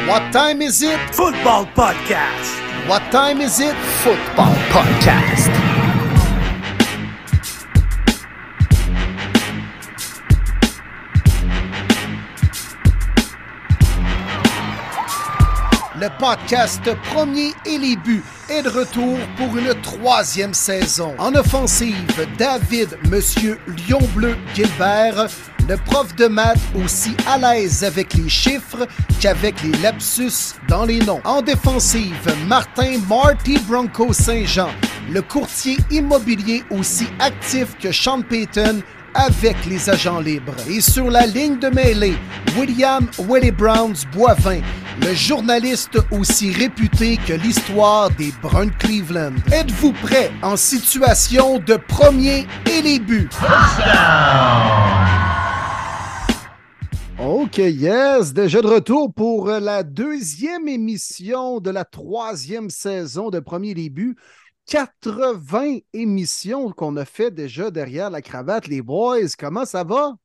What time is it? Football Podcast. What time is it? Football Podcast. Le podcast Premier et les buts est de retour pour une troisième saison. En offensive, David, Monsieur Lion Bleu Gilbert, le prof de maths aussi à l'aise avec les chiffres qu'avec les lapsus dans les noms. En défensive, Martin Marty Bronco Saint-Jean, le courtier immobilier aussi actif que Sean Payton avec les agents libres. Et sur la ligne de mêlée, William Willie Browns Boivin, le journaliste aussi réputé que l'histoire des Bruns de Cleveland. Êtes-vous prêts en situation de premier et les buts? OK, yes, déjà de retour pour la deuxième émission de la troisième saison de Premier les buts. 80 émissions qu'on a fait déjà derrière la cravate, les boys. Comment ça va?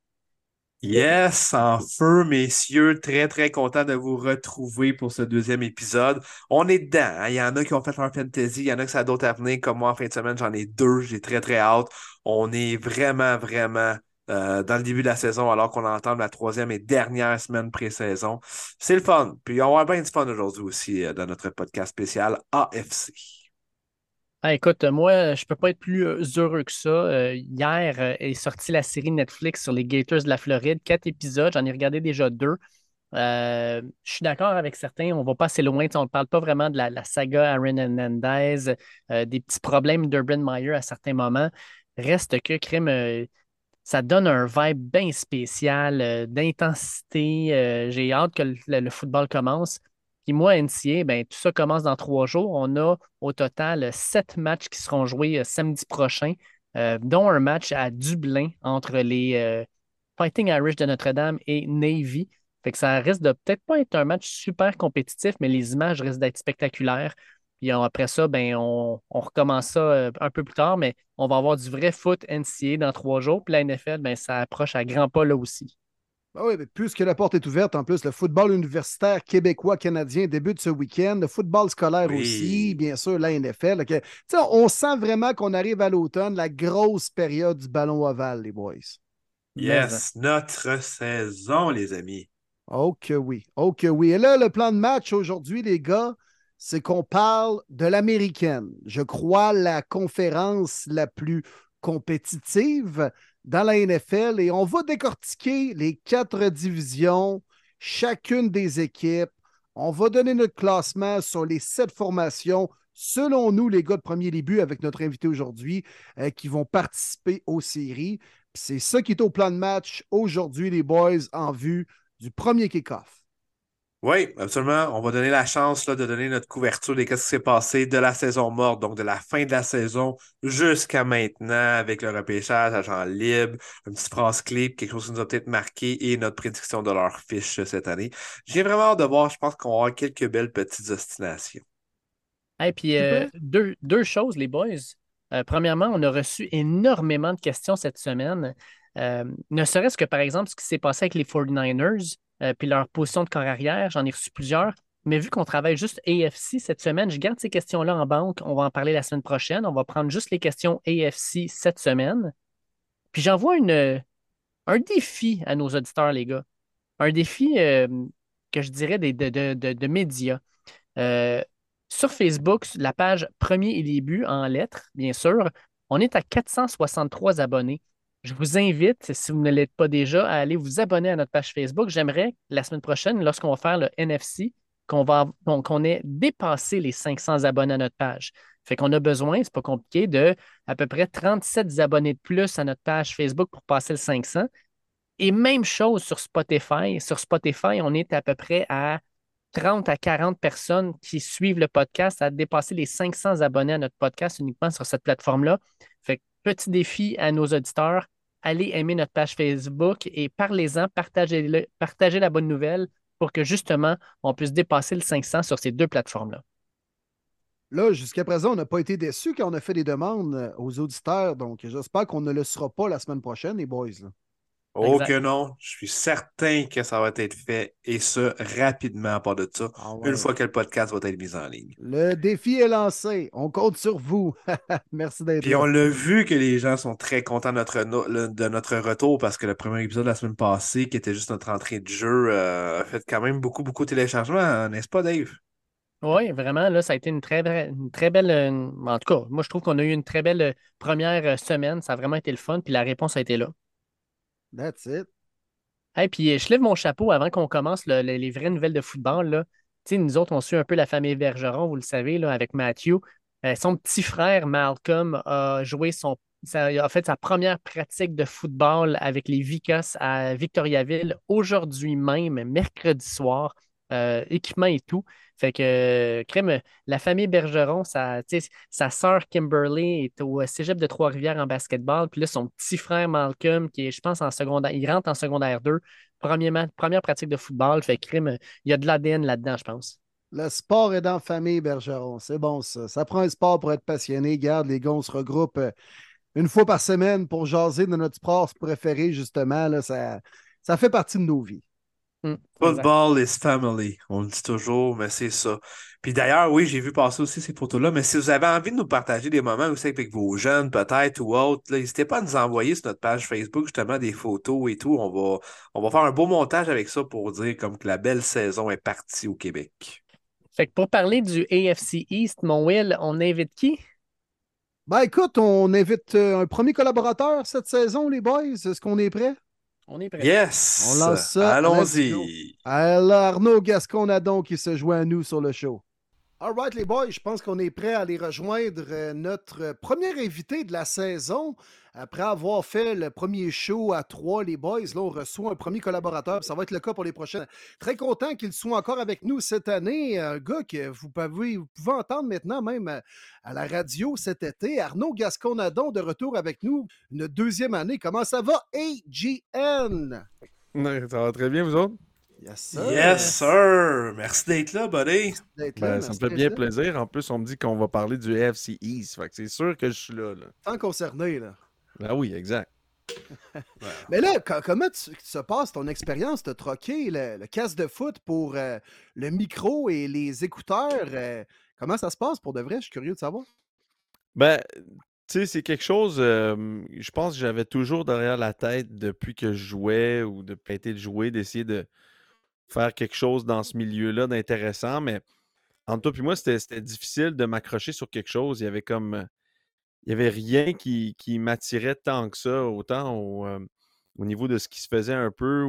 Yes, en feu, messieurs. Très, très content de vous retrouver pour ce deuxième épisode. On est dedans, hein? Il y en a qui ont fait leur fantasy, il y en a qui ça a d'autres à venir. Comme moi, en fin de semaine, j'en ai deux. J'ai très, très hâte. On est vraiment, vraiment dans le début de la saison, alors qu'on entame la troisième et dernière semaine pré-saison. C'est le fun. Puis on va avoir bien du fun aujourd'hui aussi dans notre podcast spécial AFC. Ah, écoute, moi, je peux pas être plus heureux que ça. Hier est sortie la série Netflix sur les Gators de la Floride. 4 épisodes, j'en ai regardé déjà 2. Je suis d'accord avec certains, on va pas assez loin. On ne parle pas vraiment de la saga Aaron Hernandez, des petits problèmes d'Urban Meyer à certains moments. Reste que crime, ça donne un vibe bien spécial, d'intensité. J'ai hâte que le football commence. Puis moi, NCA, ben, tout ça commence dans 3 jours. On a au total 7 matchs qui seront joués samedi prochain, dont un match à Dublin entre les Fighting Irish de Notre-Dame et Navy. Fait que ça risque de peut-être pas être un match super compétitif, mais les images risquent d'être spectaculaires. Puis après ça, ben, on recommence ça un peu plus tard, mais on va avoir du vrai foot NCA dans 3 jours. Puis la NFL, ben, ça approche à grands pas là aussi. Ah oui, mais puisque la porte est ouverte, en plus, le football universitaire québécois-canadien débute ce week-end, le football scolaire aussi, bien sûr, la NFL. Okay. On sent vraiment qu'on arrive à l'automne, la grosse période du ballon ovale, les boys. Yes, notre saison, les amis. Oh que oui, oh que oui. Et là, le plan de match aujourd'hui, les gars, c'est qu'on parle de l'américaine. Je crois la conférence la plus compétitive dans la NFL et on va décortiquer les 4 divisions, chacune des équipes. On va donner notre classement sur les 7 formations, selon nous, les gars de premier début, avec notre invité aujourd'hui, qui vont participer aux séries. C'est ça qui est au plan de match aujourd'hui, les boys, en vue du premier kick-off. Oui, absolument. On va donner la chance là, de donner notre couverture de ce qui s'est passé de la saison morte, donc de la fin de la saison jusqu'à maintenant, avec le repêchage, agent libre, une petite phrase clé, quelque chose qui nous a peut-être marqué et notre prédiction de leur fiche cette année. J'ai vraiment hâte de voir, je pense qu'on va avoir quelques belles petites ostinations. Et puis, deux choses, les boys. Premièrement, on a reçu énormément de questions cette semaine. Ne serait-ce que, par exemple, ce qui s'est passé avec les 49ers, puis leur position de corps arrière, j'en ai reçu plusieurs. Mais vu qu'on travaille juste AFC cette semaine, je garde ces questions-là en banque. On va en parler la semaine prochaine. On va prendre juste les questions AFC cette semaine. Puis j'envoie un défi à nos auditeurs, les gars. Un défi que je dirais de médias. Euh, Sur Facebook, la page Premier et les buts en lettres, bien sûr, on est à 463 abonnés. Je vous invite, si vous ne l'êtes pas déjà, à aller vous abonner à notre page Facebook. J'aimerais, la semaine prochaine, lorsqu'on va faire le NFC, qu'on ait dépassé les 500 abonnés à notre page. Fait qu'on a besoin, c'est pas compliqué, de à peu près 37 abonnés de plus à notre page Facebook pour passer le 500. Et même chose sur Spotify. Sur Spotify, on est à peu près à 30 à 40 personnes qui suivent le podcast, à dépasser les 500 abonnés à notre podcast uniquement sur cette plateforme-là. Fait que petit défi à nos auditeurs, allez aimer notre page Facebook et parlez-en, partagez la bonne nouvelle pour que justement on puisse dépasser le 500 sur ces 2 plateformes-là. Là, jusqu'à présent, on n'a pas été déçus quand on a fait des demandes aux auditeurs, donc j'espère qu'on ne le sera pas la semaine prochaine, les boys. Là. Oh Exact. que non, je suis certain que ça va être fait et ça rapidement à part de ça, Ah une ouais. fois que le podcast va être mis en ligne. Le défi est lancé. On compte sur vous. Merci d'être Puis là. on l'a vu que les gens sont très contents de de notre retour parce que le premier épisode de la semaine passée, qui était juste notre entrée de jeu, a fait quand même beaucoup, beaucoup de téléchargements, n'est-ce pas, Dave? Oui, vraiment, là, ça a été une très belle. En tout cas, moi, je trouve qu'on a eu une très belle première semaine. Ça a vraiment été le fun, puis la réponse a été là. That's it. Hey, puis je lève mon chapeau avant qu'on commence les vraies nouvelles de football, là. Tu sais, nous autres, on suit un peu la famille Bergeron, vous le savez, là, avec Matthew. Son petit frère, Malcolm, a joué a fait sa première pratique de football avec les Vicos à Victoriaville aujourd'hui même, mercredi soir. Équipement et tout. Fait que, crème, la famille Bergeron, tu sais, sa sœur Kimberly est au cégep de Trois-Rivières en basketball. Puis là, son petit frère Malcolm, qui est, je pense, en secondaire, il rentre en secondaire 2. Première pratique de football, fait crime, il y a de l'ADN là-dedans, je pense. Le sport est dans la famille, Bergeron. C'est bon, ça. Ça prend un sport pour être passionné. Garde, les gars, on se regroupe une fois par semaine pour jaser de notre sport préféré, justement. Là, ça fait partie de nos vies. Exact. Football is family, on le dit toujours, mais c'est ça. Puis d'ailleurs, oui, j'ai vu passer aussi ces photos-là, mais si vous avez envie de nous partager des moments aussi avec vos jeunes, peut-être, ou autres, là, n'hésitez pas à nous envoyer sur notre page Facebook justement des photos et tout. On va faire un beau montage avec ça pour dire comme que la belle saison est partie au Québec. Fait que pour parler du AFC East, mon Will, on invite qui? Ben écoute, on invite un premier collaborateur cette saison, les boys. Est-ce qu'on est prêt? On est prêt. On Yes! lance ça. Let's go. Allons-y! Alors, Arnaud Gasconadon qui se joint à nous sur le show. All right, les boys, je pense qu'on est prêt à aller rejoindre notre premier invité de la saison. Après avoir fait le premier show à trois, les boys, là, on reçoit un premier collaborateur. Ça va être le cas pour les prochaines. Très content qu'il soit encore avec nous cette année. Un gars que vous pouvez entendre maintenant même à la radio cet été. Arnaud Gasconadon de retour avec nous une deuxième année. Comment ça va, AGN? Ouais, ça va très bien, vous autres? Yes, Yes, sir. sir! Merci d'être là, buddy! Merci d'être là. Ben, ça me Merci fait d'être bien là. plaisir. En plus, on me dit qu'on va parler du AFC East. Fait que c'est sûr que je suis là. Tant concerné, là. Ah oui, exact. Mais là, comment se passe ton expérience? Tu as troqué le casque de foot pour le micro et les écouteurs. Comment ça se passe pour de vrai? Je suis curieux de savoir. Ben, tu sais, c'est quelque chose, je pense que j'avais toujours derrière la tête depuis que je jouais ou depuis été de jouer, d'essayer de faire quelque chose dans ce milieu-là d'intéressant. Mais entre toi et moi, c'était difficile de m'accrocher sur quelque chose. Il y avait comme, il y avait rien qui m'attirait tant que ça, autant au niveau de ce qui se faisait un peu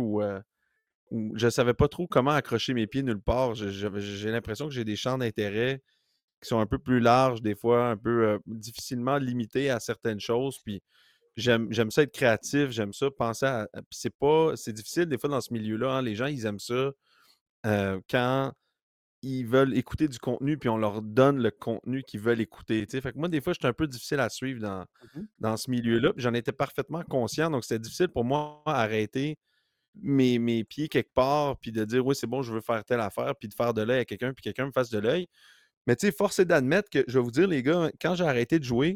ou je savais pas trop comment accrocher mes pieds nulle part. J'ai l'impression que j'ai des champs d'intérêt qui sont un peu plus larges, des fois un peu difficilement limités à certaines choses. Puis j'aime ça être créatif, j'aime ça penser puis c'est difficile des fois dans ce milieu-là, hein. Les gens, ils aiment ça quand ils veulent écouter du contenu, puis on leur donne le contenu qu'ils veulent écouter. Tu sais. Fait que moi, des fois, j'étais un peu difficile à suivre Mhm. dans ce milieu-là. Puis j'en étais parfaitement conscient. Donc, c'était difficile pour moi d'arrêter mes pieds quelque part, puis de dire oui, c'est bon, je veux faire telle affaire, puis de faire de l'œil à quelqu'un, puis quelqu'un me fasse de l'œil. Mais tu sais, force est d'admettre que je vais vous dire, les gars, quand j'ai arrêté de jouer,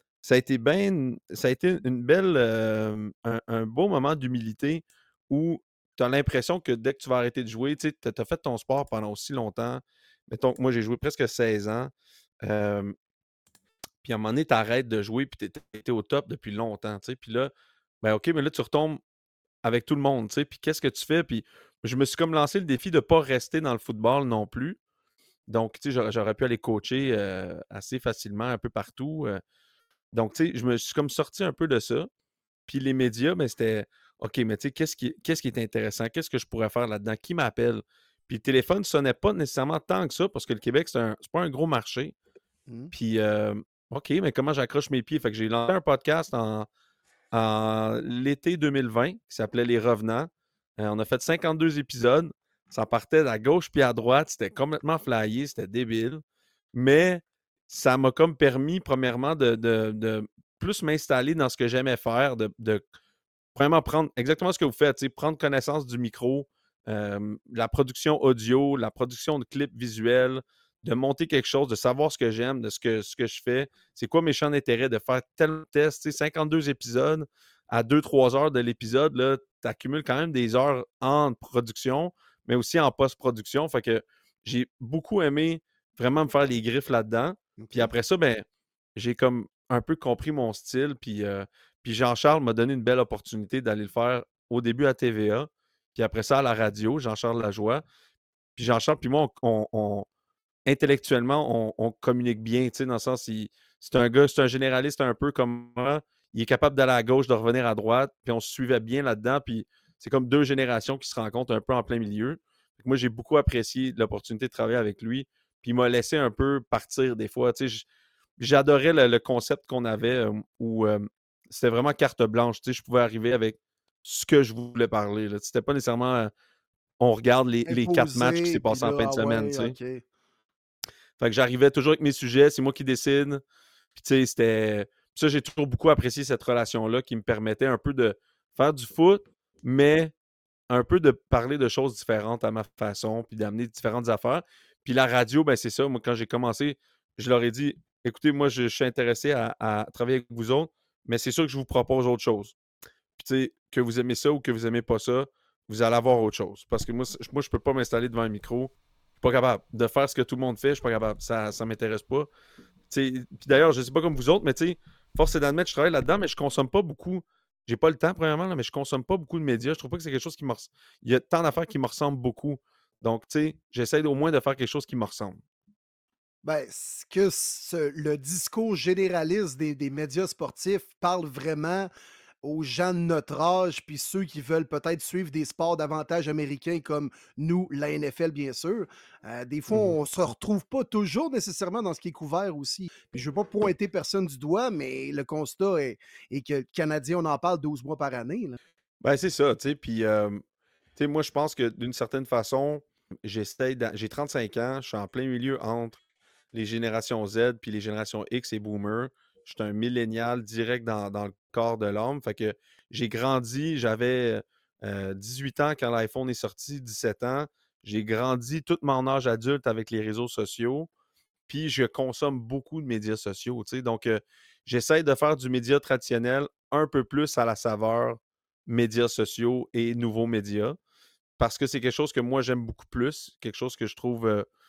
ça a été une belle, un beau moment d'humilité où tu as l'impression que dès que tu vas arrêter de jouer, tu sais, tu as fait ton sport pendant aussi longtemps. Mettons que moi, j'ai joué presque 16 ans. euh, Puis à un moment donné, tu arrêtes de jouer, puis tu étais au top depuis longtemps. Tu sais. Puis là, ben OK, mais là, tu retombes avec tout le monde. Tu sais. Puis qu'est-ce que tu fais? Puis je me suis comme lancé le défi de ne pas rester dans le football non plus. Donc, tu sais, j'aurais pu aller coacher assez facilement un peu partout. Donc, tu sais, je me suis comme sorti un peu de ça. Puis les médias, ben, c'était OK, mais tu sais, qu'est-ce qui est intéressant? Qu'est-ce que je pourrais faire là-dedans? Qui m'appelle? Puis le téléphone ne sonnait pas nécessairement tant que ça parce que le Québec, c'est pas un gros marché. Mhm. Puis, OK, mais comment j'accroche mes pieds? Fait que j'ai lancé un podcast en l'été 2020 qui s'appelait Les Revenants. On a fait 52 épisodes. Ça partait à gauche puis à droite. C'était complètement flyé. C'était débile. Mais ça m'a comme permis, premièrement, de plus m'installer dans ce que j'aimais faire, de vraiment prendre exactement ce que vous faites, prendre connaissance du micro, la production audio, la production de clips visuels, de monter quelque chose, de savoir ce que j'aime, de ce que je fais, c'est quoi mes champs d'intérêt, de faire tel test, 52 épisodes à 2-3 heures de l'épisode, là, tu accumules quand même des heures en production, mais aussi en post-production. Fait que j'ai beaucoup aimé vraiment me faire les griffes là-dedans. Puis après ça, ben, j'ai comme un peu compris mon style. Puis Jean-Charles m'a donné une belle opportunité d'aller le faire au début à TVA, puis après ça à la radio, Jean-Charles Lajoie. Puis Jean-Charles, puis moi, intellectuellement, on communique bien, tu sais, dans le sens, c'est un gars, c'est un généraliste un peu comme moi. Il est capable d'aller à gauche, de revenir à droite, puis on se suivait bien là-dedans, puis c'est comme deux générations qui se rencontrent un peu en plein milieu. Moi, j'ai beaucoup apprécié l'opportunité de travailler avec lui, puis il m'a laissé un peu partir des fois, tu sais, j'adorais le concept qu'on avait où c'était vraiment carte blanche, tu sais, je pouvais arriver avec ce que je voulais parler, là. C'était pas nécessairement on regarde les 4 matchs qui s'est Imposé, puis passé en là, fin de ah semaine, tu ouais, sais. OK. Fait que j'arrivais toujours avec mes sujets, c'est moi qui décide. Puis tu sais, c'était. Puis ça, j'ai toujours beaucoup apprécié cette relation-là qui me permettait un peu de faire du foot, mais un peu de parler de choses différentes à ma façon, puis d'amener différentes affaires. Puis la radio, ben c'est ça. Moi, quand j'ai commencé, je leur ai dit écoutez, moi, je suis intéressé à travailler avec vous autres, mais c'est sûr que je vous propose autre chose. Puis tu sais, que vous aimez ça ou que vous aimez pas ça, vous allez avoir autre chose. Parce que moi je peux pas m'installer devant un micro. Je suis pas capable de faire ce que tout le monde fait. Je suis pas capable. Ça m'intéresse pas. Puis d'ailleurs, je sais pas comme vous autres, mais tu sais, force est d'admettre, je travaille là-dedans, mais je consomme pas beaucoup. J'ai pas le temps, premièrement, là, mais je consomme pas beaucoup de médias. Je trouve pas que c'est quelque chose qui me il y a tant d'affaires qui me ressemblent beaucoup. Donc, tu sais, j'essaie au moins de faire quelque chose qui me ressemble. Ben, le discours généraliste des médias sportifs parle vraiment aux gens de notre âge, puis ceux qui veulent peut-être suivre des sports davantage américains comme nous, la NFL, bien sûr. Des fois, Mhm. on se retrouve pas toujours nécessairement dans ce qui est couvert aussi. Puis je veux pas pointer personne du doigt, mais le constat est que le Canadien, on en parle 12 mois par année, là. Ben, c'est ça, tu sais. Puis, tu sais, moi, je pense que d'une certaine façon, j'ai 35 ans, je suis en plein milieu entre les générations Z puis les générations X et Boomer. Je suis un millénial direct dans le corps de l'homme. Fait que j'ai grandi, j'avais 18 ans quand l'iPhone est sorti, 17 ans. J'ai grandi tout mon âge adulte avec les réseaux sociaux. Puis je consomme beaucoup de médias sociaux, tu sais. Donc, j'essaie de faire du média traditionnel un peu plus à la saveur médias sociaux et nouveaux médias parce que c'est quelque chose que moi j'aime beaucoup plus, quelque chose que je trouve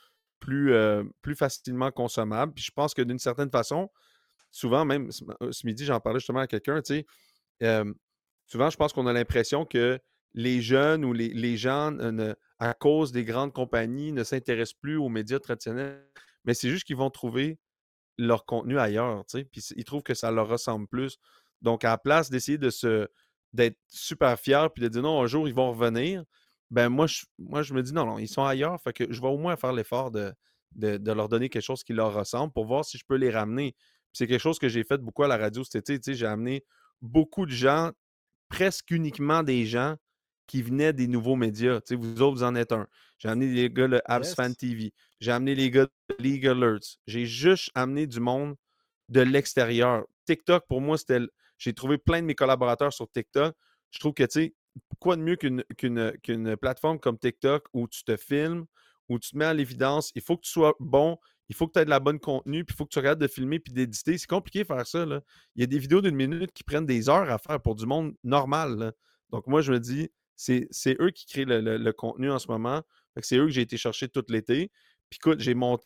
plus facilement consommable. Puis je pense que d'une certaine façon, souvent, même ce midi, j'en parlais justement à quelqu'un, tu sais, souvent, je pense qu'on a l'impression que les jeunes ou les gens, à cause des grandes compagnies, ne s'intéressent plus aux médias traditionnels. Mais c'est juste qu'ils vont trouver leur contenu ailleurs, tu sais, puis ils trouvent que ça leur ressemble plus. Donc, à la place d'essayer d'être super fier puis de dire non, un jour, ils vont revenir, ben moi, je me dis non, non, ils sont ailleurs, fait que je vais au moins faire l'effort de leur donner quelque chose qui leur ressemble pour voir si je peux les ramener. Puis c'est quelque chose que j'ai fait beaucoup à la radio cet été, tu sais, j'ai amené beaucoup de gens, presque uniquement des gens qui venaient des nouveaux médias. Tu sais, vous autres, vous en êtes un. J'ai amené les gars de Abs Fan Yes. TV. J'ai amené les gars de League Alerts. J'ai juste amené du monde de l'extérieur. TikTok, pour moi, j'ai trouvé plein de mes collaborateurs sur TikTok. Je trouve que, tu sais, quoi de mieux qu'une plateforme comme TikTok où tu te filmes, où tu te mets à l'évidence, il faut que tu sois bon, il faut que tu aies de la bonne contenu, puis il faut que tu regardes de filmer puis d'éditer. C'est compliqué de faire ça, là. Il y a des vidéos d'une minute qui prennent des heures à faire pour du monde normal, là. Donc, moi, je me dis, c'est eux qui créent le contenu en ce moment. Fait que c'est eux que j'ai été chercher tout l'été. Puis écoute,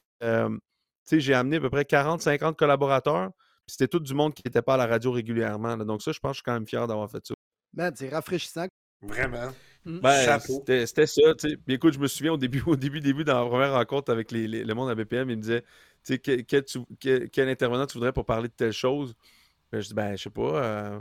j'ai amené à peu près 40-50 collaborateurs. Puis c'était tout du monde qui n'était pas à la radio régulièrement, là. Donc ça, je pense que je suis quand même fier d'avoir fait ça. Man, c'est rafraîchissant. Vraiment. Ben, Chapeau. c'était ça, tu sais. Puis écoute, je me souviens au début, dans la première rencontre avec le monde à BPM, il me disait, tu sais, quel intervenant tu voudrais pour parler de telle chose? Ben, je dis, ben, je sais pas.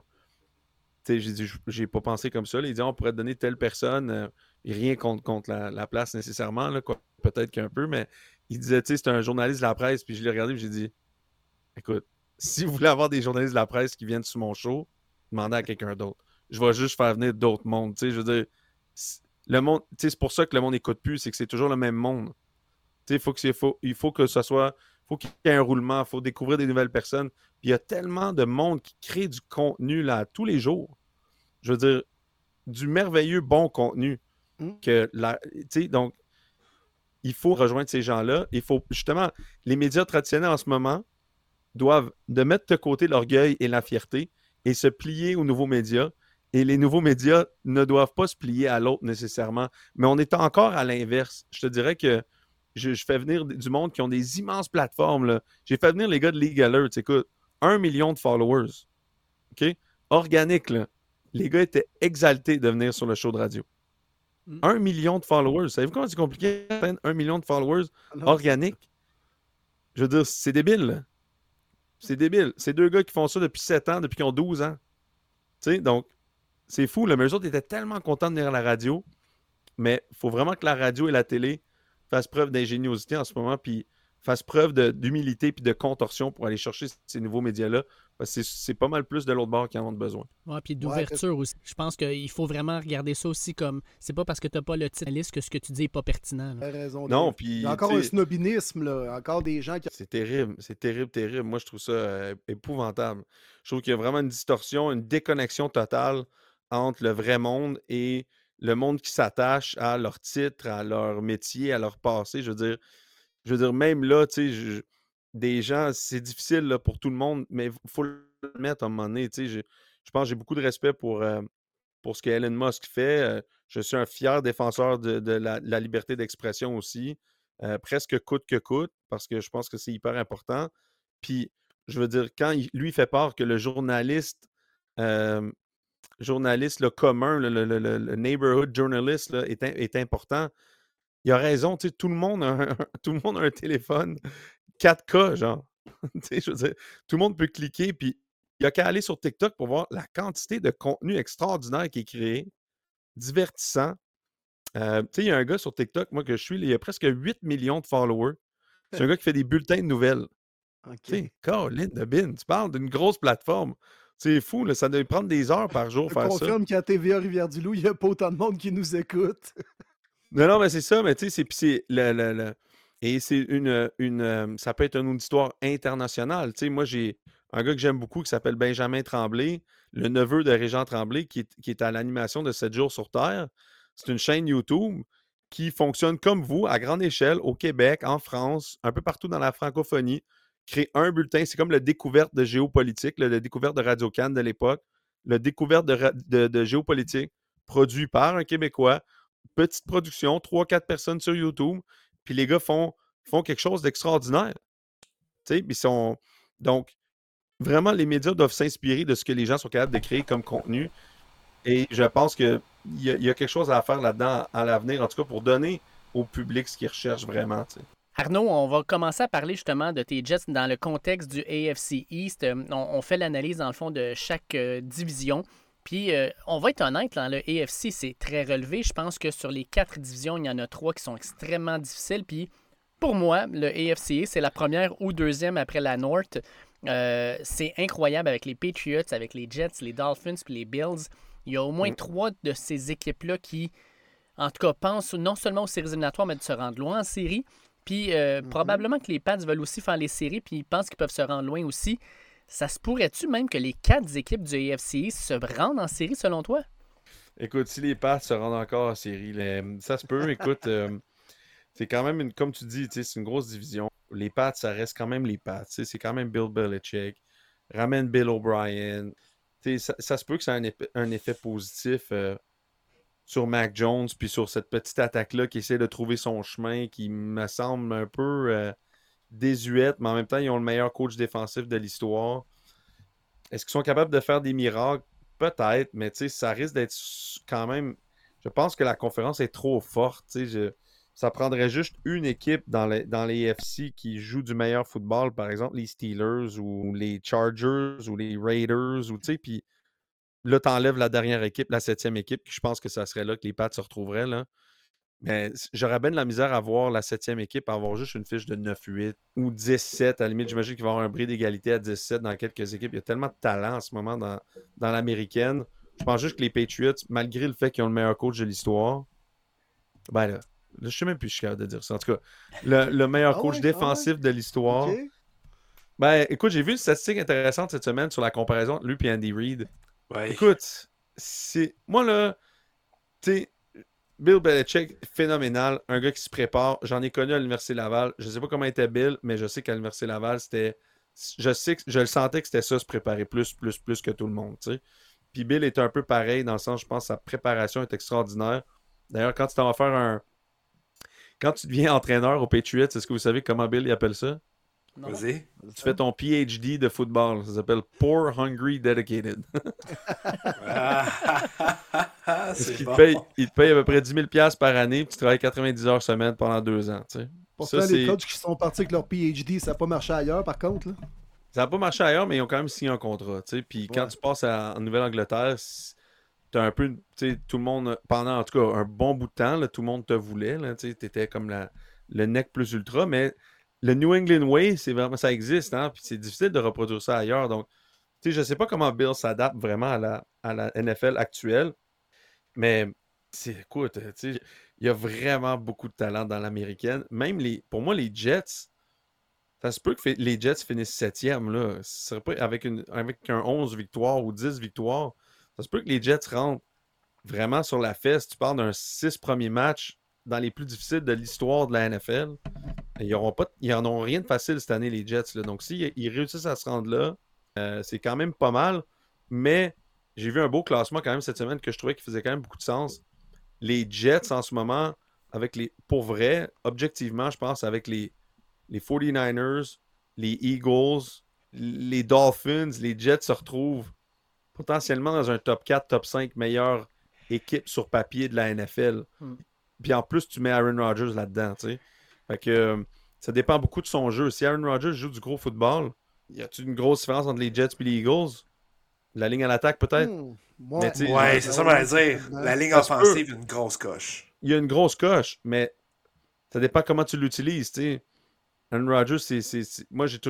Tu sais, j'ai dit, j'ai pas pensé comme ça. Là. Il dit, on pourrait te donner telle personne. Rien contre la place nécessairement, là, quoi. Peut-être qu'un peu, mais il disait, tu sais, c'est un journaliste de la presse. Puis je l'ai regardé et j'ai dit, écoute, si vous voulez avoir des journalistes de la presse qui viennent sur mon show, demandez à quelqu'un d'autre. Je vais juste faire venir d'autres mondes. Tu sais, je veux dire, le monde, tu sais, c'est pour ça que le monde n'écoute plus, c'est que c'est toujours le même monde. Tu sais, il faut que ce soit, faut qu'il y ait un roulement, il faut découvrir des nouvelles personnes. Puis il y a tellement de monde qui crée du contenu là tous les jours. Je veux dire, du merveilleux bon contenu que tu sais, donc il faut rejoindre ces gens-là. Il faut justement, les médias traditionnels en ce moment doivent de mettre de côté l'orgueil et la fierté et se plier aux nouveaux médias. Et les nouveaux médias ne doivent pas se plier à l'autre nécessairement. Mais on est encore à l'inverse. Je te dirais que je fais venir du monde qui ont des immenses plateformes. Là. J'ai fait venir les gars de League Alert. Écoute, 1 million de followers. OK? Organique, là. Les gars étaient exaltés de venir sur le show de radio. 1 million de followers. Savez-vous comment c'est compliqué d'atteindre 1 million de followers organiques? Je veux dire, c'est débile. Là. C'est débile. C'est 2 gars qui font ça depuis 7 ans, depuis qu'ils ont 12 ans. Tu sais, donc, c'est fou. Là. Mais eux autres étaient tellement contents de venir à la radio. Mais il faut vraiment que la radio et la télé fassent preuve d'ingéniosité en ce moment, puis fassent preuve d'humilité puis de contorsion pour aller chercher ces nouveaux médias-là. Parce que c'est pas mal plus de l'autre bord qui en ont besoin. Ouais, puis d'ouverture aussi. Je pense qu'il faut vraiment regarder ça aussi comme c'est pas parce que t'as pas le titre liste que ce que tu dis est pas pertinent. T'as raison. Non, puis. Il y a encore un snobinisme, là. Encore des gens qui. C'est terrible. C'est terrible, terrible. Moi, je trouve ça épouvantable. Je trouve qu'il y a vraiment une distorsion, une déconnexion totale entre le vrai monde et le monde qui s'attache à leur titre, à leur métier, à leur passé. Je veux dire même là, tu sais, des gens, c'est difficile là, pour tout le monde, mais il faut le mettre à un moment donné. Tu sais, je pense que j'ai beaucoup de respect pour ce que Elon Musk fait. Je suis un fier défenseur de la liberté d'expression aussi, presque coûte que coûte, parce que je pense que c'est hyper important. Puis, je veux dire, quand lui fait part que le journaliste le commun, le neighborhood journalist là, est important, il a raison. Tu sais, tout le monde a un téléphone 4K, genre. Tu sais, je veux dire, tout le monde peut cliquer, puis il n'y a qu'à aller sur TikTok pour voir la quantité de contenu extraordinaire qui est créé, divertissant. Tu sais, il y a un gars sur TikTok, moi, que je suis, il y a presque 8 millions de followers. C'est un gars qui fait des bulletins de nouvelles. OK. Tu sais, Caroline de Bin, tu parles d'une grosse plateforme. C'est fou, là, ça doit prendre des heures par jour Je faire ça. confirme qu'à TVA Rivière-du-Loup, il n'y a pas autant de monde qui nous écoute. Non, mais c'est ça, mais tu sais, et c'est ça peut être une auditoire internationale. Tu sais, moi, j'ai un gars que j'aime beaucoup qui s'appelle Benjamin Tremblay, le neveu de Régent Tremblay, qui est à l'animation de 7 jours sur Terre. C'est une chaîne YouTube qui fonctionne comme vous, à grande échelle, au Québec, en France, un peu partout dans la francophonie. Crée un bulletin, c'est comme le découverte de géopolitique, le découverte de Radio-Can de l'époque, le découverte de géopolitique, produit par un Québécois. Petite production, 3-4 personnes sur YouTube, puis les gars font quelque chose d'extraordinaire. Tu sais, donc, vraiment, les médias doivent s'inspirer de ce que les gens sont capables de créer comme contenu. Et je pense qu'il y a quelque chose à faire là-dedans à l'avenir, en tout cas pour donner au public ce qu'il recherche vraiment. Tu sais. Arnaud, on va commencer à parler justement de tes Jets dans le contexte du AFC East. On fait l'analyse dans le fond de chaque division. Puis, on va être honnête, dans le AFC, c'est très relevé. Je pense que sur les 4 divisions, il y en a 3 qui sont extrêmement difficiles. Puis, pour moi, le AFC, c'est la première ou deuxième après la North. C'est incroyable avec les Patriots, avec les Jets, les Dolphins puis les Bills. Il y a au moins 3 de ces équipes-là qui, en tout cas, pensent non seulement aux séries éliminatoires, mais de se rendre loin en série. Puis, probablement que les Pats veulent aussi faire les séries, puis ils pensent qu'ils peuvent se rendre loin aussi. Ça se pourrait-tu même que les 4 équipes du AFC se rendent en série, selon toi? Écoute, si les Pats se rendent encore en série, ça se peut. Écoute, c'est quand même, comme tu dis, c'est une grosse division. Les Pats, ça reste quand même les Pats. C'est quand même Bill Belichick. Ramène Bill O'Brien. Ça se peut que ça ait un effet positif sur Mac Jones, puis sur cette petite attaque-là qui essaie de trouver son chemin, qui me semble un peu désuète, mais en même temps, ils ont le meilleur coach défensif de l'histoire. Est-ce qu'ils sont capables de faire des miracles? Peut-être, mais ça risque d'être quand même... Je pense que la conférence est trop forte. Ça prendrait juste une équipe dans les AFC qui joue du meilleur football, par exemple les Steelers ou les Chargers ou les Raiders, puis là, tu enlèves la dernière équipe, la 7e équipe, je pense que ça serait là que les Pats se retrouveraient. Là. Mais j'aurais bien de la misère à voir la 7e équipe avoir juste une fiche de 9-8 ou 10-7. À la limite, j'imagine qu'il va y avoir un bris d'égalité à 17 dans quelques équipes. Il y a tellement de talent en ce moment dans l'américaine. Je pense juste que les Patriots, malgré le fait qu'ils ont le meilleur coach de l'histoire, ben là je sais même plus si je suis capable de dire ça. En tout cas, le meilleur coach défensif de l'histoire. Okay. Ben, écoute, j'ai vu une statistique intéressante cette semaine sur la comparaison entre lui et Andy Reid. Ouais. Écoute, moi là, tu sais, Bill Belichick, phénoménal, un gars qui se prépare. J'en ai connu à l'Université Laval. Je ne sais pas comment était Bill, mais je sais qu'à l'Université Laval, c'était je le sentais que c'était ça, se préparer plus que tout le monde, tu sais. Puis Bill est un peu pareil, dans le sens, je pense que sa préparation est extraordinaire. D'ailleurs, quand tu t'en vas faire quand tu deviens entraîneur aux Patriots, est-ce que vous savez comment Bill il appelle ça? Non. Vas-y. Tu fais ton PhD de football. Ça s'appelle Poor, Hungry, Dedicated. C'est bon. Il te paye à peu près 10 000 $ par année, puis tu travailles 90 heures semaine pendant 2 ans. Tu sais. Pourtant, Ça, les coachs qui sont partis avec leur PhD, ça n'a pas marché ailleurs, par contre. Là. Ça n'a pas marché ailleurs, mais ils ont quand même signé un contrat. Tu sais. Puis quand tu passes en Nouvelle-Angleterre, tu as un peu, tu sais, tout le monde, pendant en tout cas un bon bout de temps, là, tout le monde te voulait. Tu étais comme le nec plus ultra, mais le New England Way, c'est vraiment, ça existe, hein, puis c'est difficile de reproduire ça ailleurs. Donc, tu sais, je ne sais pas comment Bill s'adapte vraiment à la NFL actuelle, mais écoute, tu sais, il y a vraiment beaucoup de talent dans l'américaine. Même pour moi, les Jets, ça se peut que les Jets finissent 7e, là. Ce serait pas avec un 11 victoires ou 10 victoires. Ça se peut que les Jets rentrent vraiment sur la fesse. Tu parles d'un 6 premiers matchs dans les plus difficiles de l'histoire de la NFL. Ils n'en ont rien de facile cette année, les Jets. Là. Donc, s'ils réussissent à se rendre là, c'est quand même pas mal. Mais j'ai vu un beau classement quand même cette semaine que je trouvais qui faisait quand même beaucoup de sens. Les Jets, en ce moment, pour vrai, objectivement, je pense, avec les 49ers, les Eagles, les Dolphins, les Jets se retrouvent potentiellement dans un top 4, top 5 meilleure équipe sur papier de la NFL. Puis en plus, tu mets Aaron Rodgers là-dedans, tu sais. Fait que ça dépend beaucoup de son jeu. Si Aaron Rodgers joue du gros football, y a-t-il une grosse différence entre les Jets et les Eagles? La ligne à l'attaque, peut-être? Ouais, c'est ça, on va dire. La ligne offensive, une grosse coche. Il y a une grosse coche, mais ça dépend comment tu l'utilises, tu sais. Aaron Rodgers, moi, j'ai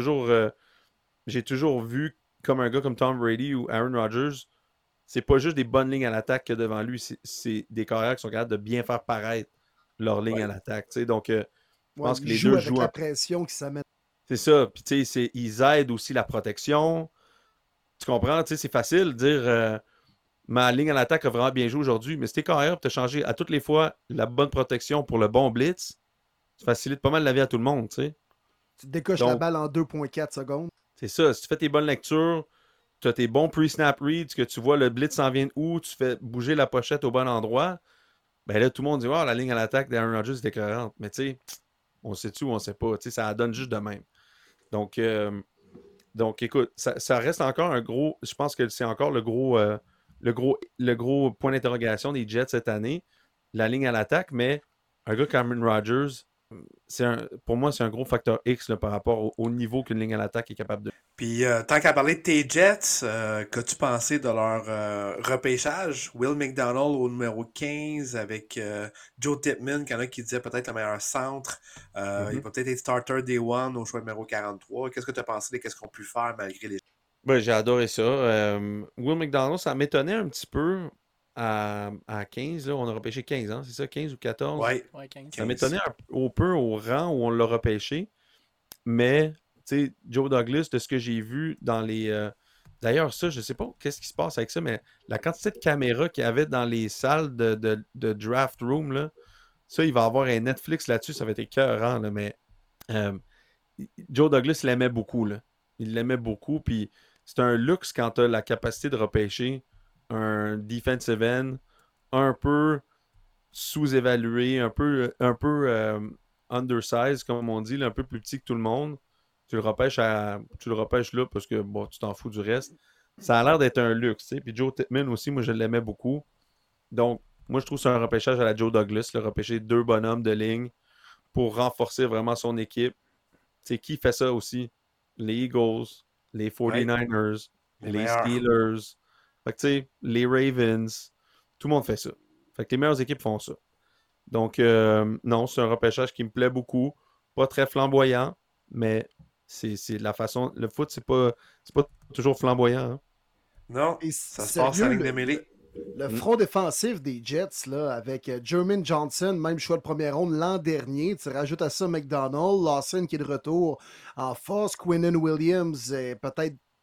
toujours vu comme un gars comme Tom Brady ou Aaron Rodgers, c'est pas juste des bonnes lignes à l'attaque qu'il y a devant lui, c'est des carrières qui sont capables de bien faire paraître leur ligne à l'attaque. Donc, je pense que les deux jouent. La pression qui s'amène. C'est ça. Puis, tu sais, ils aident aussi la protection. Tu comprends? Tu sais, c'est facile de dire ma ligne à l'attaque a vraiment bien joué aujourd'hui, mais si t'es carrière, tu as changé à toutes les fois la bonne protection pour le bon blitz, ça facilite pas mal la vie à tout le monde, tu sais. Tu décoches la balle en 2,4 secondes. C'est ça. Si tu fais tes bonnes lectures, tu as tes bons pre-snap reads, que tu vois le blitz s'en vient où, tu fais bouger la pochette au bon endroit, ben là, tout le monde dit, la ligne à l'attaque d'Aaron Rodgers est écœurante. Mais tu sais, on sait-tu ou on sait pas. Tu sais, ça donne juste de même. Donc écoute, ça reste encore un gros. Je pense que c'est encore le gros point d'interrogation des Jets cette année, la ligne à l'attaque, mais un gars comme Aaron Rodgers, pour moi, c'est un gros facteur X là, par rapport au niveau qu'une ligne à l'attaque est capable de. Puis, tant qu'à parler de tes Jets, qu'as-tu pensé de leur repêchage? Will McDonald au numéro 15 avec Joe Tippmann, qu'il y en a qui disaient peut-être le meilleur centre. Il va peut-être être starter Day One au choix numéro 43. Qu'est-ce que tu as pensé de qu'est-ce qu'on peut faire malgré les... Ben, j'ai adoré ça. Will McDonald, ça m'étonnait un petit peu à 15. Là, on a repêché 15 ans, c'est ça? 15 ou 14? Ouais, 15. Ça m'étonnait un peu au rang où on l'a repêché. Mais, tu sais, Joe Douglas, de ce que j'ai vu dans les... D'ailleurs, ça, je sais pas qu'est-ce qui se passe avec ça, mais la quantité de caméras qu'il y avait dans les salles de draft room, là, ça, il va avoir un Netflix là-dessus, ça va être écœurant, là, mais Joe Douglas l'aimait beaucoup, là. Il l'aimait beaucoup, puis c'est un luxe quand tu as la capacité de repêcher un defensive end un peu sous-évalué, un peu undersized, comme on dit, là, un peu plus petit que tout le monde. Tu le repêches là parce que bon, tu t'en fous du reste. Ça a l'air d'être un luxe. Puis Joe Tippmann aussi, moi je l'aimais beaucoup. Donc, moi je trouve que c'est un repêchage à la Joe Douglas, le repêcher 2 bonhommes de ligne pour renforcer vraiment son équipe. C'est qui fait ça aussi? Les Eagles, les 49ers, les Steelers, fait que, tu sais, les Ravens, tout le monde fait ça. Fait que les meilleures équipes font ça. Donc, non, c'est un repêchage qui me plaît beaucoup. Pas très flamboyant, mais c'est la façon. Le foot, c'est pas toujours flamboyant. Hein? Non, et ça se passe à la ligne de mêlée. Le front défensif des Jets, là, avec Jermaine Johnson, même choix de première ronde l'an dernier. Tu rajoutes à ça McDonald, Lawson qui est de retour en force, Quinnen Williams est peut-être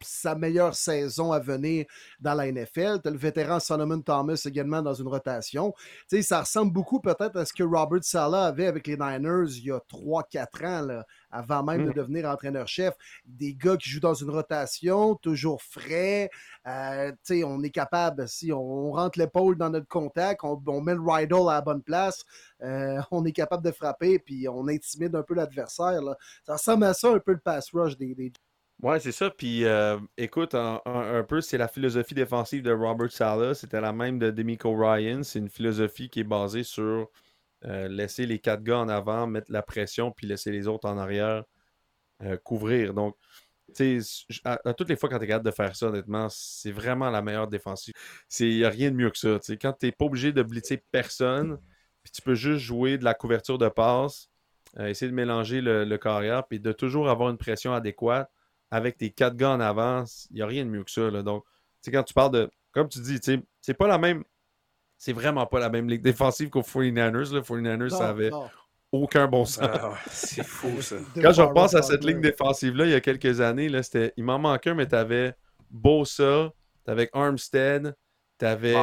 sa meilleure saison à venir dans la NFL. Tu as le vétéran Solomon Thomas également dans une rotation. Tu sais, ça ressemble beaucoup peut-être à ce que Robert Saleh avait avec les Niners il y a 3-4 ans, là, avant même de devenir entraîneur-chef. Des gars qui jouent dans une rotation, toujours frais. Tu sais, on est capable, si on rentre l'épaule dans notre contact, on met le Rydell à la bonne place, on est capable de frapper, puis on intimide un peu l'adversaire. Là. Ça ressemble à ça un peu le pass rush des... Ouais, c'est ça. Puis écoute, un peu, c'est la philosophie défensive de Robert Saleh. C'était la même de DeMeco Ryan. C'est une philosophie qui est basée sur laisser les 4 gars en avant, mettre la pression, puis laisser les autres en arrière couvrir. Donc, tu sais, à toutes les fois quand tu es capable de faire ça, honnêtement, c'est vraiment la meilleure défensive. Il n'y a rien de mieux que ça. Tu sais, quand tu n'es pas obligé de blitzer personne, puis tu peux juste jouer de la couverture de passe, essayer de mélanger le carrière, puis de toujours avoir une pression adéquate avec tes 4 gars en avance, il n'y a rien de mieux que ça. Là. Donc, tu sais, quand tu parles de. Comme tu dis, tu sais, c'est pas la même. C'est vraiment pas la même ligue défensive qu'aux 49ers. Les 49ers, ça avait aucun bon sens. C'est fou, ça. Quand je repense à cette ligne défensive-là, il y a quelques années, là, il m'en manquait un, mais t'avais Bosa, t'avais Armstead, t'avais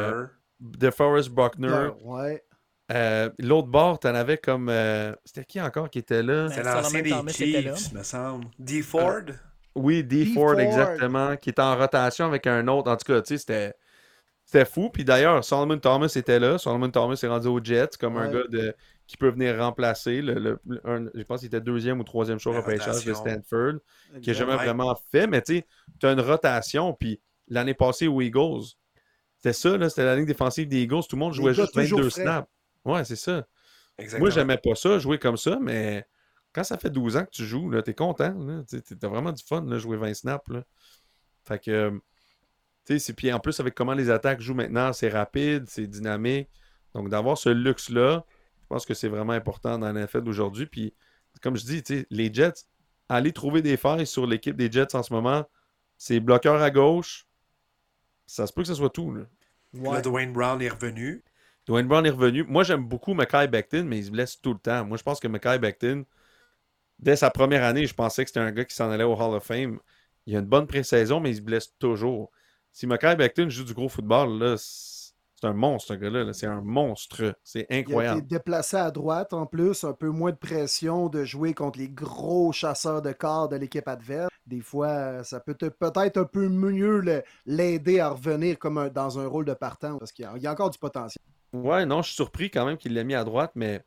DeForest Buckner. Ouais. L'autre bord, t'en avais comme. C'était qui encore qui était là? C'est l'ancien des Chiefs, me semble. Dee Ford? Oui, Dee Ford, exactement, qui était en rotation avec un autre. En tout cas, tu sais, c'était fou. Puis d'ailleurs, Solomon Thomas était là. Solomon Thomas est rendu aux Jets comme un gars qui peut venir remplacer. Je pense qu'il était 2e ou 3e choix au repêchage de Stanford, qui n'a jamais vraiment fait. Mais tu sais, tu as une rotation. Puis l'année passée aux Eagles, c'était ça, là, c'était la ligne défensive des Eagles. Tout le monde jouait juste 22 snaps. Ouais, c'est ça. Exactement. Moi, j'aimais pas ça, jouer comme ça, mais quand ça fait 12 ans que tu joues, là, t'es content. T'as vraiment du fun, là, jouer 20 snaps. Là. Fait que, tu sais, puis en plus, avec comment les attaques jouent maintenant, c'est rapide, c'est dynamique. Donc, d'avoir ce luxe-là, je pense que c'est vraiment important dans la NFL d'aujourd'hui. Puis, comme je dis, tu sais, les Jets, aller trouver des failles sur l'équipe des Jets en ce moment, c'est bloqueur à gauche. Ça se peut que ce soit tout. Là. Là, Dwayne Brown est revenu. Dwayne Brown est revenu. Moi, j'aime beaucoup Mekhi Becton, mais il se blesse tout le temps. Moi, je pense que Mekhi Becton, dès sa première année, je pensais que c'était un gars qui s'en allait au Hall of Fame. Il a une bonne pré-saison, mais il se blesse toujours. Si Mekhi Becton joue du gros football, là, c'est un monstre, ce gars-là. Là. C'est un monstre. C'est incroyable. Il a été déplacé à droite en plus, un peu moins de pression de jouer contre les gros chasseurs de corps de l'équipe adverse. Des fois, ça peut peut-être un peu mieux l'aider à revenir comme dans un rôle de partant, parce qu'il y a encore du potentiel. Ouais, non, je suis surpris quand même qu'il l'ait mis à droite, mais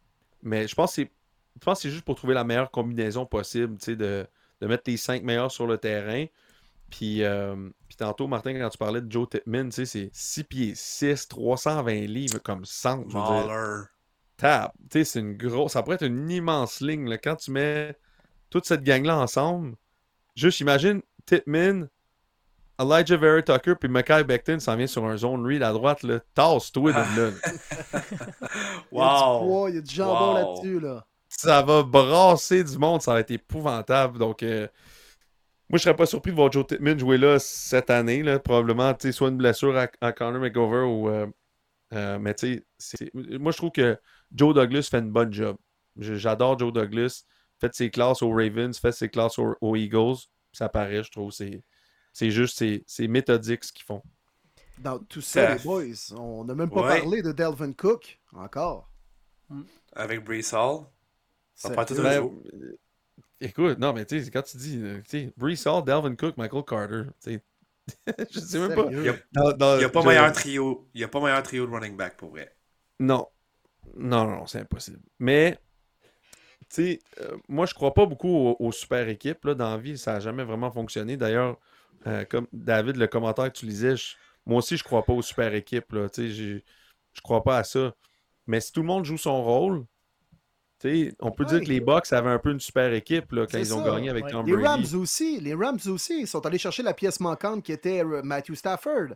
je pense que c'est juste pour trouver la meilleure combinaison possible, tu sais, de mettre les 5 meilleurs sur le terrain. Puis tantôt, Martin, quand tu parlais de Joe Tippmann, tu sais, c'est 6 pieds 6, 320 livres comme centre. Tap. Tu sais, c'est une grosse. Ça pourrait être une immense ligne. Là. Quand tu mets toute cette gang-là ensemble, juste imagine Tippmann, Elijah Vera Tucker puis Mekhi Becton s'en vient sur un zone read à droite. Là. Tasse-toi de là. Wow. Il y a du jambon là-dessus. Là. Ça va brasser du monde. Ça va être épouvantable. Donc, moi, je serais pas surpris de voir Joe Tippmann jouer là cette année. Là. Probablement, soit une blessure à Connor McGovern ou. Mais tu sais, moi, je trouve que Joe Douglas fait une bonne job. J'adore Joe Douglas. Fait ses classes aux Ravens, fait ses classes aux Eagles. Ça paraît, je trouve. C'est juste, c'est méthodique ce qu'ils font. Dans tout ça, les boys, on n'a même pas parlé de Delvin Cook encore. Avec Breece Hall. Ça prend tout un jour. Écoute, non, mais tu sais, quand tu dis, Breece Hall, Delvin Cook, Michael Carter, tu sais, je sais même pas. Il n'y a pas meilleur trio. Il n'y a pas meilleur trio de running back pour vrai. Non, c'est impossible. Mais, tu sais, moi, je crois pas beaucoup aux super équipes. Là, dans la vie, ça n'a jamais vraiment fonctionné. D'ailleurs, comme David, le commentaire que tu lisais, moi aussi, je crois pas aux super équipes. Là, je crois pas à ça. Mais si tout le monde joue son rôle, on peut dire que les Bucks avaient un peu une super équipe là, quand ils ont gagné avec Tom Brady. Les Rams aussi, ils sont allés chercher la pièce manquante qui était Matthew Stafford.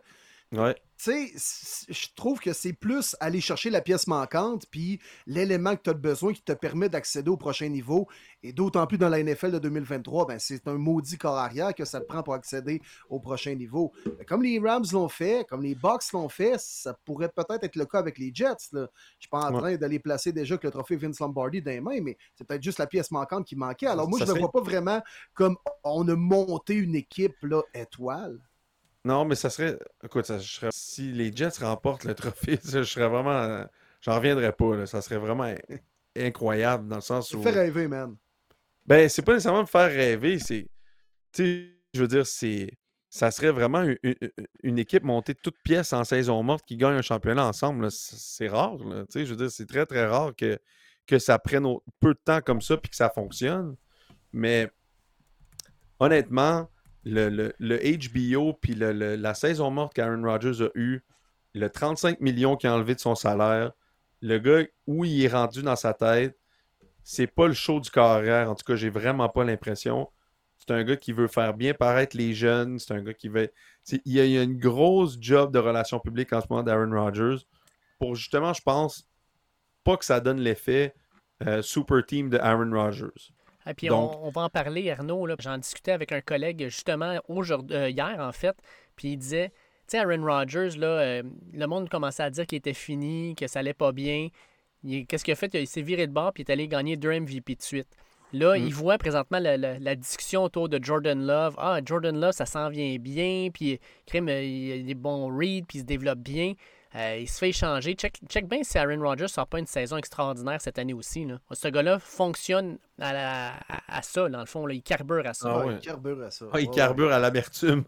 Ouais. Tu sais, je trouve que c'est plus aller chercher la pièce manquante, puis l'élément que tu as besoin qui te permet d'accéder au prochain niveau. Et d'autant plus dans la NFL de 2023, ben c'est un maudit corps arrière que ça te prend pour accéder au prochain niveau. Mais comme les Rams l'ont fait, comme les Bucks l'ont fait, ça pourrait peut-être être le cas avec les Jets. Là. Je suis pas en train d'aller placer déjà que le trophée Vince Lombardi dans les mains, mais c'est peut-être juste la pièce manquante qui manquait. Alors moi, je ne le vois pas vraiment comme on a monté une équipe là, étoile. Non, mais ça serait. Écoute, si les Jets remportent le trophée, ça, je serais vraiment. J'en reviendrais pas. Là. Ça serait vraiment incroyable dans le sens où. Ça fait rêver, man. Ben, c'est pas nécessairement me faire rêver. C'est. Tu sais, je veux dire, ça serait vraiment une équipe montée de toutes pièces en saison morte qui gagne un championnat ensemble. Là. C'est rare. Là. Tu sais, je veux dire, c'est très, très rare que ça prenne peu de temps comme ça puis que ça fonctionne. Mais honnêtement. Le HBO puis la saison morte qu'Aaron Rodgers a eue, le 35 millions qu'il a enlevé de son salaire, le gars où il est rendu dans sa tête, c'est pas le show du carrière. En tout cas, j'ai vraiment pas l'impression. C'est un gars qui veut faire bien paraître les jeunes. C'est un gars qui veut. Il y a une grosse job de relations publiques en ce moment d'Aaron Rodgers pour justement, je pense, pas que ça donne l'effet super team de Aaron Rodgers. Et puis on va en parler, Arnaud. Là. J'en discutais avec un collègue justement hier, en fait. Puis il disait, tu sais, Aaron Rodgers, là, le monde commençait à dire qu'il était fini, que ça allait pas bien. Qu'est-ce qu'il a fait? Il s'est viré de bord puis il est allé gagner 2 MVP de suite. Là, il voit présentement la discussion autour de Jordan Love. Ah, Jordan Love, ça s'en vient bien, puis il a des bons reads, puis il se développe bien. Il se fait échanger. Check bien si Aaron Rodgers ne sort pas une saison extraordinaire cette année aussi. Là. Ce gars-là fonctionne à ça, dans le fond. Là. Il carbure à ça. Ah ouais. Il carbure à ça. Ah, il carbure à l'amertume.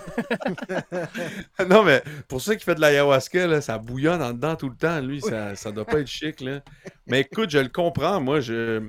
Non, mais pour ceux qui font de l'ayahuasca, là, ça bouillonne en dedans tout le temps. Lui, ça doit pas être chic. Là. Mais écoute, je le comprends. Moi, là,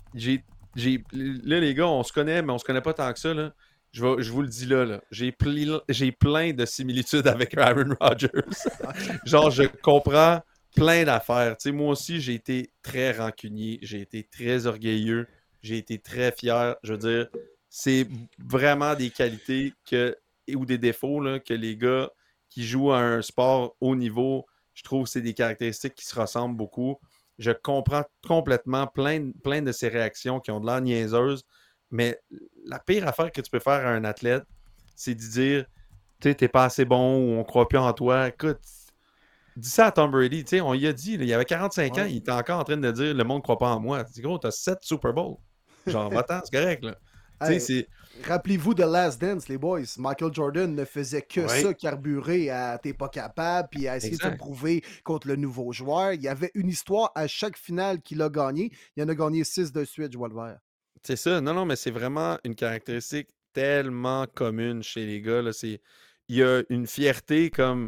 les gars, on se connaît, mais on se connaît pas tant que ça. Là. Je vous le dis là. J'ai plein de similitudes avec Aaron Rodgers. Genre, je comprends plein d'affaires. Tu sais, moi aussi, j'ai été très rancunier, j'ai été très orgueilleux, j'ai été très fier. Je veux dire, c'est vraiment des qualités ou des défauts là, que les gars qui jouent à un sport haut niveau, je trouve que c'est des caractéristiques qui se ressemblent beaucoup. Je comprends complètement plein de ces réactions qui ont de l'air niaiseuses. Mais la pire affaire que tu peux faire à un athlète, c'est de dire, tu sais, t'es pas assez bon ou on croit plus en toi. Écoute, dis ça à Tom Brady. Tu sais, on y a dit, là, il avait 45 ans, il était encore en train de dire, le monde croit pas en moi. C'est gros, t'as 7 Super Bowls. Genre, va-t'en, c'est correct, là. Hey, rappelez-vous de Last Dance, les boys. Michael Jordan ne faisait que ça, carburer à t'es pas capable, puis à essayer de se prouver contre le nouveau joueur. Il y avait une histoire à chaque finale qu'il a gagné. Il en a gagné 6 de suite, je vois le vert. C'est ça. Non, mais c'est vraiment une caractéristique tellement commune chez les gars. Là. Il y a une fierté comme...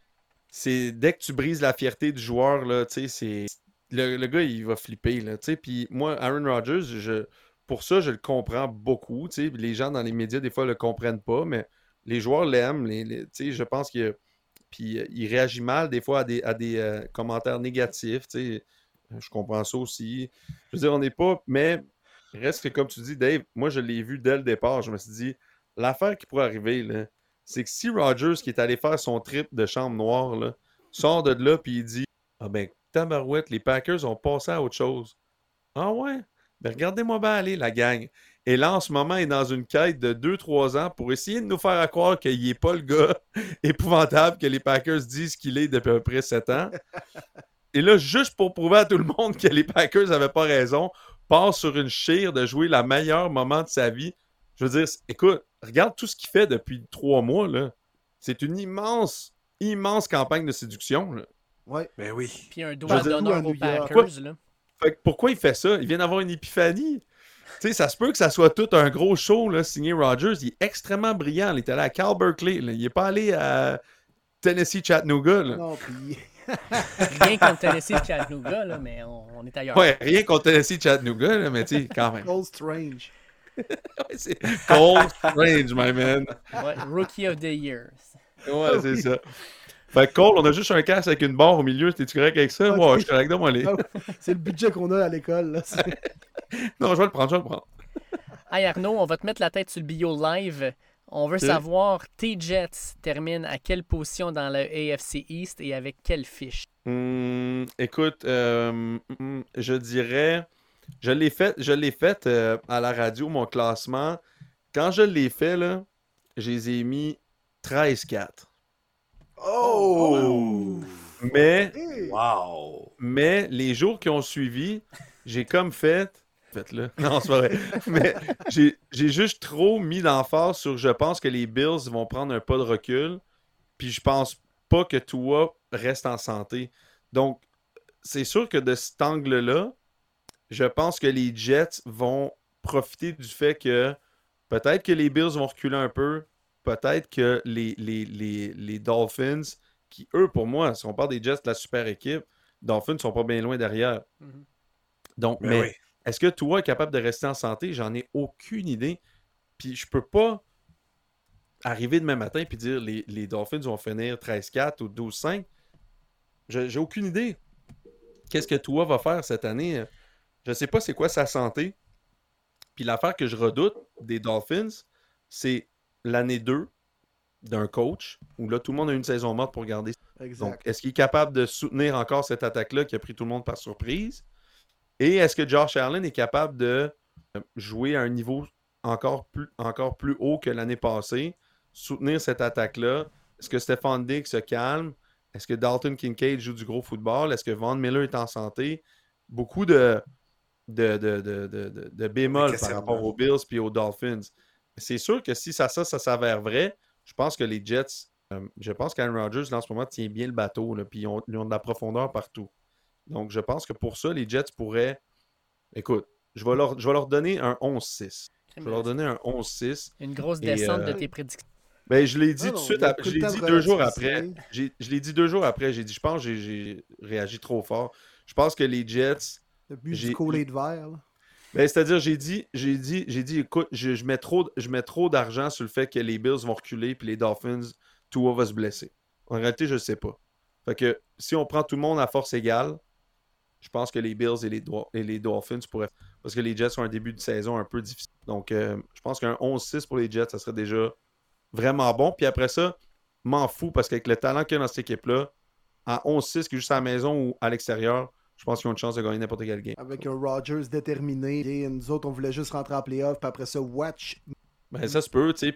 Dès que tu brises la fierté du joueur, là, le gars, il va flipper. Là, puis moi, Aaron Rodgers, pour ça, je le comprends beaucoup. Les gens dans les médias, des fois, le comprennent pas, mais les joueurs l'aiment. Je pense qu'il il réagit mal, des fois, à des commentaires négatifs. Je comprends ça aussi. Je veux dire, on n'est pas... Mais... Reste que, comme tu dis, Dave, moi, je l'ai vu dès le départ. Je me suis dit, l'affaire qui pourrait arriver, là, c'est que si Rodgers, qui est allé faire son trip de chambre noire, là, sort de là puis il dit « Ah ben, tabarouette, les Packers ont passé à autre chose. » Ah ouais? Ben regardez-moi bien aller, la gang. Et là, en ce moment, il est dans une quête de 2-3 ans pour essayer de nous faire croire qu'il n'est pas le gars épouvantable que les Packers disent qu'il est depuis à peu près 7 ans. Et là, juste pour prouver à tout le monde que les Packers n'avaient pas raison, passe sur une chire de jouer le meilleur moment de sa vie. Je veux dire, écoute, regarde tout ce qu'il fait depuis 3 mois, là. C'est une immense campagne de séduction, là. Ouais. Ben oui. Puis un doigt d'honneur aux Packers, là. Fait que pourquoi il fait ça? Il vient d'avoir une épiphanie. Tu sais, ça se peut que ça soit tout un gros show, là, signé Rodgers. Il est extrêmement brillant. Il est allé à Cal Berkeley, là. Il n'est pas allé à Tennessee Chattanooga, là. Non, puis... Rien contre Tennessee Chattanooga, là, mais on est ailleurs. Ouais, rien contre Tennessee Chattanooga, là, mais tu sais, quand même. Cole Strange. Ouais, c'est Cole Strange, my man. Ouais, Rookie of the Year. Ouais, c'est ça. Fait que Cole, on a juste un casque avec une barre au milieu. T'es-tu correct avec ça? Okay. Ouais, je suis correct, donne-moi les. C'est le budget qu'on a à l'école, là. Non, je vais le prendre. Hey Arnaud, on va te mettre la tête sur le bio live. On veut Ok. savoir, tes Jets terminent à quelle position dans le AFC East et avec quelle fiche? Écoute, je dirais, je l'ai fait à la radio, mon classement. Quand je l'ai fait, là, je les ai mis 13-4. Oh! Mais, Hey! Wow! mais les jours qui ont suivi, j'ai comme fait. Faites-le. Non, c'est pas vrai. Mais j'ai juste trop mis l'emphase sur je pense que les Bills vont prendre un pas de recul. Puis je pense pas que Tua reste en santé. Donc, c'est sûr que de cet angle-là, je pense que les Jets vont profiter du fait que peut-être que les Bills vont reculer un peu, peut-être que les Dolphins, qui eux, pour moi, si on parle des Jets de la super équipe, les Dolphins sont pas bien loin derrière. Donc, Mais oui. mais est-ce que Tua est capable de rester en santé? J'en ai aucune idée. Puis je peux pas arriver demain matin et dire les Dolphins vont finir 13-4 ou 12-5. J'ai aucune idée. Qu'est-ce que Tua va faire cette année? Je sais pas c'est quoi sa santé. Puis l'affaire que je redoute des Dolphins, c'est l'année 2 d'un coach où là, tout le monde a une saison morte pour garder. Donc, Exact. est-ce qu'il est capable de soutenir encore cette attaque-là qui a pris tout le monde par surprise? Et est-ce que Josh Allen est capable de jouer à un niveau encore plus haut que l'année passée, soutenir cette attaque-là? Est-ce que Stephon Diggs se calme? Est-ce que Dalton Kincaid joue du gros football? Est-ce que Von Miller est en santé? Beaucoup de bémol par rapport aux Bills et aux Dolphins. C'est sûr que si ça s'avère vrai, je pense que les Jets, je pense qu'Aaron Rodgers, en ce moment, tient bien le bateau, là, puis ils ont de la profondeur partout. Donc, je pense que pour ça, les Jets pourraient. Écoute, je vais leur donner un 11-6. Je vais leur donner un 11-6. Une grosse Et, descente de tes prédictions. Ben, je l'ai dit Non, tout de non, suite, il y a je pris le l'ai temps dit de 2 jours relativiser. après. Je l'ai dit 2 jours après. J'ai dit, je pense que j'ai réagi trop fort. Je pense que les Jets. Le but du j'ai- Kool-Aid vert. Là. Ben, c'est-à-dire, j'ai dit, écoute, je mets trop d'argent sur le fait que les Bills vont reculer puis les Dolphins, Tua va se blesser. En réalité, je ne sais pas. Fait que si on prend tout le monde à force égale, je pense que les Bills et les Dolphins pourraient. Parce que les Jets ont un début de saison un peu difficile. Donc, je pense qu'un 11-6 pour les Jets, ça serait déjà vraiment bon. Puis après ça, m'en fous parce qu'avec le talent qu'il y a dans cette équipe-là, à 11-6, qui est juste à la maison ou à l'extérieur, je pense qu'ils ont une chance de gagner n'importe quel game. Avec un Rodgers déterminé. Et nous autres, on voulait juste rentrer en playoff. Puis après ça, watch. Ben, ça se peut, tu sais.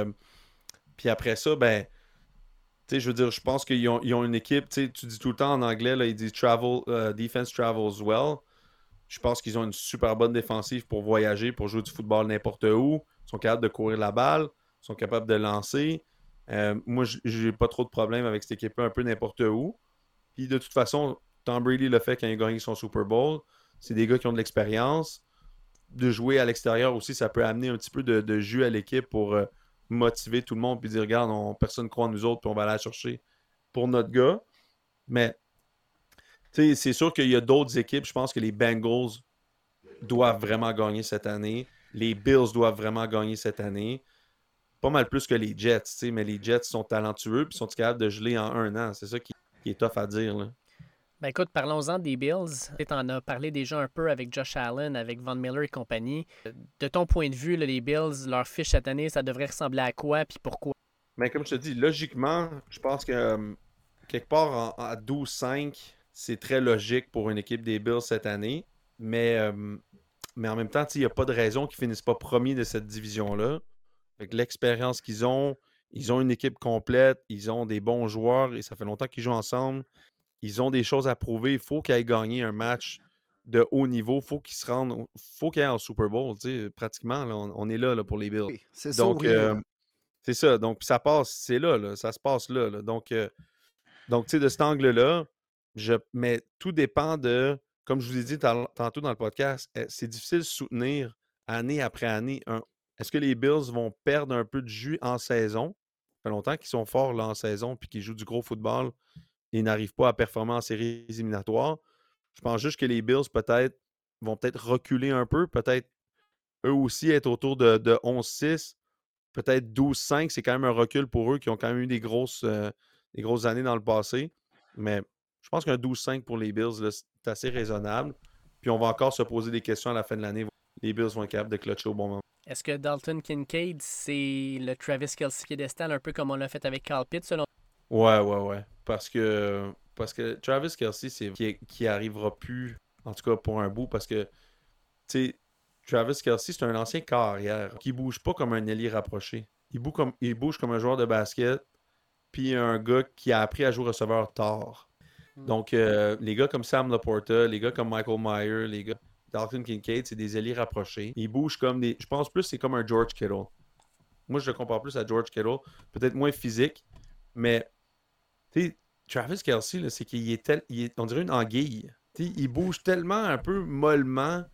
Puis après ça, ben, tu sais, je veux dire, je pense qu'ils ont une équipe, tu sais, tu dis tout le temps en anglais, là, ils disent defense travels well. Je pense qu'ils ont une super bonne défensive pour voyager, pour jouer du football n'importe où. Ils sont capables de courir la balle, ils sont capables de lancer. Moi, j'ai pas trop de problème avec cette équipe-là, un peu n'importe où. Puis de toute façon, Tom Brady l'a fait quand il a gagné son Super Bowl. C'est des gars qui ont de l'expérience. De jouer à l'extérieur aussi, ça peut amener un petit peu de jus à l'équipe pour motiver tout le monde puis dire regarde, personne ne croit en nous autres, puis on va aller la chercher pour notre gars. Mais c'est sûr qu'il y a d'autres équipes. Je pense que les Bengals doivent vraiment gagner cette année. Les Bills doivent vraiment gagner cette année. Pas mal plus que les Jets, mais les Jets sont talentueux et sont capables de geler en un an. C'est ça qui est tough à dire. Là. Ben écoute, parlons-en des Bills. Tu en as parlé déjà un peu avec Josh Allen, avec Von Miller et compagnie. De ton point de vue, là, les Bills, leur fiche cette année, ça devrait ressembler à quoi puis pourquoi? Mais comme je te dis, logiquement, je pense que quelque part à 12-5, c'est très logique pour une équipe des Bills cette année. Mais en même temps, il n'y a pas de raison qu'ils ne finissent pas premiers de cette division-là. Avec l'expérience qu'ils ont une équipe complète, ils ont des bons joueurs et ça fait longtemps qu'ils jouent ensemble. Ils ont des choses à prouver. Il faut qu'ils aillent gagner un match de haut niveau. Il faut qu'ils se rendent. Faut qu'ils aillent en Super Bowl. Pratiquement, là, on est là, pour les Bills. Oui, c'est ça. Donc, c'est ça. Donc, ça passe. C'est là, ça se passe là. Donc, tu sais, de cet angle-là, mais tout dépend de. Comme je vous ai dit tantôt dans le podcast, c'est difficile de soutenir année après année. Est-ce que les Bills vont perdre un peu de jus en saison? Ça fait longtemps qu'ils sont forts là, en saison puis qu'ils jouent du gros football. Ils n'arrivent pas à performer en séries éliminatoires. Je pense juste que les Bills vont peut-être reculer un peu, peut-être eux aussi être autour de 11-6, peut-être 12-5, c'est quand même un recul pour eux qui ont quand même eu des grosses années dans le passé. Mais je pense qu'un 12-5 pour les Bills, là, c'est assez raisonnable. Puis on va encore se poser des questions à la fin de l'année. les Bills vont être capables de clutcher au bon moment. Est-ce que Dalton Kincaid, c'est le Travis Kelce piédestal, un peu comme on l'a fait avec Kyle Pitts, selon Ouais. Parce que Travis Kelce, c'est qui arrivera plus, en tout cas pour un bout, parce que, tu sais, Travis Kelce, c'est un ancien carrière qui bouge pas comme un ailier rapproché. Il bouge comme un joueur de basket, puis un gars qui a appris à jouer receveur tard. Donc, les gars comme Sam Laporta, les gars comme Michael Mayer, les gars Dalton Kincaid, c'est des ailiers rapprochés. Ils bougent comme des... Je pense plus c'est comme un George Kittle. Moi, je le compare plus à George Kittle. Peut-être moins physique, mais tu sais, Travis Kelce, là, c'est qu'il on dirait une anguille. Tu sais, il bouge tellement un peu mollement.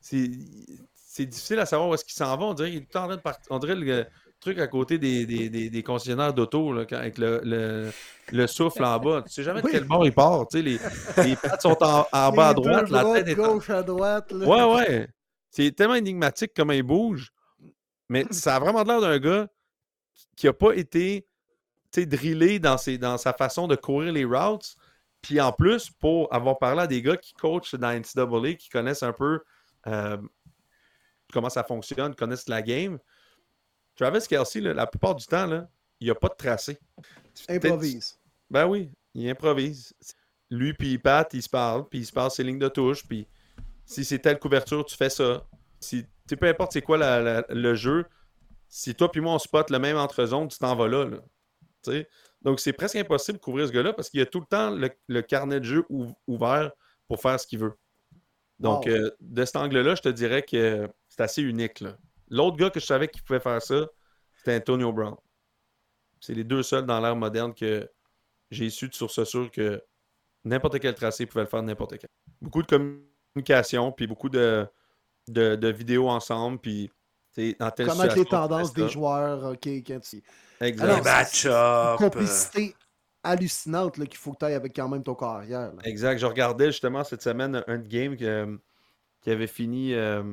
C'est difficile à savoir où est-ce qu'il s'en va. On dirait qu'il est tout le temps en train de partir. On dirait le truc à côté des concessionnaires d'auto là, avec le souffle en bas. Tu sais jamais de Oui. quel bord il part. Tu sais, les pattes sont en bas à Les droite, deux la bras tête de est en... gauche à droite. Là. Ouais. C'est tellement énigmatique comment il bouge. Mais ça a vraiment l'air d'un gars qui n'a pas été drillé dans sa façon de courir les routes. Puis en plus, pour avoir parlé à des gars qui coachent dans NCAA, qui connaissent un peu comment ça fonctionne, connaissent la game, Travis Kelce, là, la plupart du temps, là, il n'y a pas de tracé. Improvise. Ben oui, il improvise. Lui puis Pat, ils se parlent, puis ils se parlent ses lignes de touche, puis si c'est telle couverture, tu fais ça. Si, peu importe c'est quoi le jeu, si toi puis moi on spot le même entre-zone, tu t'en vas là. T'sais. Donc c'est presque impossible de couvrir ce gars-là parce qu'il a tout le temps le carnet de jeu ouvert pour faire ce qu'il veut. Donc de cet angle-là, je te dirais que c'est assez unique. Là. L'autre gars que je savais qui pouvait faire ça, c'était Antonio Brown. C'est les deux seuls dans l'ère moderne que j'ai su de source sûre que n'importe quel tracé pouvait le faire n'importe quel. Beaucoup de communication, puis beaucoup de vidéos ensemble, puis dans telle Connaître situation, les tendances des joueurs, OK, quand tu... Exact. Alors, Les match-up. une complicité hallucinante là, qu'il faut que tu ailles avec quand même ton carrière. Là. Exact. Je regardais justement cette semaine un game qui avait fini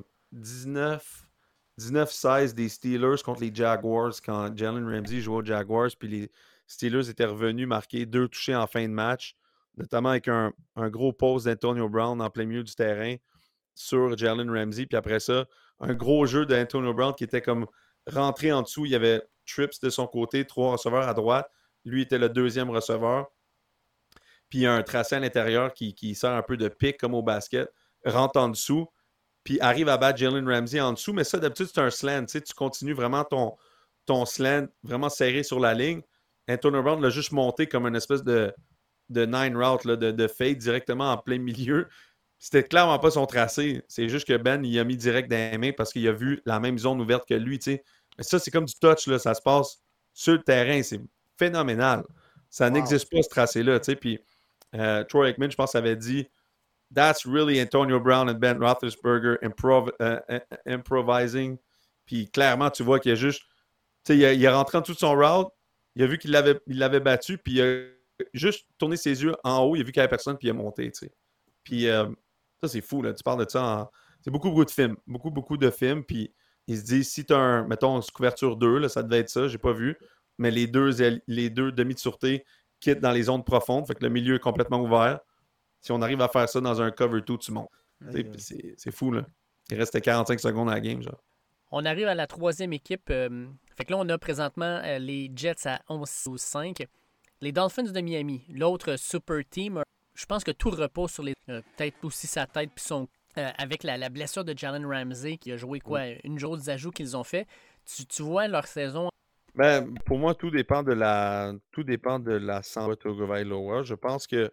19-16 des Steelers contre les Jaguars quand Jalen Ramsey jouait aux Jaguars, puis les Steelers étaient revenus marquer 2 touchés en fin de match, notamment avec un gros post d'Antonio Brown en plein milieu du terrain sur Jalen Ramsey. Puis après ça, un gros jeu d'Antonio Brown qui était comme rentré en dessous. Il y avait Trips de son côté, 3 receveurs à droite. Lui était le deuxième receveur. Puis il y a un tracé à l'intérieur qui sert un peu de pic comme au basket, rentre en dessous, puis arrive à battre Jalen Ramsey en dessous. Mais ça, d'habitude, c'est un slant. Tu continues vraiment ton slant vraiment serré sur la ligne. Antonio Brown l'a juste monté comme une espèce de nine route, là, de fade directement en plein milieu. C'était clairement pas son tracé. C'est juste que Ben, il a mis direct dans les mains parce qu'il a vu la même zone ouverte que lui. T'sais. Mais ça, c'est comme du touch. Là. Ça se passe sur le terrain. C'est phénoménal. Ça n'existe pas, ce tracé-là. Puis Troy Aikman, je pense, avait dit That's really Antonio Brown and Ben Roethlisberger improvising. Puis clairement, tu vois qu'il a juste... Il a rentré en dessous de son route. Il a vu qu'il l'avait battu. Puis il a juste tourné ses yeux en haut. Il a vu qu'il n'y avait personne. Puis il a monté. T'sais. Puis ça, c'est fou, là. Tu parles de ça c'est beaucoup de films. Beaucoup de films. Puis il se dit, si tu as mettons, couverture 2, là, ça devait être ça, j'ai pas vu. Mais les deux demi de sûreté quittent dans les zones profondes. Fait que le milieu est complètement ouvert. Si on arrive à faire ça dans un cover 2, tu montes. C'est fou, là. Il restait 45 secondes à la game, genre. On arrive à la troisième équipe. Fait que là, on a présentement les Jets à 11-5. Les Dolphins de Miami, l'autre super team. Je pense que tout repose sur peut-être aussi sa tête puis son avec la blessure de Jalen Ramsey qui a joué une jour des ajouts qu'ils ont fait. Tu vois leur saison. Ben, pour moi, tout dépend de la santé de Tagovailoa. Je pense que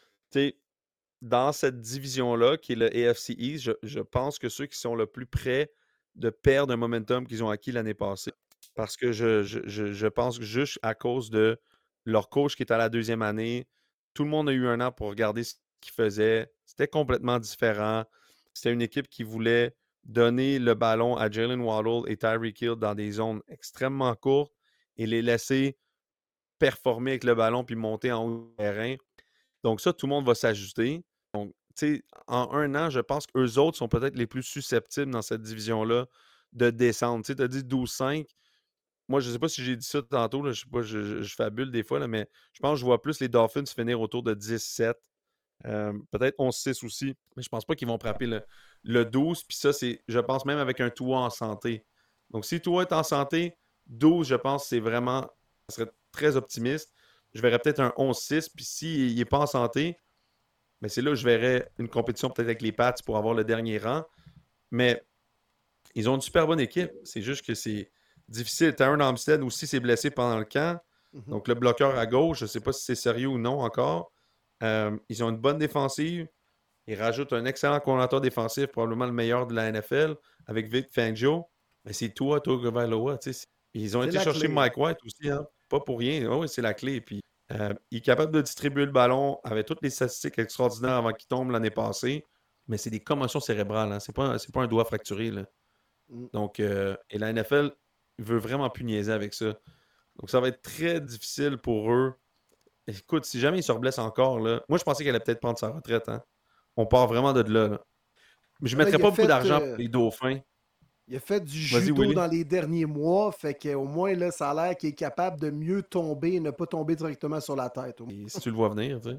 dans cette division-là, qui est le AFC East, je pense que ceux qui sont le plus près de perdre un momentum qu'ils ont acquis l'année passée. Parce que je pense que juste à cause de leur coach qui est à la deuxième année, tout le monde a eu un an pour regarder ce qu'il faisait. C'était complètement différent. C'était une équipe qui voulait donner le ballon à Jalen Waddle et Tyreek Hill dans des zones extrêmement courtes et les laisser performer avec le ballon puis monter en haut du terrain. Donc ça, tout le monde va s'ajuster. Donc, tu sais, en un an, je pense qu'eux autres sont peut-être les plus susceptibles dans cette division-là de descendre. Tu sais, tu as dit 12-5. Moi, je ne sais pas si j'ai dit ça tantôt, là, je sais pas, je fabule des fois, là, mais je pense que je vois plus les Dolphins finir autour de 10-7. Peut-être 11-6 aussi, mais je pense pas qu'ils vont frapper le 12, puis ça, c'est, je pense, même avec un Tua en santé. Donc, si Tua est en santé, 12, je pense, c'est vraiment, ça serait très optimiste. Je verrais peut-être un 11-6, puis s'il n'est pas en santé, mais c'est là où je verrais une compétition peut-être avec les Pats pour avoir le dernier rang. Mais ils ont une super bonne équipe. C'est juste que c'est difficile. Taron Armstead aussi s'est blessé pendant le camp. Donc, le bloqueur à gauche, je ne sais pas si c'est sérieux ou non encore. Ils ont une bonne défensive. Ils rajoutent un excellent coordinateur défensif, probablement le meilleur de la NFL, avec Vic Fangio. Mais c'est Tua Tagovailoa. Ils ont été chercher Mike White aussi, hein? Pas pour rien. Oui, c'est la clé. Puis, il est capable de distribuer le ballon avec toutes les statistiques extraordinaires avant qu'il tombe l'année passée. Mais c'est des commotions cérébrales. Hein? C'est pas un doigt fracturé. Là. Donc, et la NFL veut vraiment plus niaiser avec ça. Donc, ça va être très difficile pour eux. Écoute, si jamais il se reblesse encore, là, moi, je pensais qu'elle allait peut-être prendre sa retraite. Hein? On part vraiment de là. Là. Mais je ne mettrais pas beaucoup d'argent pour les Dauphins. Il a fait du judo dans les derniers mois, fait qu'au moins, là, ça a l'air qu'il est capable de mieux tomber et ne pas tomber directement sur la tête. Et si tu le vois venir, tu sais.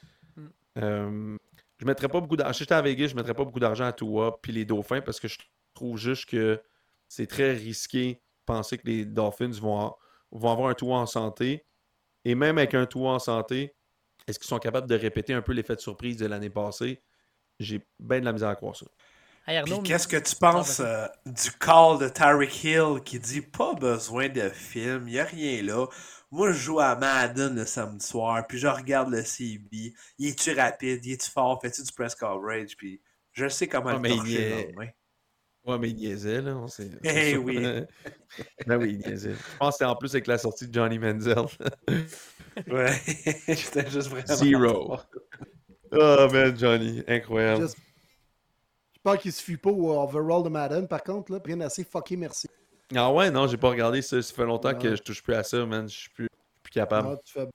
Je mettrais pas beaucoup d'argent. Si j'étais à Vegas, je ne mettrais pas beaucoup d'argent à Tua puis les Dauphins parce que je trouve juste que c'est très risqué de penser que les Dolphins vont avoir un Tua en santé. Et même avec un Tua en santé, est-ce qu'ils sont capables de répéter un peu l'effet de surprise de l'année passée? J'ai bien de la misère à croire ça. Hey Arnaud, puis qu'est-ce que tu penses du call de Tyreek Hill qui dit pas besoin de film, il n'y a rien là. Moi, je joue à Madden le samedi soir, puis je regarde le CB. Il est-tu rapide? Il est-tu fort? Fais-tu du press coverage? Puis je sais comment le torcher le lendemain. Ouais, mais il niaisait, là. Oui. Ben oui, il niaisait. Je pense que c'était en plus avec la sortie de Johnny Manziel. Ouais. J'étais juste vraiment... Zero. Oh, man, Johnny. Incroyable. Je pense qu'il se fuit pas au overall de Madden, par contre. Là. Rien assez fucké, merci. Ah ouais, non, j'ai pas regardé ça. Ça fait longtemps que je touche plus à ça, man. Je suis plus capable. Non, tu fais...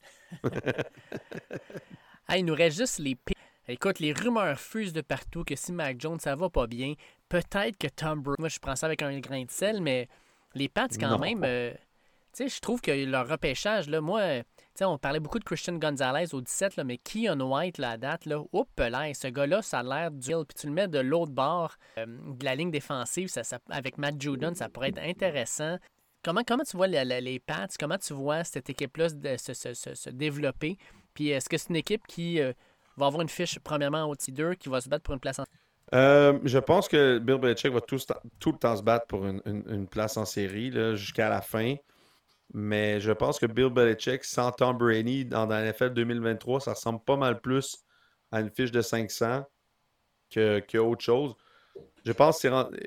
Il nous reste juste les pires. Écoute, les rumeurs fusent de partout que si Mac Jones, ça va pas bien, peut-être que Tom Brady... Moi, je prends ça avec un grain de sel, mais les Pats, quand même... tu sais, je trouve que leur repêchage, là, moi... Tu sais, on parlait beaucoup de Christian Gonzalez au 17, là, mais Keon White, là, à date, là, ce gars-là, ça a l'air du... Puis tu le mets de l'autre bord de la ligne défensive, avec Matt Judon, ça pourrait être intéressant. Comment tu vois les Pats? Comment tu vois cette équipe-là se développer? Puis est-ce que c'est une équipe qui va avoir une fiche, premièrement, au T2, qui va se battre pour une place en... je pense que Bill Belichick va tout le temps se battre pour une place en série là, jusqu'à la fin. Mais je pense que Bill Belichick, sans Tom Brady dans la NFL 2023, ça ressemble pas mal plus à une fiche de 500 que autre chose. Je pense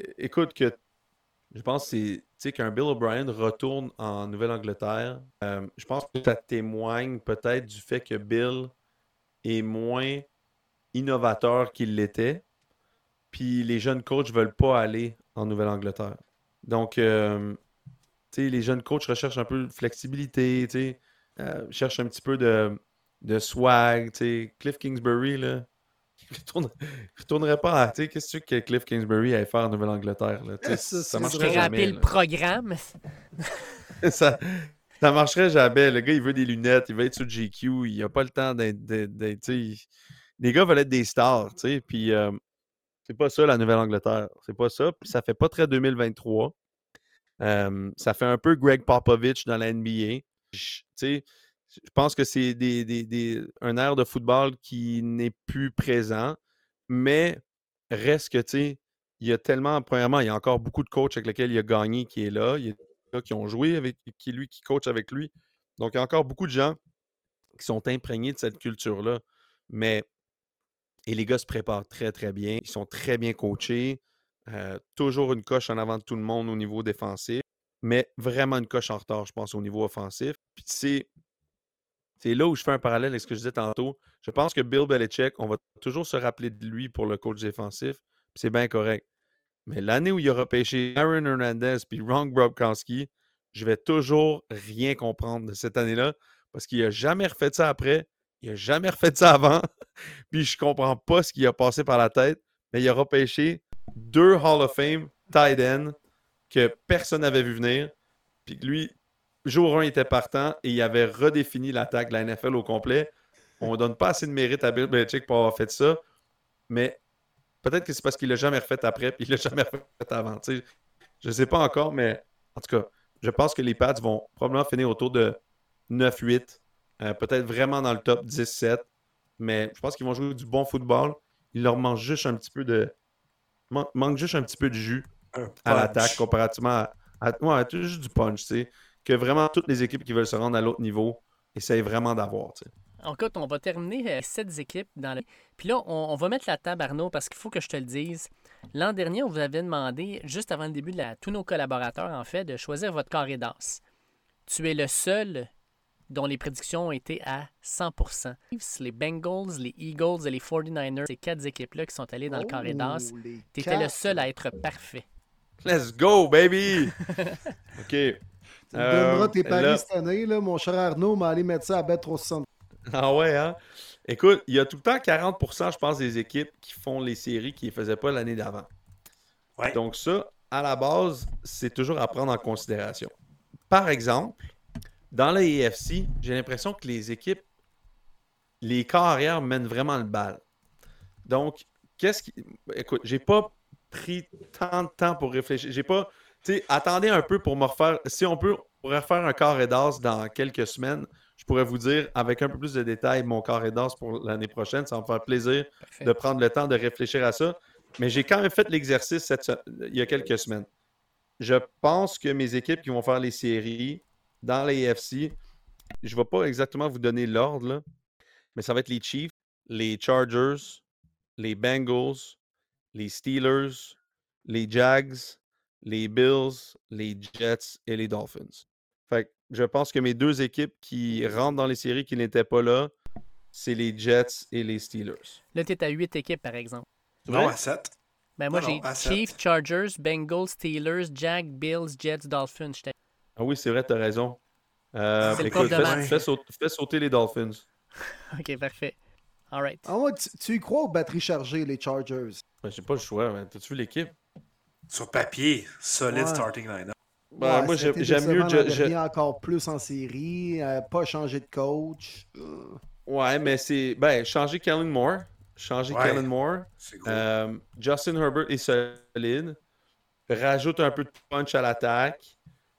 qu'un Bill O'Brien retourne en Nouvelle-Angleterre. Je pense que ça témoigne peut-être du fait que Bill est moins innovateur qu'il l'était. Puis les jeunes coachs ne veulent pas aller en Nouvelle-Angleterre. Donc, les jeunes coachs recherchent un peu de flexibilité, cherchent un petit peu de swag. Cliff Kingsbury, là, il retournerait pas à... Qu'est-ce que Cliff Kingsbury allait faire en Nouvelle-Angleterre? Là, ça marcherait jamais. Le programme. ça marcherait jamais. Le gars, il veut des lunettes, il veut être sur GQ, il n'a pas le temps d'être... Les gars veulent être des stars, puis c'est pas ça la Nouvelle-Angleterre. C'est pas ça, puis ça fait pas très 2023. Ça fait un peu Greg Popovich dans la NBA. Je pense que c'est un air de football qui n'est plus présent, mais reste que, il y a tellement, premièrement, il y a encore beaucoup de coachs avec lesquels il a gagné qui est là. Il y a des gars qui ont joué avec qui coach avec lui. Donc, il y a encore beaucoup de gens qui sont imprégnés de cette culture-là. Et les gars se préparent très, très bien. Ils sont très bien coachés. Toujours une coche en avant de tout le monde au niveau défensif, mais vraiment une coche en retard, je pense, au niveau offensif. Puis c'est là où je fais un parallèle avec ce que je disais tantôt. Je pense que Bill Belichick, on va toujours se rappeler de lui pour le coach défensif, puis c'est bien correct. Mais l'année où il aura pêché Aaron Hernandez puis Ron Gronkowski, je vais toujours rien comprendre de cette année-là parce qu'il n'a jamais refait ça après, il n'a jamais refait ça avant, puis je comprends pas ce qui a passé par la tête, mais il aura pêché 2 Hall of Fame tight end que personne n'avait vu venir. Puis lui, jour 1, il était partant et il avait redéfini l'attaque de la NFL au complet. On ne donne pas assez de mérite à Bill Belichick pour avoir fait ça. Mais Peut-être que c'est parce qu'il l'a jamais refait après, puis il l'a jamais refait avant. Tu sais, je sais pas encore, mais en tout cas, je pense que les Pats vont probablement finir autour de 9-8. Peut-être vraiment dans le top 10-7. Mais je pense qu'ils vont jouer du bon football. Il leur manque juste un petit peu de. Manque juste un petit peu de jus Un à l'attaque punch. comparativement ouais, juste du punch, tu sais. Que vraiment toutes les équipes qui veulent se rendre à l'autre niveau essayent vraiment d'avoir, tu sais. En fait, on va terminer 7 équipes dans le. Puis là, on va mettre la table, Arnaud, parce qu'il faut que je te le dise. L'an dernier, on vous avait demandé, juste avant le début de tous nos collaborateurs, en fait, de choisir votre carré d'as. Tu es le seul dont les prédictions ont été à 100%. Les Bengals, les Eagles et les 49ers, ces 4 équipes-là qui sont allées dans le carré d'as, tu étais le seul à être parfait. Let's go, baby! OK. Tu me donneras tes paris là... cette année, là, mon cher Arnaud, mais aller mettre ça à bet 360. Ah ouais, hein? Écoute, il y a tout le temps 40%, je pense, des équipes qui font les séries qui ne les faisaient pas l'année d'avant. Ouais. Donc ça, à la base, c'est toujours à prendre en considération. Par exemple, dans la AFC, j'ai l'impression que les équipes, les corps arrière mènent vraiment le bal. Donc, écoute, j'ai pas pris tant de temps pour réfléchir. J'ai pas... Tu sais, attendez un peu pour me refaire... Si on pourrait refaire un carré d'as dans quelques semaines, je pourrais vous dire avec un peu plus de détails mon carré d'as pour l'année prochaine. Ça va me faire plaisir de prendre le temps de réfléchir à ça. Mais j'ai quand même fait l'exercice il y a quelques semaines. Je pense que mes équipes qui vont faire les séries dans les AFC, je ne vais pas exactement vous donner l'ordre, là, mais ça va être les Chiefs, les Chargers, les Bengals, les Steelers, les Jags, les Bills, les Jets et les Dolphins. Fait que je pense que mes deux équipes qui rentrent dans les séries qui n'étaient pas là, c'est les Jets et les Steelers. Là, tu es à 8 équipes, par exemple. Non, à 7. Ben moi, Non, j'ai à Chiefs, 7. Chargers, Bengals, Steelers, Jags, Bills, Jets, Dolphins. Ah oui, c'est vrai, tu as raison. C'est le Écoute, prof de maths. fais sauter les Dolphins. OK, parfait. All right. Ah ouais, tu y crois aux batteries chargées, les Chargers? Ben, j'ai pas le choix. Ben, t'as-tu vu l'équipe? Sur papier, solide Ouais. starting line-up. Ben, Ouais, moi, ça a été j'aime mieux... décevant l'an dernier, encore plus en série, pas changer de coach. Ouais, mais c'est... Ben, changer Kellen Moore. C'est gros. Justin Herbert est solide. Rajoute un peu de punch à l'attaque.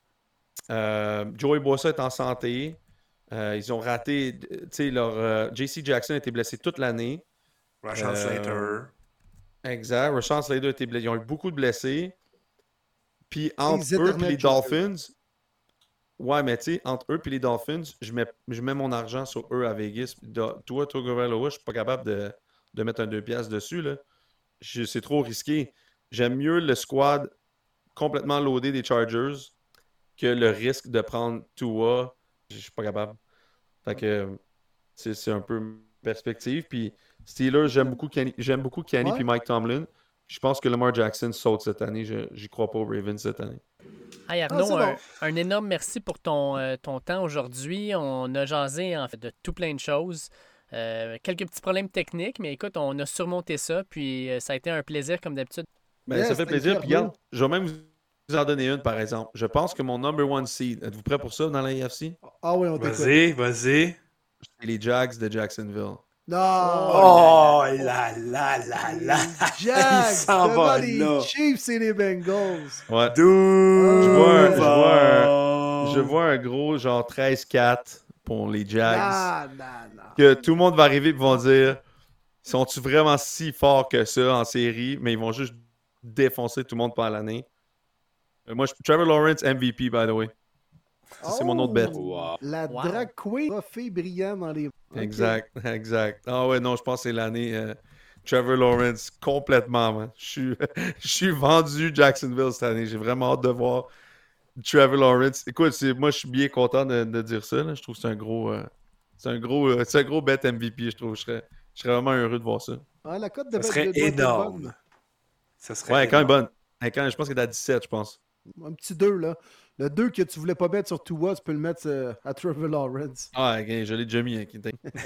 Joey Bosa est en santé. Ils ont raté... Tu sais, leur... J.C. Jackson a été blessé toute l'année. Rashawn Slater. Exact. Rashawn Slater a été blessé. Ils ont eu beaucoup de blessés. Puis entre Les eux et les éternels Dolphins... Ouais, mais tu sais, entre eux et les Dolphins, je mets mon argent sur eux à Vegas. Toi, Tagovailoa, je suis pas capable de mettre un 2$ dessus, là. C'est trop risqué. J'aime mieux le squad complètement loadé des Chargers que le risque de prendre Tua. Je suis pas capable. Fait que c'est un peu une perspective. Puis Steelers, j'aime beaucoup Kenny Ouais. puis Mike Tomlin. Je pense que Lamar Jackson saute cette année. J'y crois pas aux Ravens cette année. Hey Arnaud, c'est bon. un énorme merci pour ton temps aujourd'hui. On a jasé en fait de tout plein de choses. Quelques petits problèmes techniques, mais écoute, on a surmonté ça. Puis ça a été un plaisir comme d'habitude. Ben, Yes, ça fait thank plaisir. you, Puis regarde, Arnaud. je vais même vous en donner une, par exemple. Je pense que mon number one seed, êtes-vous prêt pour ça dans la AFC? Ah oui, on t'écoute. Vas-y. C'est les Jags de Jacksonville. Non! Oh là là là là. Les Jags! Il s'en devant va les là. Chiefs et les Bengals. Ouais. Je Je vois un gros genre 13-4 pour les Jags. Non. Que tout le monde va arriver et vont dire sont-ils vraiment si forts que ça en série, mais ils vont juste défoncer tout le monde pendant l'année. Moi, Trevor Lawrence MVP, by the way. Ça, c'est mon autre bet. Wow. La Wow. drag queen trophée brillant dans les... Ok. Exact. Ah ouais, non, je pense que c'est l'année Trevor Lawrence complètement, man. Je suis vendu Jacksonville cette année. J'ai vraiment hâte de voir Trevor Lawrence. Écoute, moi, je suis bien content de dire ça. Là. Je trouve que c'est un gros bet MVP, je trouve. Je serais vraiment heureux de voir ça. Ah, la cote Ça de serait doit être énorme. bonne. Ça serait Ouais, quand même énorme. bonne. Je pense qu'elle est à 17, je pense. Un petit 2, là. Le 2 que tu voulais pas mettre sur Tua, tu peux le mettre à Trevor Lawrence. Ah, ok, je l'ai déjà mis. Hein,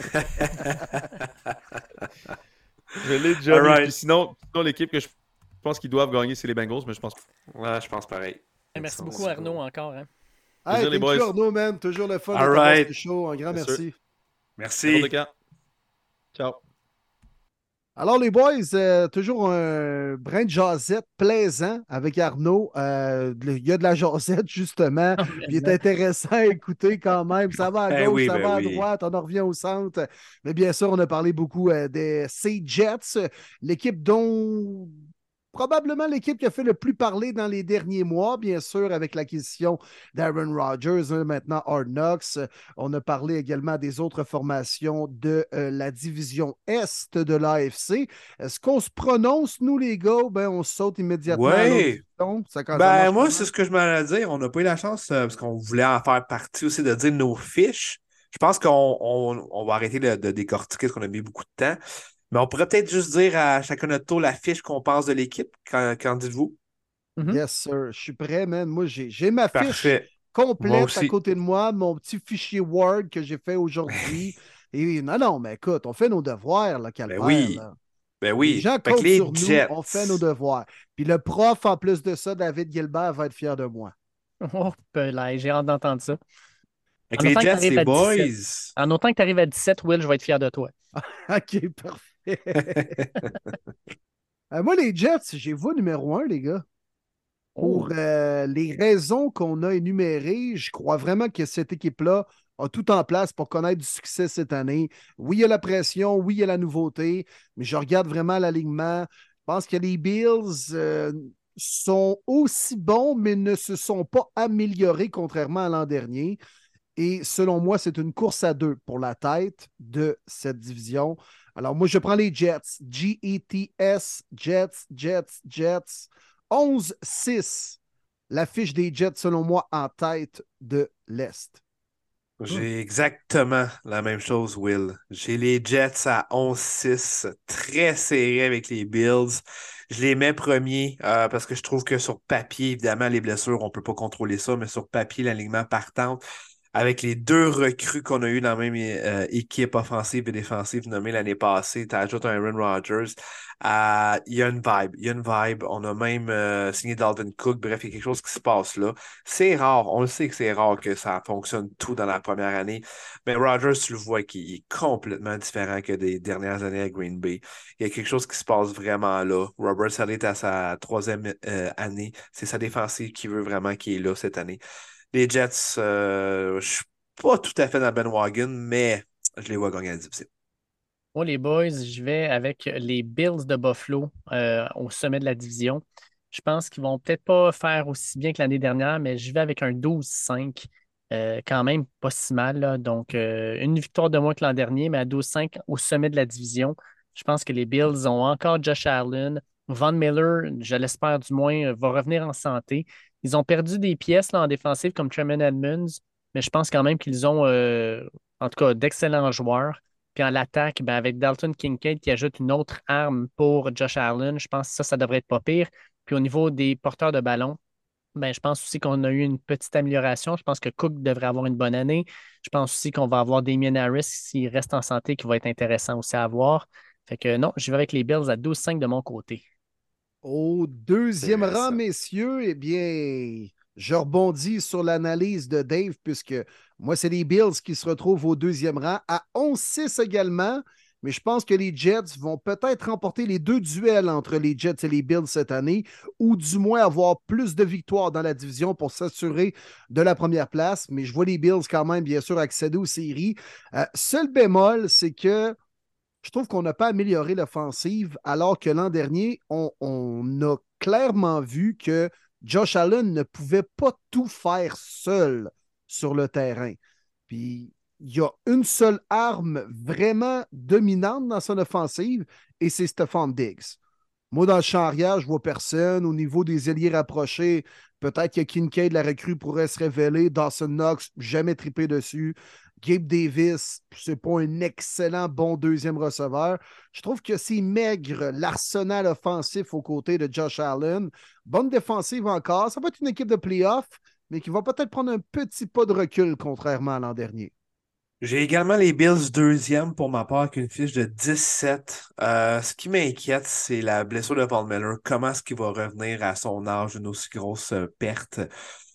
je l'ai déjà All mis. right. Puis sinon, l'équipe que je pense qu'ils doivent gagner, c'est les Bengals, mais je pense pas. Ouais, je pense pareil. Merci beaucoup, Arnaud, encore. Hein. Hey, Plaisir, les thank you, boys. Arnaud, man. Toujours le fun de All t'avoir right. sur le show. Un grand Bien sûr. merci. Merci. N'importe quand. Ciao. Alors, les boys, toujours un brin de jasette plaisant avec Arnaud. Il y a de la jasette, justement, puis il est intéressant à écouter quand même. Ça va à gauche, ça Ben va à oui. droite, on en revient au centre. Mais bien sûr, on a parlé beaucoup des Sea Jets, l'équipe dont probablement l'équipe qui a fait le plus parler dans les derniers mois, bien sûr, avec l'acquisition d'Aaron Rodgers, hein, maintenant Hard Knocks. On a parlé également des autres formations de la division Est de l'AFC. Est-ce qu'on se prononce, nous, les gars, ou ben, on saute immédiatement à l'autre Ouais. division? Ça Ben, marche moi, comment? c'est ce que je m'allais dire. On n'a pas eu la chance, parce qu'on voulait en faire partie aussi, de dire nos fiches. Je pense qu'on va arrêter de décortiquer parce qu'on a mis beaucoup de temps. Mais on pourrait peut-être juste dire à chacun notre tour la fiche qu'on pense de l'équipe. Qu'en dites-vous? Mhm. Yes, sir. Je suis prêt, man. Moi, j'ai ma fiche Parfait. Moi complète à aussi. côté de moi, mon petit fichier Word que j'ai fait aujourd'hui. Et non, non, mais écoute, on fait nos devoirs, là, Ben Calvaire, oui. là. Ben Les oui. gens Fait que comptent les sur nous, Jets. on fait nos devoirs. Puis le prof, en plus de ça, David Gilbert, va être fier de moi. Oh, là, j'ai hâte d'entendre ça. Fait que En les autant que tu Jets, arrives les à 17. boys. En autant que tu arrives à 17, Will, je vais être fier de toi. OK, parfait. Moi, les Jets, j'ai vous numéro un, les gars. Pour Oh. les raisons qu'on a énumérées, je crois vraiment que cette équipe-là a tout en place pour connaître du succès cette année. Oui, il y a la pression, oui, il y a la nouveauté, mais je regarde vraiment l'alignement. Je pense que les Bills sont aussi bons, mais ne se sont pas améliorés contrairement à l'an dernier. Et selon moi, c'est une course à deux pour la tête de cette division. Alors, moi, je prends les Jets. Jets, Jets, Jets, Jets. 11-6. La fiche des Jets, selon moi, en tête de l'Est. Hmm. J'ai exactement la même chose, Will. J'ai les Jets à 11-6, très serré avec les Bills. Je les mets premiers parce que je trouve que sur papier, évidemment, les blessures, on ne peut pas contrôler ça, mais sur papier, l'alignement partant, avec les deux recrues qu'on a eues dans la même équipe offensive et défensive nommée l'année passée, tu ajoutes un Aaron Rodgers. Il y a une vibe. Il y a une vibe. On a même signé Dalvin Cook. Bref, il y a quelque chose qui se passe là. C'est rare. On le sait que c'est rare que ça fonctionne tout dans la première année. Mais Rodgers, tu le vois qu'il est complètement différent que des dernières années à Green Bay. Il y a quelque chose qui se passe vraiment là. Robert Saleh est à sa troisième année. C'est sa défensive qui veut vraiment qu'il est là cette année. Les Jets, je suis pas tout à fait dans le bandwagon, mais je les vois gagner la division. Moi, les boys, je vais avec les Bills de Buffalo au sommet de la division. Je pense qu'ils vont peut-être pas faire aussi bien que l'année dernière, mais je vais avec un 12-5. Quand même pas si mal, là. Donc, une victoire de moins que l'an dernier, mais à 12-5 au sommet de la division. Je pense que les Bills ont encore Josh Allen. Von Miller, je l'espère du moins, va revenir en santé. Ils ont perdu des pièces là, en défensive comme Tremaine Edmonds, mais je pense quand même qu'ils ont, en tout cas, d'excellents joueurs. Puis en l'attaque, ben, avec Dalton Kincaid qui ajoute une autre arme pour Josh Allen, je pense que ça devrait être pas pire. Puis au niveau des porteurs de ballon, ben, je pense aussi qu'on a eu une petite amélioration. Je pense que Cook devrait avoir une bonne année. Je pense aussi qu'on va avoir Damien Harris s'il reste en santé, qui va être intéressant aussi à voir. Fait que non, je vais avec les Bills à 12-5 de mon côté. Au deuxième rang, Intéressant. messieurs, eh bien, je rebondis sur l'analyse de Dave, puisque moi, c'est les Bills qui se retrouvent au deuxième rang à 11-6 également. Mais je pense que les Jets vont peut-être remporter les deux duels entre les Jets et les Bills cette année, ou du moins avoir plus de victoires dans la division pour s'assurer de la première place. Mais je vois les Bills quand même, bien sûr, accéder aux séries. Seul bémol, c'est que je trouve qu'on n'a pas amélioré l'offensive, alors que l'an dernier, on a clairement vu que Josh Allen ne pouvait pas tout faire seul sur le terrain. Puis il y a une seule arme vraiment dominante dans son offensive, et c'est Stephon Diggs. Moi, dans le champ arrière, je vois personne. Au niveau des ailiers rapprochés, peut-être que Kincaid, la recrue, pourrait se révéler. Dawson Knox, jamais trippé dessus. Gabe Davis, c'est pas un excellent bon deuxième receveur. Je trouve que c'est maigre l'arsenal offensif aux côtés de Josh Allen. Bonne défensive encore. Ça va être une équipe de playoff, mais qui va peut-être prendre un petit pas de recul contrairement à l'an dernier. J'ai également les Bills deuxième pour ma part avec une fiche de 17. Ce qui m'inquiète, c'est la blessure de Von Miller. Comment est-ce qu'il va revenir à son âge, une aussi grosse perte?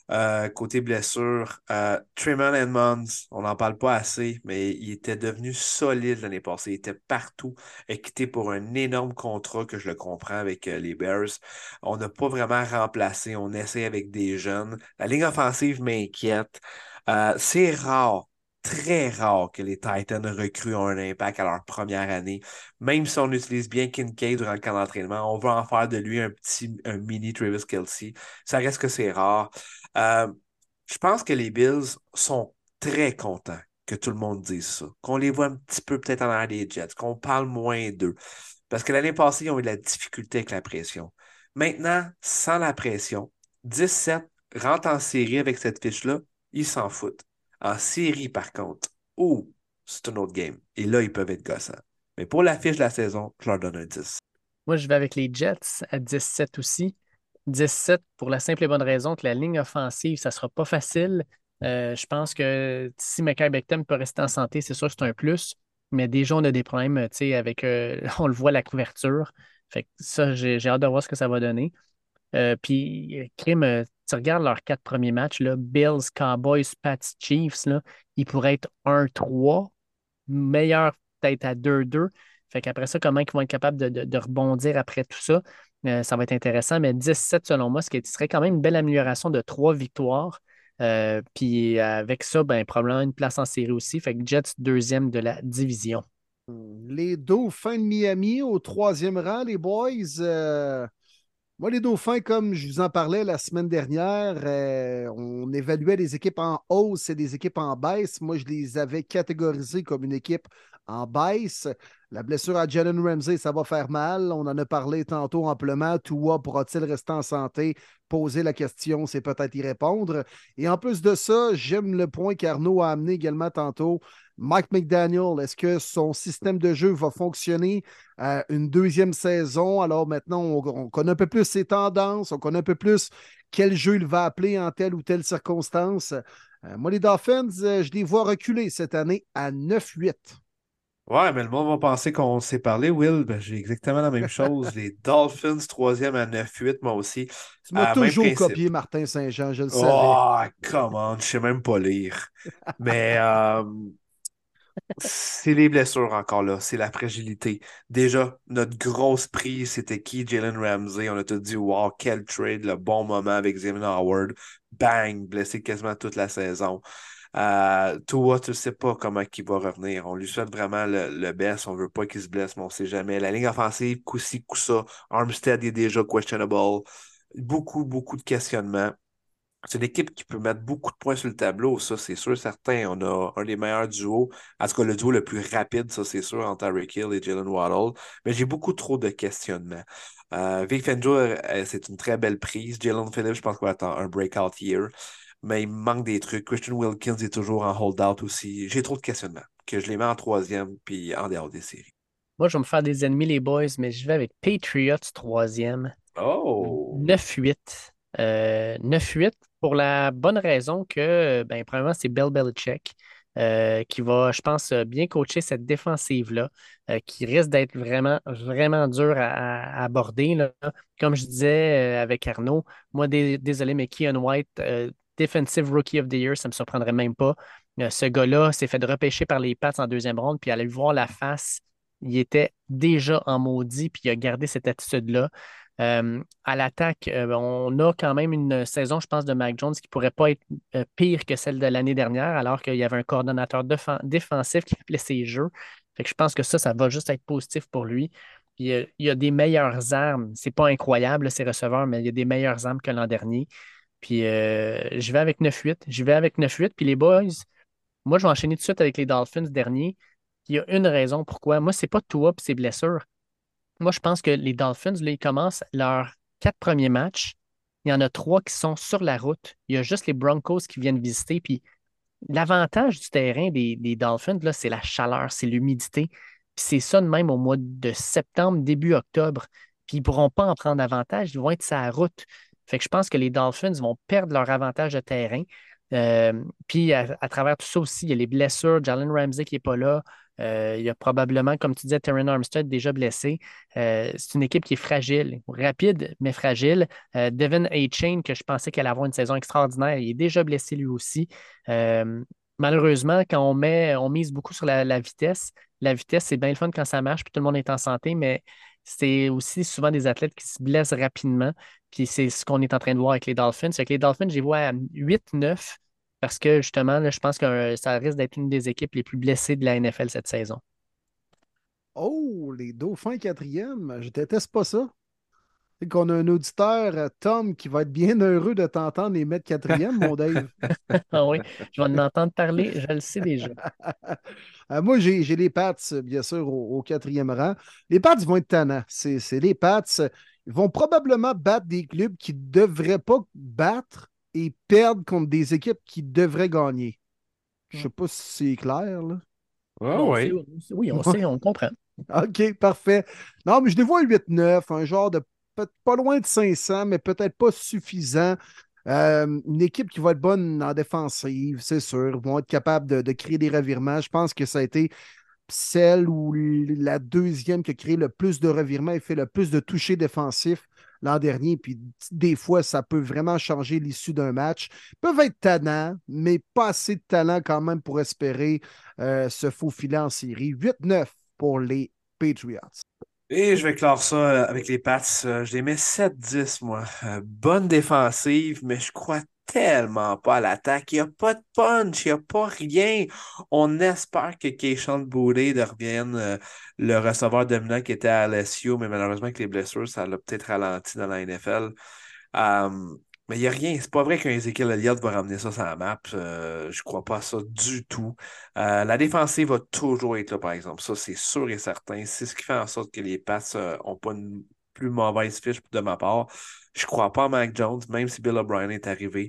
Côté blessure, Tremont Edmonds, on n'en parle pas assez, mais il était devenu solide l'année passée. Il était partout, quitté pour un énorme contrat que je le comprends avec les Bears. On n'a pas vraiment remplacé. On essaie avec des jeunes. La ligne offensive m'inquiète. C'est rare. Très rare que les Titans recruent un impact à leur première année. Même si on utilise bien Kincaid durant le camp d'entraînement, on veut en faire de lui un mini Travis Kelce. Ça reste que c'est rare. Euh, je pense que les Bills sont très contents que tout le monde dise ça, qu'on les voit un petit peu peut-être en arrière des Jets, qu'on parle moins d'eux. Parce que l'année passée, ils ont eu de la difficulté avec la pression. Maintenant, sans la pression, 17 rentrent en série avec cette fiche-là, ils s'en foutent. En série, par contre, oh, c'est un autre game. Et là, ils peuvent être gossants. Mais pour la fiche de la saison, je leur donne un 10. Moi, je vais avec les Jets à 17 aussi. 17 pour la simple et bonne raison que la ligne offensive, ça ne sera pas facile. Je pense que si Mekhi Becton peut rester en santé, c'est sûr que c'est un plus. Mais déjà, on a des problèmes, tu sais, avec, on le voit, la couverture. Fait que ça, j'ai hâte de voir ce que ça va donner. Puis, Crime, tu regardes leurs 4 premiers matchs, là, Bills, Cowboys, Pats, Chiefs, là, ils pourraient être 1-3, meilleur peut-être à 2-2. Fait qu'après ça, comment ils vont être capables de rebondir après tout ça? Ça va être intéressant, mais 17 selon moi, ce qui serait quand même une belle amélioration de 3 victoires. Puis avec ça, ben, probablement une place en série aussi. Fait que Jets deuxième de la division. Les Dauphins de Miami au troisième rang, les boys. Moi, les Dauphins, comme je vous en parlais la semaine dernière, on évaluait des équipes en hausse et des équipes en baisse. Moi, je les avais catégorisées comme une équipe en baisse. La blessure à Jalen Ramsey, ça va faire mal. On en a parlé tantôt amplement. Tua pourra-t-il rester en santé? Poser la question, c'est peut-être y répondre. Et en plus de ça, j'aime le point qu'Arnaud a amené également tantôt. Mike McDaniel, est-ce que son système de jeu va fonctionner une deuxième saison? Alors maintenant, on connaît un peu plus ses tendances, on connaît un peu plus quel jeu il va appeler en telle ou telle circonstance. Moi, les Dolphins, je les vois reculer cette année à 9-8. Ouais, mais le monde va penser qu'on s'est parlé, Will. Ben, j'ai exactement la même chose. Les Dolphins, troisième à 9-8, moi aussi. Tu m'as Même toujours principe. copié Martin Saint-Jean, je le savais. Oh, come on, je sais même pas lire. Mais c'est les blessures encore là, c'est la fragilité. Déjà, notre grosse prise, c'était qui? Jalen Ramsey. On a tout dit, wow, quel trade, le bon moment avec Xavier Howard. Bang, blessé quasiment toute la saison. Tua, tu ne sais pas comment il va revenir. On lui souhaite vraiment le best. On veut pas qu'il se blesse, mais on ne sait jamais. La ligne offensive, coup-ci, coup-ça. Armstead est déjà questionable. Beaucoup, beaucoup de questionnements. C'est une équipe qui peut mettre beaucoup de points sur le tableau, ça, c'est sûr, certain. On a un des meilleurs duos. En tout cas, le duo le plus rapide, ça, c'est sûr, entre Tyreek Hill et Jalen Waddle. Mais j'ai beaucoup trop de questionnements. Vic Fangio, c'est une très belle prise. Jalen Phillips, je pense qu'il va être un breakout year. Mais il me manque des trucs. Christian Wilkins est toujours en hold-out aussi. J'ai trop de questionnements. Que je les mets en troisième puis en dehors des séries. Moi, je vais me faire des ennemis, les boys, mais je vais avec Patriots troisième. Oh! 9-8. 9-8 pour la bonne raison que, ben, premièrement, c'est Bill Belichick qui va, je pense, bien coacher cette défensive-là, qui risque d'être vraiment, vraiment dur à aborder, là. Comme je disais avec Arnaud, moi, désolé, mais Keon White, Defensive Rookie of the Year, ça ne me surprendrait même pas. Ce gars-là s'est fait repêcher par les Pats en deuxième ronde, puis aller le voir la face, il était déjà en maudit, puis il a gardé cette attitude-là. À l'attaque, on a quand même une saison, je pense, de Mac Jones qui pourrait pas être pire que celle de l'année dernière, alors qu'il y avait un coordonnateur défensif qui appelait ses jeux. Fait que je pense que ça va juste être positif pour lui. Puis, il y a des meilleures armes. C'est pas incroyable, ces receveurs, mais il y a des meilleures armes que l'an dernier. Puis, je vais avec 9-8. Je vais avec 9-8. Puis, les boys, moi, je vais enchaîner tout de suite avec les Dolphins dernier. Il y a une raison pourquoi. Moi, c'est pas Tua et ses blessures. Moi, je pense que les Dolphins, là, ils commencent leurs 4 premiers matchs. Il y en a 3 qui sont sur la route. Il y a juste les Broncos qui viennent visiter. Puis l'avantage du terrain des Dolphins, là, c'est la chaleur, c'est l'humidité. Puis c'est ça de même au mois de septembre, début octobre. Puis ils ne pourront pas en prendre avantage, ils vont être sur la route. Fait que je pense que les Dolphins vont perdre leur avantage de terrain. Puis à travers tout ça aussi, il y a les blessures, Jalen Ramsey qui n'est pas là. Il y a probablement, comme tu disais, Terran Armstead déjà blessé. C'est une équipe qui est fragile, rapide, mais fragile. Devin A-Chain, que je pensais qu'elle allait avoir une saison extraordinaire, il est déjà blessé lui aussi. Euh, Malheureusement, quand on mise beaucoup sur la vitesse, la vitesse, c'est bien le fun quand ça marche, puis tout le monde est en santé, mais c'est aussi souvent des athlètes qui se blessent rapidement. Puis c'est ce qu'on est en train de voir avec les Dolphins. Avec les Dolphins, je les vois à 8-9 parce que justement, là, je pense que ça risque d'être une des équipes les plus blessées de la NFL cette saison. Oh, les Dauphins quatrième, je déteste pas ça. C'est qu'on a un auditeur, Tom, qui va être bien heureux de t'entendre les mettre quatrième, mon Dave. Ah oui, je vais en entendre parler, je le sais déjà. Moi, j'ai les Pats, bien sûr, au quatrième rang. Les Pats vont être tannants. C'est les Pats. Ils vont probablement battre des clubs qui ne devraient pas battre et perdre contre des équipes qui devraient gagner. Je ne sais pas si c'est clair, là. Ah Bon, oui. oui, on sait, on comprend. OK, parfait. Non, mais je les vois à 8-9, un genre de pas loin de 500, mais peut-être pas suffisant. Une équipe qui va être bonne en défensive, c'est sûr, vont être capables de créer des revirements. Je pense que ça a été celle ou la deuxième qui a créé le plus de revirements et fait le plus de touchés défensifs l'an dernier. Puis des fois, ça peut vraiment changer l'issue d'un match. Ils peuvent être tannants, mais pas assez de talent quand même pour espérer se faufiler en série. 8-9 pour les Patriots. Et je vais clore ça avec les Pats. Je les mets 7-10, moi. Bonne défensive, mais je crois tellement pas à l'attaque. Il n'y a pas de punch, il n'y a pas rien. On espère que Keishon Boudet revienne, le receveur dominant qui était à LSU, mais malheureusement, avec les blessures, ça l'a peut-être ralenti dans la NFL. Mais il n'y a rien. C'est pas vrai qu'un Ezekiel Elliott va ramener ça sur la map. Je crois pas à ça du tout. La défensive va toujours être là, par exemple. Ça, c'est sûr et certain. C'est ce qui fait en sorte que les passes n'ont pas une plus mauvaise fiche de ma part. Je crois pas à Mac Jones, même si Bill O'Brien est arrivé.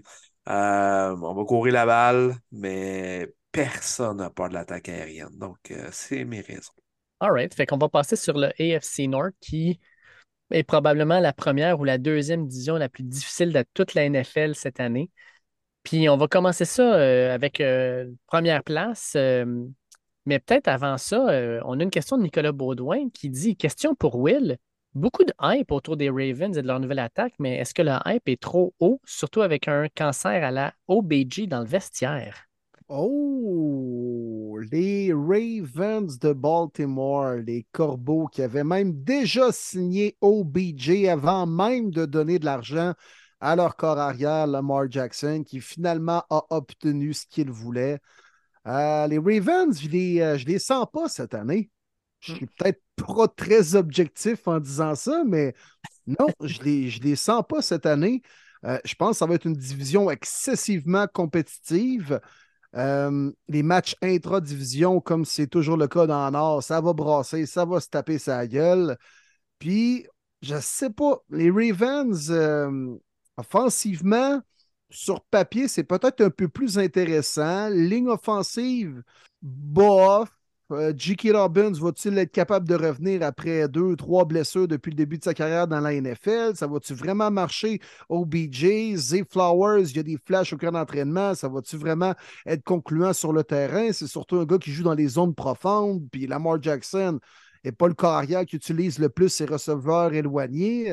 On va courir la balle, mais personne n'a peur de l'attaque aérienne. Donc, c'est mes raisons. All right, fait qu'on va passer sur le AFC North qui est probablement la première ou la deuxième division la plus difficile de toute la NFL cette année. Puis on va commencer ça avec première place. Mais peut-être avant ça, on a une question de Nicolas Baudouin qui dit, question pour Will. Beaucoup de hype autour des Ravens et de leur nouvelle attaque, mais est-ce que le hype est trop haut, surtout avec un cancer à la OBJ dans le vestiaire? Oh, les Ravens de Baltimore, les Corbeaux qui avaient même déjà signé OBJ avant même de donner de l'argent à leur corps arrière, Lamar Jackson, qui finalement a obtenu ce qu'il voulait. Les Ravens, je les sens pas cette année. Je suis peut-être pas très objectif en disant ça, mais non, je les sens pas cette année. Je pense que ça va être une division excessivement compétitive. Les matchs intra-division, comme c'est toujours le cas dans le Nord, ça va brasser, ça va se taper sa gueule. Puis, je sais pas, les Ravens, offensivement, sur papier, c'est peut-être un peu plus intéressant. Ligne offensive, bof. J.K. Robbins va-t-il être capable de revenir après deux, trois blessures depuis le début de sa carrière dans la NFL? Ça va-tu vraiment marcher? OBJ, Zay Flowers, il y a des flashs au camp d'entraînement. Ça va-tu vraiment être concluant sur le terrain? C'est surtout un gars qui joue dans les zones profondes. Puis Lamar Jackson n'est pas le corps arrière qui utilise le plus ses receveurs éloignés.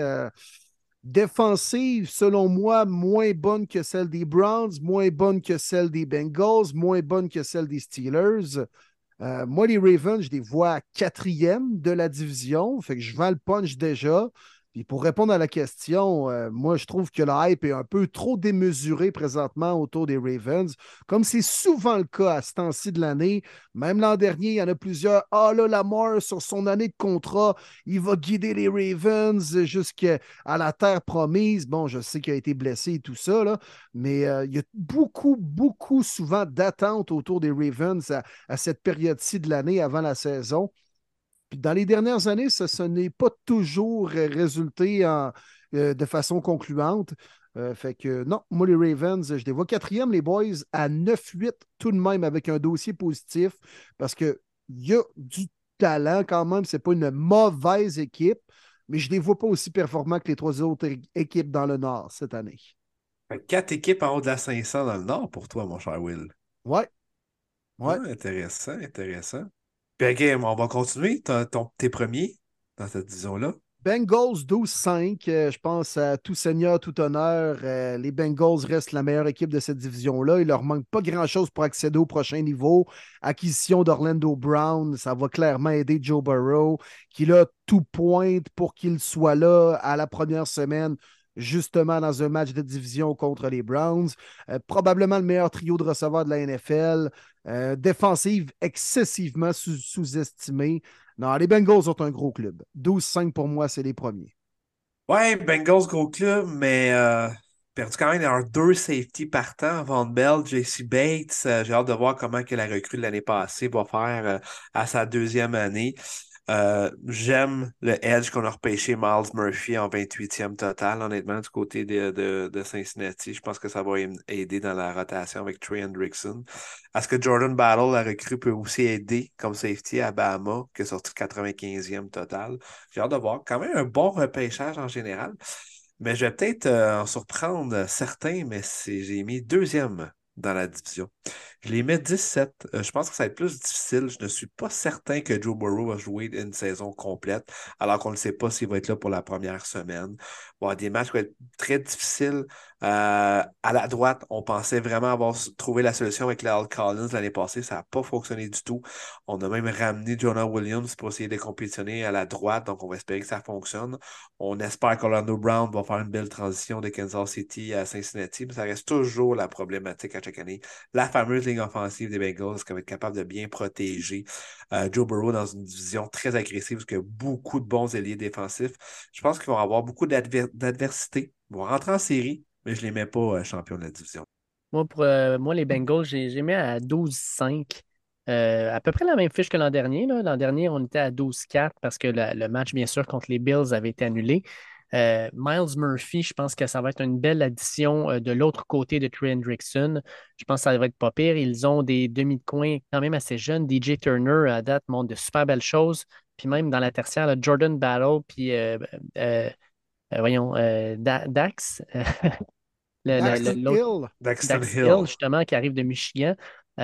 Défensive, selon moi, moins bonne que celle des Browns, moins bonne que celle des Bengals, moins bonne que celle des Steelers. Moi, les Ravens, je les vois à quatrième de la division. Fait que je vends le punch déjà. Puis pour répondre à la question, moi, je trouve que le hype est un peu trop démesuré présentement autour des Ravens, comme c'est souvent le cas à ce temps-ci de l'année. Même l'an dernier, il y en a plusieurs. Ah là, Lamar, sur son année de contrat, il va guider les Ravens jusqu'à la terre promise. Bon, je sais qu'il a été blessé et tout ça, là, mais il y a beaucoup, beaucoup souvent d'attentes autour des Ravens à cette période-ci de l'année avant la saison. Puis dans les dernières années, ça, ce n'est pas toujours résulté de façon concluante. Fait que non, moi, les Ravens, je les vois quatrième, les Boys, à 9-8, tout de même avec un dossier positif, parce qu'il y a du talent quand même. C'est pas une mauvaise équipe, mais je ne les vois pas aussi performants que les trois autres équipes dans le Nord cette année. Fait que 4 équipes en haut de la 500 dans le Nord pour toi, mon cher Will. Ouais, ouais. Ah, intéressant, intéressant. Puis, OK, on va continuer. Tes premiers dans cette division-là. Bengals 12-5, je pense à tout seigneur, tout honneur. Les Bengals restent la meilleure équipe de cette division-là. Il leur manque pas grand-chose pour accéder au prochain niveau. Acquisition d'Orlando Brown, ça va clairement aider Joe Burrow, qui là tout pointe pour qu'il soit là à la première semaine, justement dans un match de division contre les Browns. Probablement le meilleur trio de receveurs de la NFL. Défensive excessivement sous-estimée. Non, les Bengals ont un gros club. 12-5 pour moi, c'est les premiers. Ouais, Bengals gros club, mais perdu quand même leurs deux safety partants, Von Bell, JC Bates. J'ai hâte de voir comment que la recrue de l'année passée va faire à sa deuxième année. J'aime le edge qu'on a repêché Miles Murphy en 28e total, honnêtement, du côté de Cincinnati. Je pense que ça va aider dans la rotation avec Trey Hendrickson. Est-ce que Jordan Battle, la recrue, peut aussi aider comme safety à Bahama, qui est sorti 95e total? J'ai hâte de voir. Quand même un bon repêchage en général. Mais je vais peut-être en surprendre certains, mais j'ai mis deuxième dans la division. Je les mets 17. Je pense que ça va être plus difficile. Je ne suis pas certain que Joe Burrow va jouer une saison complète, alors qu'on ne sait pas s'il va être là pour la première semaine. Bon, des matchs qui vont être très difficiles. À la droite, on pensait vraiment avoir trouvé la solution avec La'el Collins l'année passée. Ça n'a pas fonctionné du tout. On a même ramené Jonah Williams pour essayer de compétitionner à la droite, donc on va espérer que ça fonctionne. On espère qu'Orlando Brown va faire une belle transition de Kansas City à Cincinnati, mais ça reste toujours la problématique à chaque année. La fameuse ligne offensive des Bengals qui va être capable de bien protéger Joe Burrow dans une division très agressive parce qu'il y a beaucoup de bons ailiers défensifs. Je pense qu'ils vont avoir beaucoup d'adversité. Ils vont rentrer en série, mais je ne les mets pas champions de la division. Moi, moi, les Bengals, j'ai mis à 12-5. À peu près la même fiche que l'an dernier, là. L'an dernier, on était à 12-4 parce que le match, bien sûr, contre les Bills avait été annulé. Miles Murphy, je pense que ça va être une belle addition de l'autre côté de Trey Hendrickson. Je pense que ça va être pas pire. Ils ont des demi de coin quand même assez jeunes. DJ Turner, à date, montre de super belles choses. Puis même dans la tertiaire, là, Jordan Battle, puis voyons, Dax. Daxton L'autre, Hill. Daxton Dax Hill, Hill. justement, qui arrive de Michigan.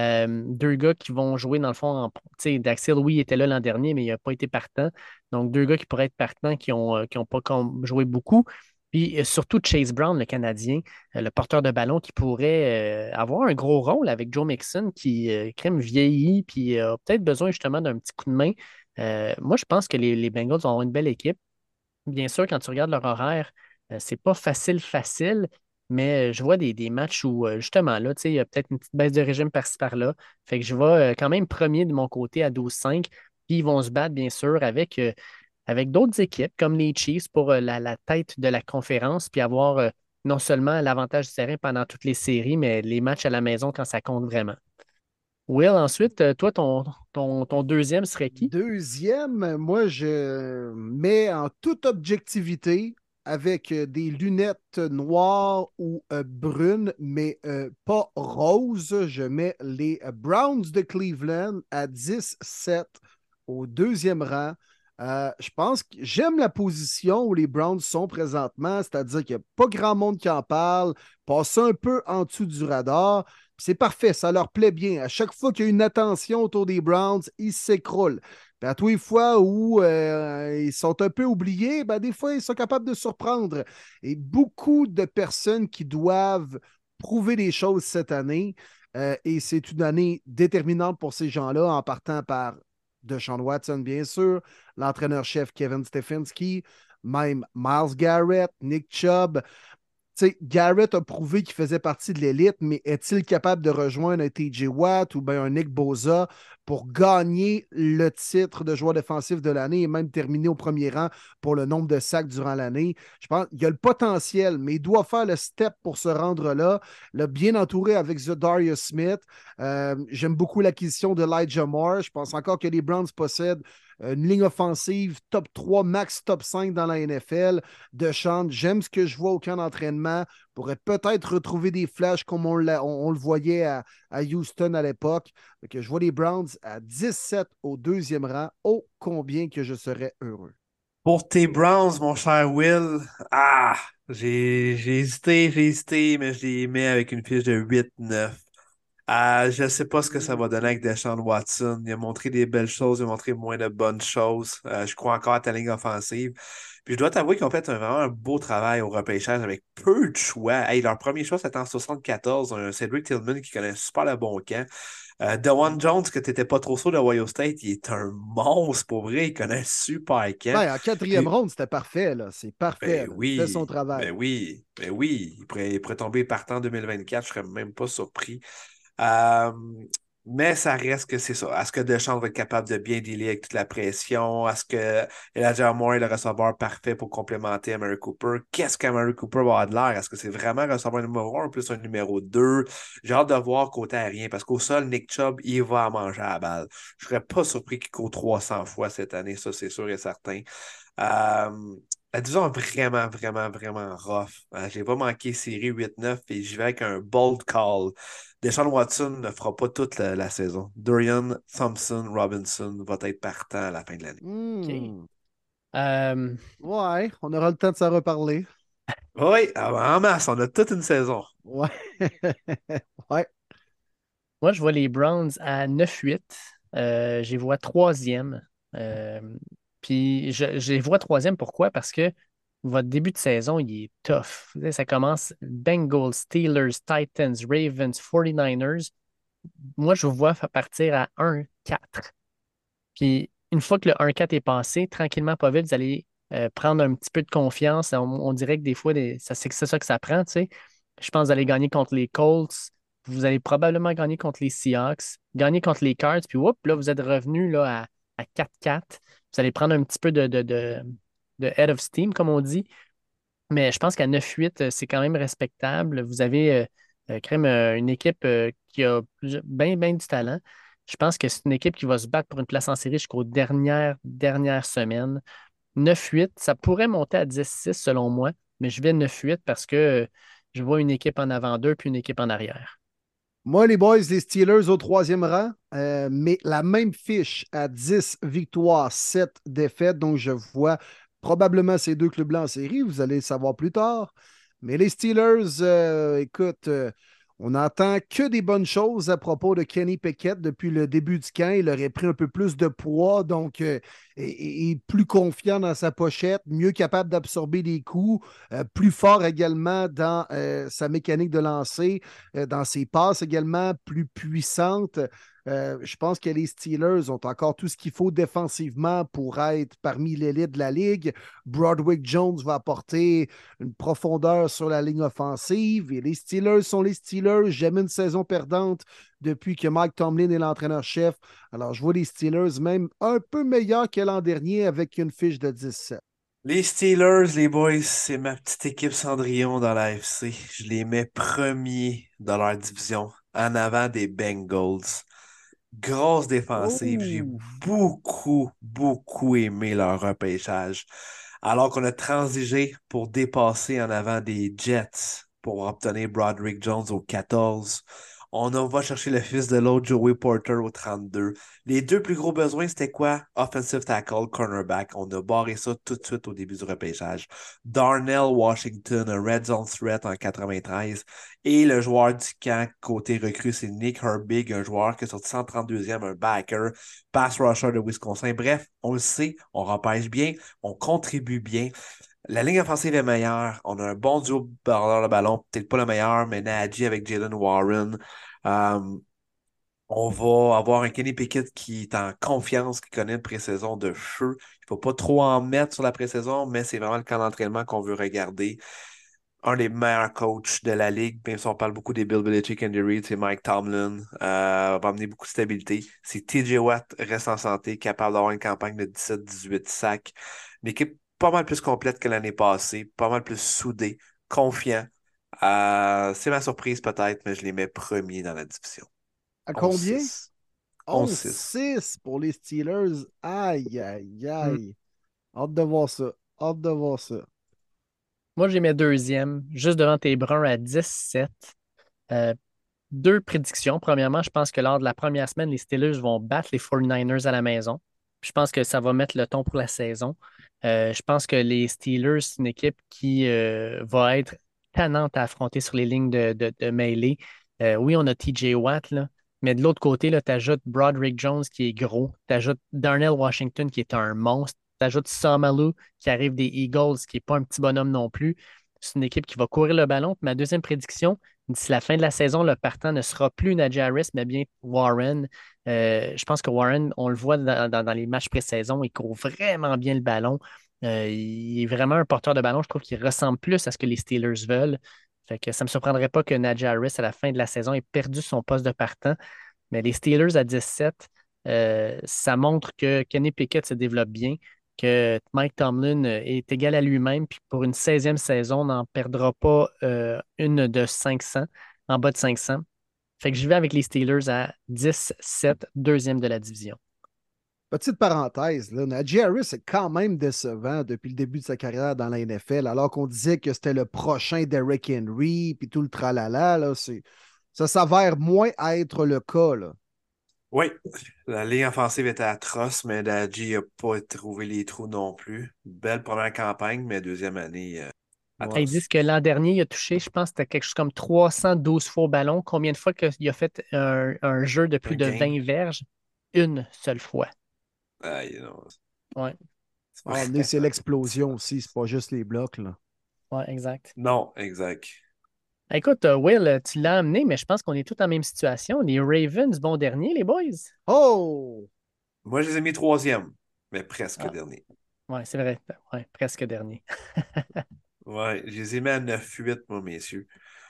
Deux gars qui vont jouer, dans le fond, tu sais, Dax Hill, oui, il était là l'an dernier, mais il n'a pas été partant. Donc, deux gars qui pourraient être partants, qui ont pas joué beaucoup. Puis surtout Chase Brown, le Canadien, le porteur de ballon, qui pourrait avoir un gros rôle avec Joe Mixon, qui crème vieillit, puis a peut-être besoin justement d'un petit coup de main. Moi, je pense que les Bengals vont avoir une belle équipe. Bien sûr, quand tu regardes leur horaire, c'est pas facile, mais je vois des matchs où, justement, là, tu sais, il y a peut-être une petite baisse de régime par-ci par-là. Fait que je vais quand même premier de mon côté à 12-5. Puis ils vont se battre, bien sûr, avec d'autres équipes comme les Chiefs pour la tête de la conférence, puis avoir non seulement l'avantage du terrain pendant toutes les séries, mais les matchs à la maison quand ça compte vraiment. Will, ensuite, toi, ton deuxième serait qui? Deuxième, moi, je mets en toute objectivité avec des lunettes noires ou brunes, mais pas roses. Je mets les Browns de Cleveland à 10-7 au deuxième rang. Je pense que j'aime la position où les Browns sont présentement, c'est-à-dire qu'il n'y a pas grand monde qui en parle, passe un peu en dessous du radar. C'est parfait, ça leur plaît bien. À chaque fois qu'il y a une attention autour des Browns, ils s'écroulent. Puis à tous les fois où ils sont un peu oubliés, ben, des fois, ils sont capables de surprendre. Et beaucoup de personnes qui doivent prouver des choses cette année. Et c'est une année déterminante pour ces gens-là, en partant par Deshaun Watson, bien sûr, l'entraîneur-chef Kevin Stefanski, même Myles Garrett, Nick Chubb. T'sais, Garrett a prouvé qu'il faisait partie de l'élite, mais est-il capable de rejoindre un TJ Watt ou bien un Nick Bosa pour gagner le titre de joueur défensif de l'année et même terminer au premier rang pour le nombre de sacs durant l'année? Je pense qu'il a le potentiel, mais il doit faire le step pour se rendre là. Le bien entouré avec Darius Smith. J'aime beaucoup l'acquisition de Elijah Moore. Je pense encore que les Browns possèdent une ligne offensive top 3, max top 5 dans la NFL. Deshaun, j'aime ce que je vois au camp d'entraînement. Pourrait peut-être retrouver des flashs comme on le voyait à Houston à l'époque. Je vois les Browns à 17 au deuxième rang. Oh, combien que je serais heureux. Pour tes Browns, mon cher Will, j'ai hésité, mais je les mets avec une fiche de 8-9. Je ne sais pas ce que ça va donner avec Deshaun Watson. Il a montré des belles choses, il a montré moins de bonnes choses. Je crois encore à ta ligne offensive. Puis je dois t'avouer qu'ils ont fait vraiment un beau travail au repêchage avec peu de choix. Hey, leur premier choix, c'était en 74, un Cedric Tillman qui connaît super le bon camp. Dewan Jones, que tu n'étais pas trop sûr de Ohio State, il est un monstre pour vrai. Il connaît un super camp. Ben, en quatrième Puis, ronde, c'était parfait, là. C'est parfait, ben là. Il fait son oui, travail. ben oui, ben oui. Il pourrait tomber partant en 2024, je serais même pas surpris. Euh, mais ça reste que c'est ça. Est-ce que Deschamps va être capable de bien dealer avec toute la pression? Est-ce que Elijah Moore est le receveur parfait pour complémenter Amari Cooper? Qu'est-ce qu'Amari Cooper va avoir de l'air? Est-ce que c'est vraiment un receveur numéro 1 plus un numéro 2? J'ai hâte de voir côté aérien parce qu'au sol, Nick Chubb, il va à manger à la balle. Je serais pas surpris qu'il court 300 fois cette année, ça c'est sûr et certain. Euh, la division est vraiment, vraiment, vraiment rough. J'ai pas manqué série 8-9 et j'y vais avec un bold call. Deshaun Watson ne fera pas toute la saison. Dorian Thompson-Robinson va être partant à la fin de l'année. OK. Hmm. Euh, Ouais, on aura le temps de s'en reparler. Oui, en masse, on a toute une saison. Ouais. Ouais. Moi, je vois les Browns à 9-8. Je les vois troisième. Euh, Puis je les vois troisième, pourquoi? Parce que votre début de saison, il est tough. Vous savez, ça commence Bengals, Steelers, Titans, Ravens, 49ers. Moi, je vous vois partir à 1-4. Puis une fois que le 1-4 est passé, tranquillement, pas vite, vous allez prendre un petit peu de confiance. On dirait que des fois, c'est ça que ça prend, tu sais. Je pense que vous allez gagner contre les Colts. Vous allez probablement gagner contre les Seahawks, gagner contre les Cards, puis whoop, là, vous êtes revenu là, à 4-4. Vous allez prendre un petit peu de head of steam, comme on dit. Mais je pense qu'à 9-8, c'est quand même respectable. Vous avez quand même une équipe qui a bien, bien du talent. Je pense que c'est une équipe qui va se battre pour une place en série jusqu'aux dernières semaines. 9-8, ça pourrait monter à 10-6 selon moi, mais je vais 9-8 parce que je vois une équipe en avant d'eux puis une équipe en arrière. Moi, les boys, les Steelers au troisième rang, mais la même fiche à 10 victoires, 7 défaites. Donc, je vois probablement ces deux clubs-là en série. Vous allez le savoir plus tard. Mais les Steelers, écoute, on n'entend que des bonnes choses à propos de Kenny Pickett depuis le début du camp. Il aurait pris un peu plus de poids, donc est plus confiant dans sa pochette, mieux capable d'absorber des coups, plus fort également dans sa mécanique de lancer, dans ses passes également, plus puissante. Je pense que les Steelers ont encore tout ce qu'il faut défensivement pour être parmi l'élite de la ligue. Broderick Jones va apporter une profondeur sur la ligne offensive et les Steelers sont les Steelers. Jamais une saison perdante depuis que Mike Tomlin est l'entraîneur-chef. Alors, je vois les Steelers même un peu meilleurs que l'an dernier avec une fiche de 17. Les Steelers, les boys, c'est ma petite équipe Cendrillon dans la AFC. Je les mets premiers dans leur division, en avant des Bengals. Grosse défensive. J'ai Oh! beaucoup, beaucoup aimé leur repêchage. Alors qu'on a transigé pour dépasser en avant des Jets pour obtenir Broderick Jones au 14. Va chercher le fils de l'autre, Joey Porter, au 32. Les deux plus gros besoins, c'était quoi? Offensive tackle, cornerback. On a barré ça tout de suite au début du repêchage. Darnell Washington, un red zone threat en 93. Et le joueur du camp côté recrue, c'est Nick Herbig, un joueur qui est sorti 132e, un backer, pass rusher de Wisconsin. Bref, on le sait, on repêche bien, on contribue bien. La ligne offensive est meilleure. On a un bon duo par le ballon. Peut-être pas le meilleur, mais Najee avec Jalen Warren. Euh, on va avoir un Kenny Pickett qui est en confiance, qui connaît une pré-saison de feu. Il ne faut pas trop en mettre sur la pré-saison, mais c'est vraiment le camp d'entraînement qu'on veut regarder. Un des meilleurs coachs de la ligue, même si on parle beaucoup des Bill Belichick, Andy Reid, c'est Mike Tomlin. Va amener beaucoup de stabilité. Si TJ Watt reste en santé, capable d'avoir une campagne de 17-18 sacs. Une équipe pas mal plus complète que l'année passée, pas mal plus soudée, confiant. C'est ma surprise peut-être, mais je les mets premiers dans la division. À combien? 11-6. 11-6. 11-6 pour les Steelers. Aïe, aïe, Hmm. aïe. Hâte de voir ça. Hâte de voir ça. Moi, j'ai mes deuxièmes, juste devant tes Bruns à 17. Euh, Deux prédictions. Premièrement, je pense que lors de la première semaine, les Steelers vont battre les 49ers à la maison. Puis je pense que ça va mettre le ton pour la saison. Je pense que les Steelers, c'est une équipe qui va être tannante à affronter sur les lignes de mêlée. Oui, on a TJ Watt, là, mais de l'autre côté, tu ajoutes Broderick Jones qui est gros, tu ajoutes Darnell Washington qui est un monstre, tu ajoutes Samalu qui arrive des Eagles, qui n'est pas un petit bonhomme non plus. C'est une équipe qui va courir le ballon. Ma deuxième prédiction, d'ici la fin de la saison, le partant ne sera plus Najee Harris, mais bien Warren. Je pense que Warren, on le voit dans les matchs pré-saison, il court vraiment bien le ballon. Il est vraiment un porteur de ballon. Je trouve qu'il ressemble plus à ce que les Steelers veulent. Fait que ça ne me surprendrait pas que Najee Harris, à la fin de la saison, ait perdu son poste de partant. Mais les Steelers à 17, ça montre que Kenny Pickett se développe bien, que Mike Tomlin est égal à lui-même, puis pour une 16e saison, on n'en perdra pas une de 500, en bas de 500. Fait que je vais avec les Steelers à 10-7, deuxième de la division. Petite parenthèse, là, Najee Harris est quand même décevant depuis le début de sa carrière dans la NFL, alors qu'on disait que c'était le prochain Derrick Henry, puis tout le tralala, là, ça s'avère moins être le cas, là. Oui, la ligne offensive était atroce, mais Najee n'a pas trouvé les trous non plus. Belle première campagne, mais deuxième année, Ouais. Ils atroce. disent que l'an dernier, il a touché, je pense, que c'était quelque chose comme 312 fois au ballon. Combien de fois qu'il a fait un jeu de plus Un de game. 20 verges? Une seule fois. Non, Ouais, c'est Ah, mais c'est vraiment l'explosion décevant. aussi, c'est pas juste les blocs, là. ouais, exact. Non, exact. Écoute, Will, tu l'as amené, mais je pense qu'on est tous en même situation. Les Ravens, bon dernier, les boys. Oh! Moi, je les ai mis troisième, mais presque Ah, dernier. ouais, c'est vrai. Ouais, presque dernier. Ouais, je les ai mis à 9-8, moi, messieurs.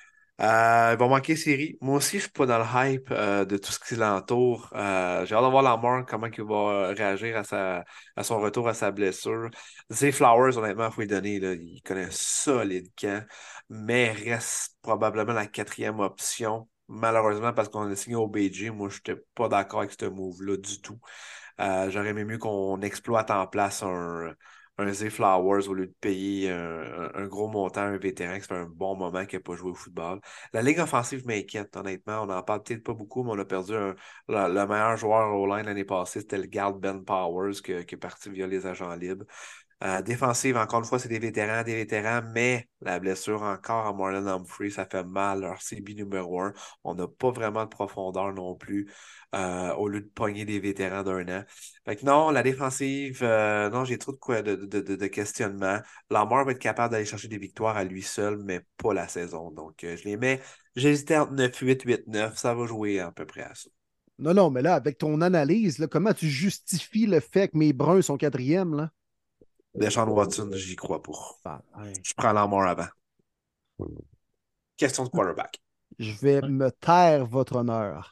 Il va manquer série. Moi aussi, je suis pas dans le hype de tout ce qui l'entoure. J'ai hâte de voir Lamar, comment il va réagir à son retour à sa blessure. Zay Flowers, honnêtement, il faut lui donner. Là, il connaît ça, les camps, mais reste probablement la quatrième option. Malheureusement, parce qu'on a signé au BG, moi, je n'étais pas d'accord avec ce move-là du tout. J'aurais aimé mieux qu'on exploite en place un Zay Flowers au lieu de payer un gros montant à un vétéran qui fait un bon moment qui n'a pas joué au football. La ligne offensive m'inquiète, honnêtement. On n'en parle peut-être pas beaucoup, mais on a perdu le meilleur joueur au line l'année passée. C'était le garde Ben Powers qui est parti via les agents libres. Défensive, encore une fois, c'est des vétérans, mais la blessure encore à Marlon Humphrey, ça fait mal. Leur CB numéro 1, on n'a pas vraiment de profondeur non plus, au lieu de pogner des vétérans d'un an. Fait que non, la défensive, non, j'ai trop de, quoi, de questionnements. Lamar va être capable d'aller chercher des victoires à lui seul, mais pas la saison. Donc, je les mets, j'hésitais entre 9-8, 8-9, ça va jouer à peu près à ça. Non, non, mais là, avec ton analyse, là, comment tu justifies le fait que mes Bruns sont quatrième, là? Deshaun Watson, j'y crois pas. Ah, ouais. Je prends Lamar avant. Question de quarterback. Je vais Ouais. me taire votre honneur.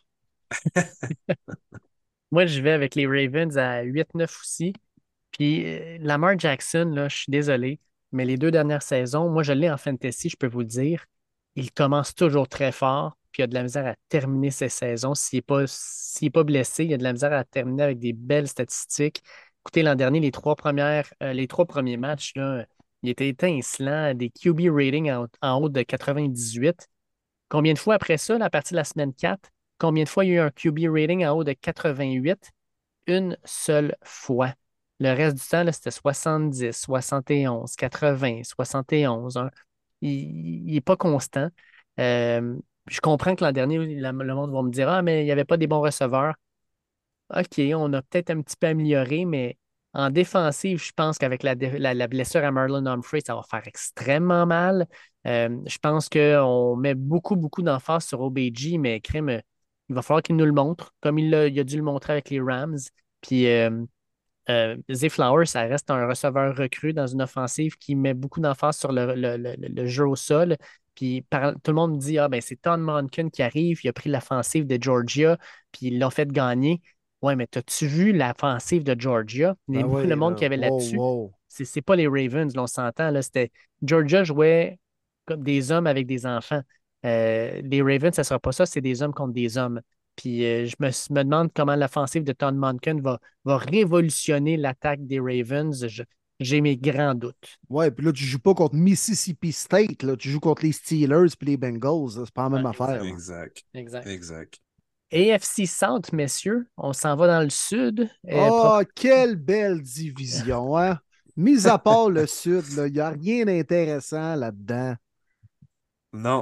Moi, je vais avec les Ravens à 8-9 aussi. Puis Lamar Jackson, là, je suis désolé, mais les deux dernières saisons, moi, je l'ai en fantasy, je peux vous le dire. Il commence toujours très fort, puis il a de la misère à terminer ses saisons. S'il est pas blessé, il a de la misère à terminer avec des belles statistiques. Écoutez, l'an dernier, les trois premiers matchs, là, il était étincelant, des QB ratings en haut de 98. Combien de fois après ça, là, à partir de la semaine 4, combien de fois il y a eu un QB rating en haut de 88? Une seule fois. Le reste du temps, là, c'était 70, 71, 80, 71. Hein. Il n'est pas constant. Euh, je comprends que l'an dernier, le monde va me dire, ah, mais il n'y avait pas des bons receveurs. OK, on a peut-être un petit peu amélioré, mais en défensive, je pense qu'avec la blessure à Marlon Humphrey, ça va faire extrêmement mal. Je pense qu'on met beaucoup, beaucoup d'emphase sur OBG, mais crème, il va falloir qu'il nous le montre, comme il a dû le montrer avec les Rams. Puis Zay Flowers, ça reste un receveur recru dans une offensive qui met beaucoup d'emphase sur le jeu au sol. Puis tout le monde me dit, ah ben c'est Tom Monken qui arrive, il a pris l'offensive de Georgia, puis ils l'ont fait gagner. Ouais, mais t'as-tu vu l'offensive de Georgia? Ben Le oui, monde là. qu'il y avait Wow, là-dessus, wow. c'est pas les Ravens, là, on s'entend. Là, Georgia jouait comme des hommes avec des enfants. Les Ravens, ça sera pas ça, c'est des hommes contre des hommes. Puis je me demande comment l'offensive de Tom Monken va révolutionner l'attaque des Ravens. J'ai mes grands doutes. Ouais, puis là, tu joues pas contre Mississippi State, là. Tu joues contre les Steelers puis les Bengals, là. C'est pas la Ouais, même affaire, exact. là. Exact. Exact. Exact. AFC South, messieurs, on s'en va dans le sud. Oh, quelle belle division, hein? Mis à part le Sud, il n'y a rien d'intéressant là-dedans. Non.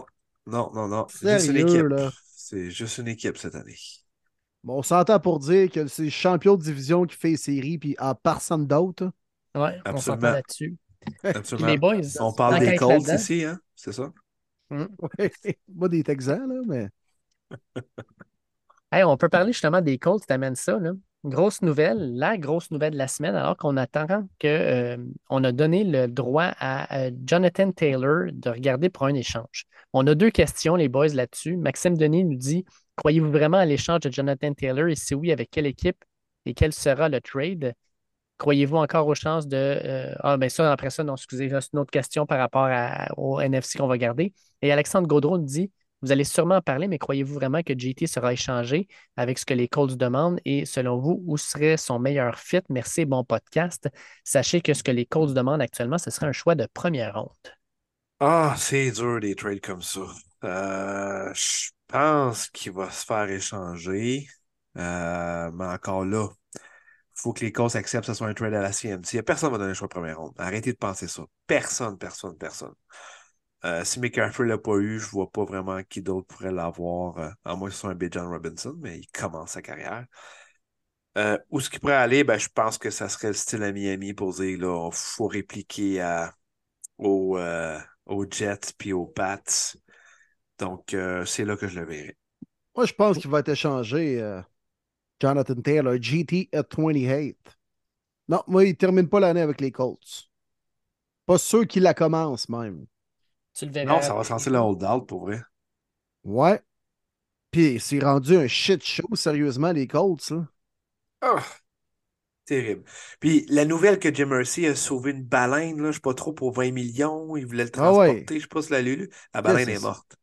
Non, non, non. Juste une Sérieux, équipe. là. C'est juste une équipe cette année. Bon, on s'entend pour dire que c'est le champion de division qui fait les séries, puis en personne d'autre. Ouais, on s'entend Absolument. là-dessus. Puis les Absolument. boys, On parle tant des qu'à être Colts là-dedans, ici, hein? C'est ça? hmm, Pas des Texans, là, mais. hey, on peut parler justement des Colts, tu t'amènes ça, là. Grosse nouvelle, la grosse nouvelle de la semaine, alors qu'on attend que on a donné le droit à Jonathan Taylor de regarder pour un échange. On a deux questions, les boys, là-dessus. Maxime Denis nous dit, croyez-vous vraiment à l'échange de Jonathan Taylor et si oui, avec quelle équipe et quel sera le trade? Croyez-vous encore aux chances de. Ah, ben ça, après ça, non, excusez, c'est une autre question par rapport au NFC qu'on va garder. Et Alexandre Gaudreau nous dit, vous allez sûrement en parler, mais croyez-vous vraiment que JT sera échangé avec ce que les Colts demandent et selon vous, où serait son meilleur fit? Merci, bon podcast. Sachez que ce que les Colts demandent actuellement, ce serait un choix de première ronde. Ah, c'est dur des trades comme ça. Je pense qu'il va se faire échanger. Mais encore là, il faut que les Colts acceptent que ce soit un trade à la CMC. Personne ne va donner le choix de première ronde. Arrêtez de penser ça. Personne, personne, personne. Si McCaffrey ne l'a pas eu, je vois pas vraiment qui d'autre pourrait l'avoir, à moins que ce soit un Bijan Robinson, mais il commence sa carrière. Où est-ce qu'il pourrait aller? Ben, je pense que ça serait le style à Miami pour dire là, il faut répliquer aux, euh, aux Jets puis aux Pats. Donc, c'est là que je le verrai. Moi, je pense qu'il va être échangé, Jonathan Taylor, GT at 28. Non, moi, il termine pas l'année avec les Colts. Pas sûr qu'il la commence, même. Tu le Non, verrais ça va avec sentir les le Colts. hold-out pour vrai. Ouais. Puis c'est rendu un shit show, sérieusement, les Colts, là. Ah, terrible. Puis la nouvelle que Jim Mercy a sauvé une baleine, là, je sais pas trop, pour 20 millions, il voulait le Ah ouais. transporter, je sais pas si la lu. La Qu'est-ce baleine que est c'est ça? morte.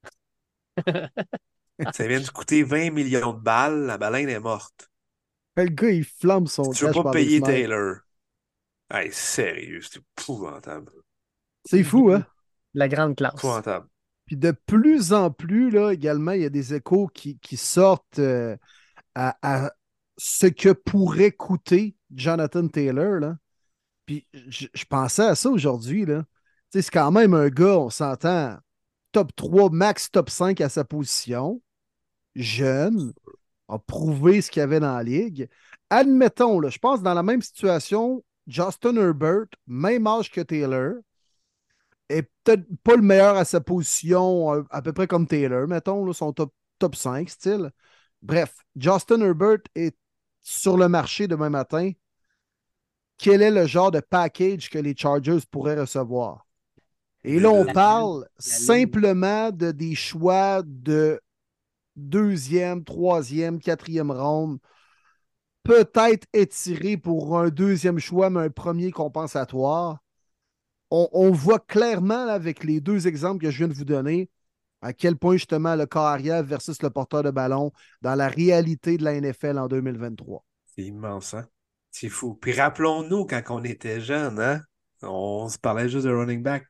Ça vient de coûter 20 millions de balles, la baleine est morte. Le gars, il flambe Si son tu veux cash pas par des payer fenêtres. Taylor, hey, sérieux, c'est épouvantable. C'est fou, hein? La grande classe. Épouvantable. Puis de plus en plus, là, également, il y a des échos qui sortent à ce que pourrait coûter Jonathan Taylor, là. Puis je pensais à ça aujourd'hui, là. Tu sais, c'est quand même un gars, on s'entend, top 3 max top 5 à sa position, jeune, a prouvé ce qu'il y avait dans la ligue. Admettons, là, je pense dans la même situation, Justin Herbert, même âge que Taylor, est peut-être pas le meilleur à sa position, à peu près comme Taylor, mettons, là, son top 5 style. Bref, Justin Herbert est sur le marché demain matin. Quel est le genre de package que les Chargers pourraient recevoir? Et là, on Débile. parle La lune. simplement de des choix de deuxième, troisième, quatrième ronde, peut-être étiré pour un deuxième choix, mais un premier compensatoire. On voit clairement là, avec les deux exemples que je viens de vous donner à quel point justement le corps arrière versus le porteur de ballon dans la réalité de la NFL en 2023. C'est immense, hein? C'est fou. Puis rappelons-nous, quand on était jeunes, hein? On se parlait juste de running back.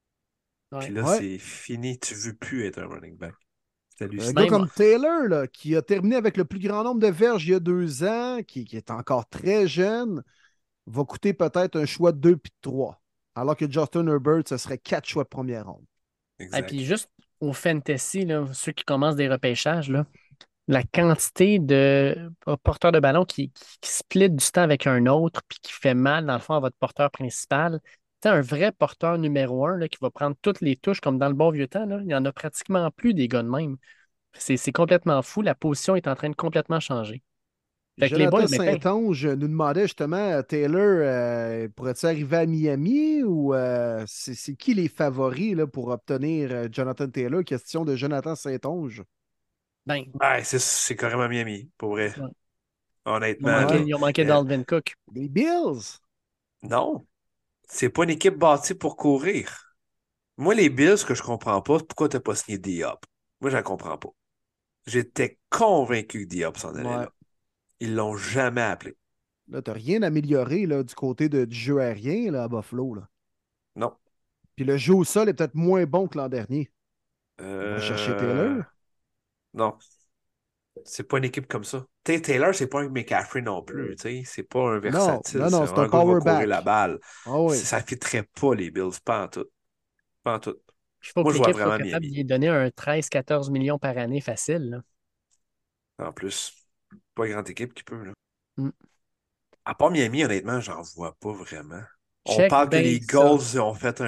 Puis Ouais. là, Ouais. c'est fini. Tu veux plus être un running back. C'est Un gars hallucinant. Même, comme Taylor, là, qui a terminé avec le plus grand nombre de verges il y a 2 ans, qui est encore très jeune, va coûter peut-être un choix de 2 puis de 3. Alors que Justin Herbert, ce serait 4 choix de première ronde. et puis Exact. juste au fantasy, là, ceux qui commencent des repêchages, là, la quantité de porteurs de ballon qui split du temps avec un autre puis qui fait mal, dans le fond, à votre porteur principal. C'est un vrai porteur numéro un là, qui va prendre toutes les touches comme dans le bon vieux temps. Là. Il n'y en a pratiquement plus des gars de même. C'est complètement fou. La position est en train de complètement changer. Fait que les boys, Jonathan mais ben, Saint-Onge nous demandait justement, Taylor, pourrait-il arriver à Miami ou c'est qui les favoris là, pour obtenir Jonathan Taylor? Question de Jonathan Saint-Onge. ben, Ouais, c'est carrément Miami, pour vrai. ouais. Honnêtement, là. Ils ont manqué Euh, d'Alvin Cook. Les Bills. non, c'est pas une équipe bâtie pour courir. Moi, les Bills, ce que je comprends pas, c'est pourquoi t'as pas signé Diop. Moi, je la comprends pas. J'étais convaincu que Diop s'en allait Ouais. là. Ils l'ont jamais appelé. Là, t'as rien amélioré là, du côté du jeu aérien là, à Buffalo. Là. Non. Puis le jeu au sol est peut-être moins bon que l'an dernier. Va chercher Euh... Taylor. Non. C'est pas une équipe comme ça. Tu sais, Taylor, c'est pas un McCaffrey non plus. Tu sais. C'est pas un Non, versatile. non, C'est non, c'est vraiment un un gars qui va power courir la back. balle. Ah oui. Ça ne fitterait pas les Bills. Pas en tout. Pas en tout. Il faut Moi, que je vois l'équipe soit vraiment capable Miami. d'y donner un 13-14 millions par année facile. Là. En plus, pas grande équipe qui peut, là. Mm. À part Miami, honnêtement, j'en vois pas vraiment. On Check parle que les bien ça. Eagles ont fait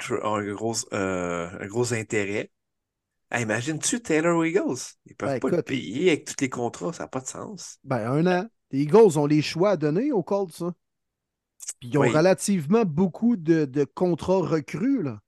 un gros intérêt. Hey, imagine-tu Taylor Eagles? Ils Ben, peuvent pas le écoute, payer avec tous les contrats, ça n'a pas de sens. ben, un an. Les Eagles ont les choix à donner aux Colts, ça. Puis ils ont Oui. relativement beaucoup de contrats recrues, là.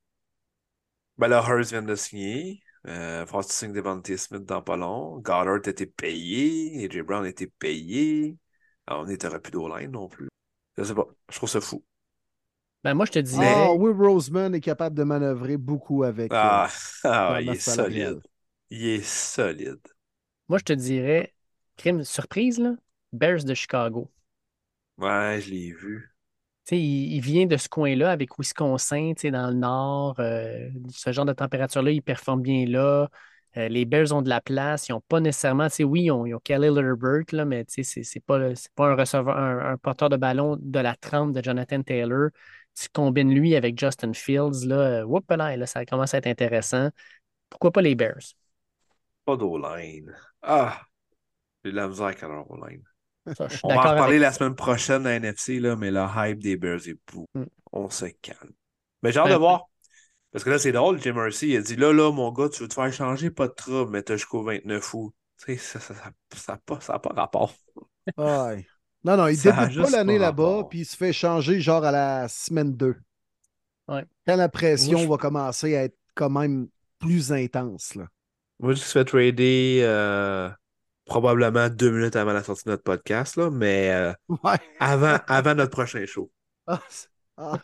Ben là, Hurts vient de signer. Faut signer Devontae Smith dans pas long. Goddard était payé. AJ Brown était payé. Alors, on n'était plus d'O-line non plus. Je sais pas. Je trouve ça fou. Ben, moi, je te Ah, dirais, Will Roseman est capable de manœuvrer beaucoup avec Ah, ah, la il est masse solide. salariale. Il est solide. moi, je te dirais, crime surprise, là, Bears de Chicago. Ouais, je l'ai vu. Tu sais, il vient de ce coin-là avec Wisconsin, tu sais, dans le nord. Ce genre de température-là, il performe bien là. Les Bears ont de la place. Ils n'ont pas nécessairement, tu sais, oui, ils ont Khalil Herbert, là, mais tu sais, c'est pas un receveur, un porteur de ballon de la trempe de Jonathan Taylor. Tu combines lui avec Justin Fields, là, là, ça commence à être intéressant. Pourquoi pas les Bears? Pas d'O-line. Ah, j'ai de la misère avec leur O-line. Ça, je suis On va en d'accord reparler avec la toi. semaine prochaine à NFC, là, mais le hype des Bears est fou. Mm. On se calme. Mais j'ai hâte de Ben, voir. Parce que là, c'est drôle, Jim Mercy, il a dit là, mon gars, tu veux te faire changer, pas de trouble, mais t'as jusqu'au 29 août. Tu sais, ça a pas rapport. Ouais. Non, non, il Ça a débute pas juste pas l'année là-bas, rapport. puis il se fait changer genre à la semaine 2. ouais. Quand la Moi, pression je, va commencer à être quand même plus intense, là. moi, je suis fait trader probablement 2 minutes avant la sortie de notre podcast, là, mais Ouais. avant notre prochain show. Ah, ah.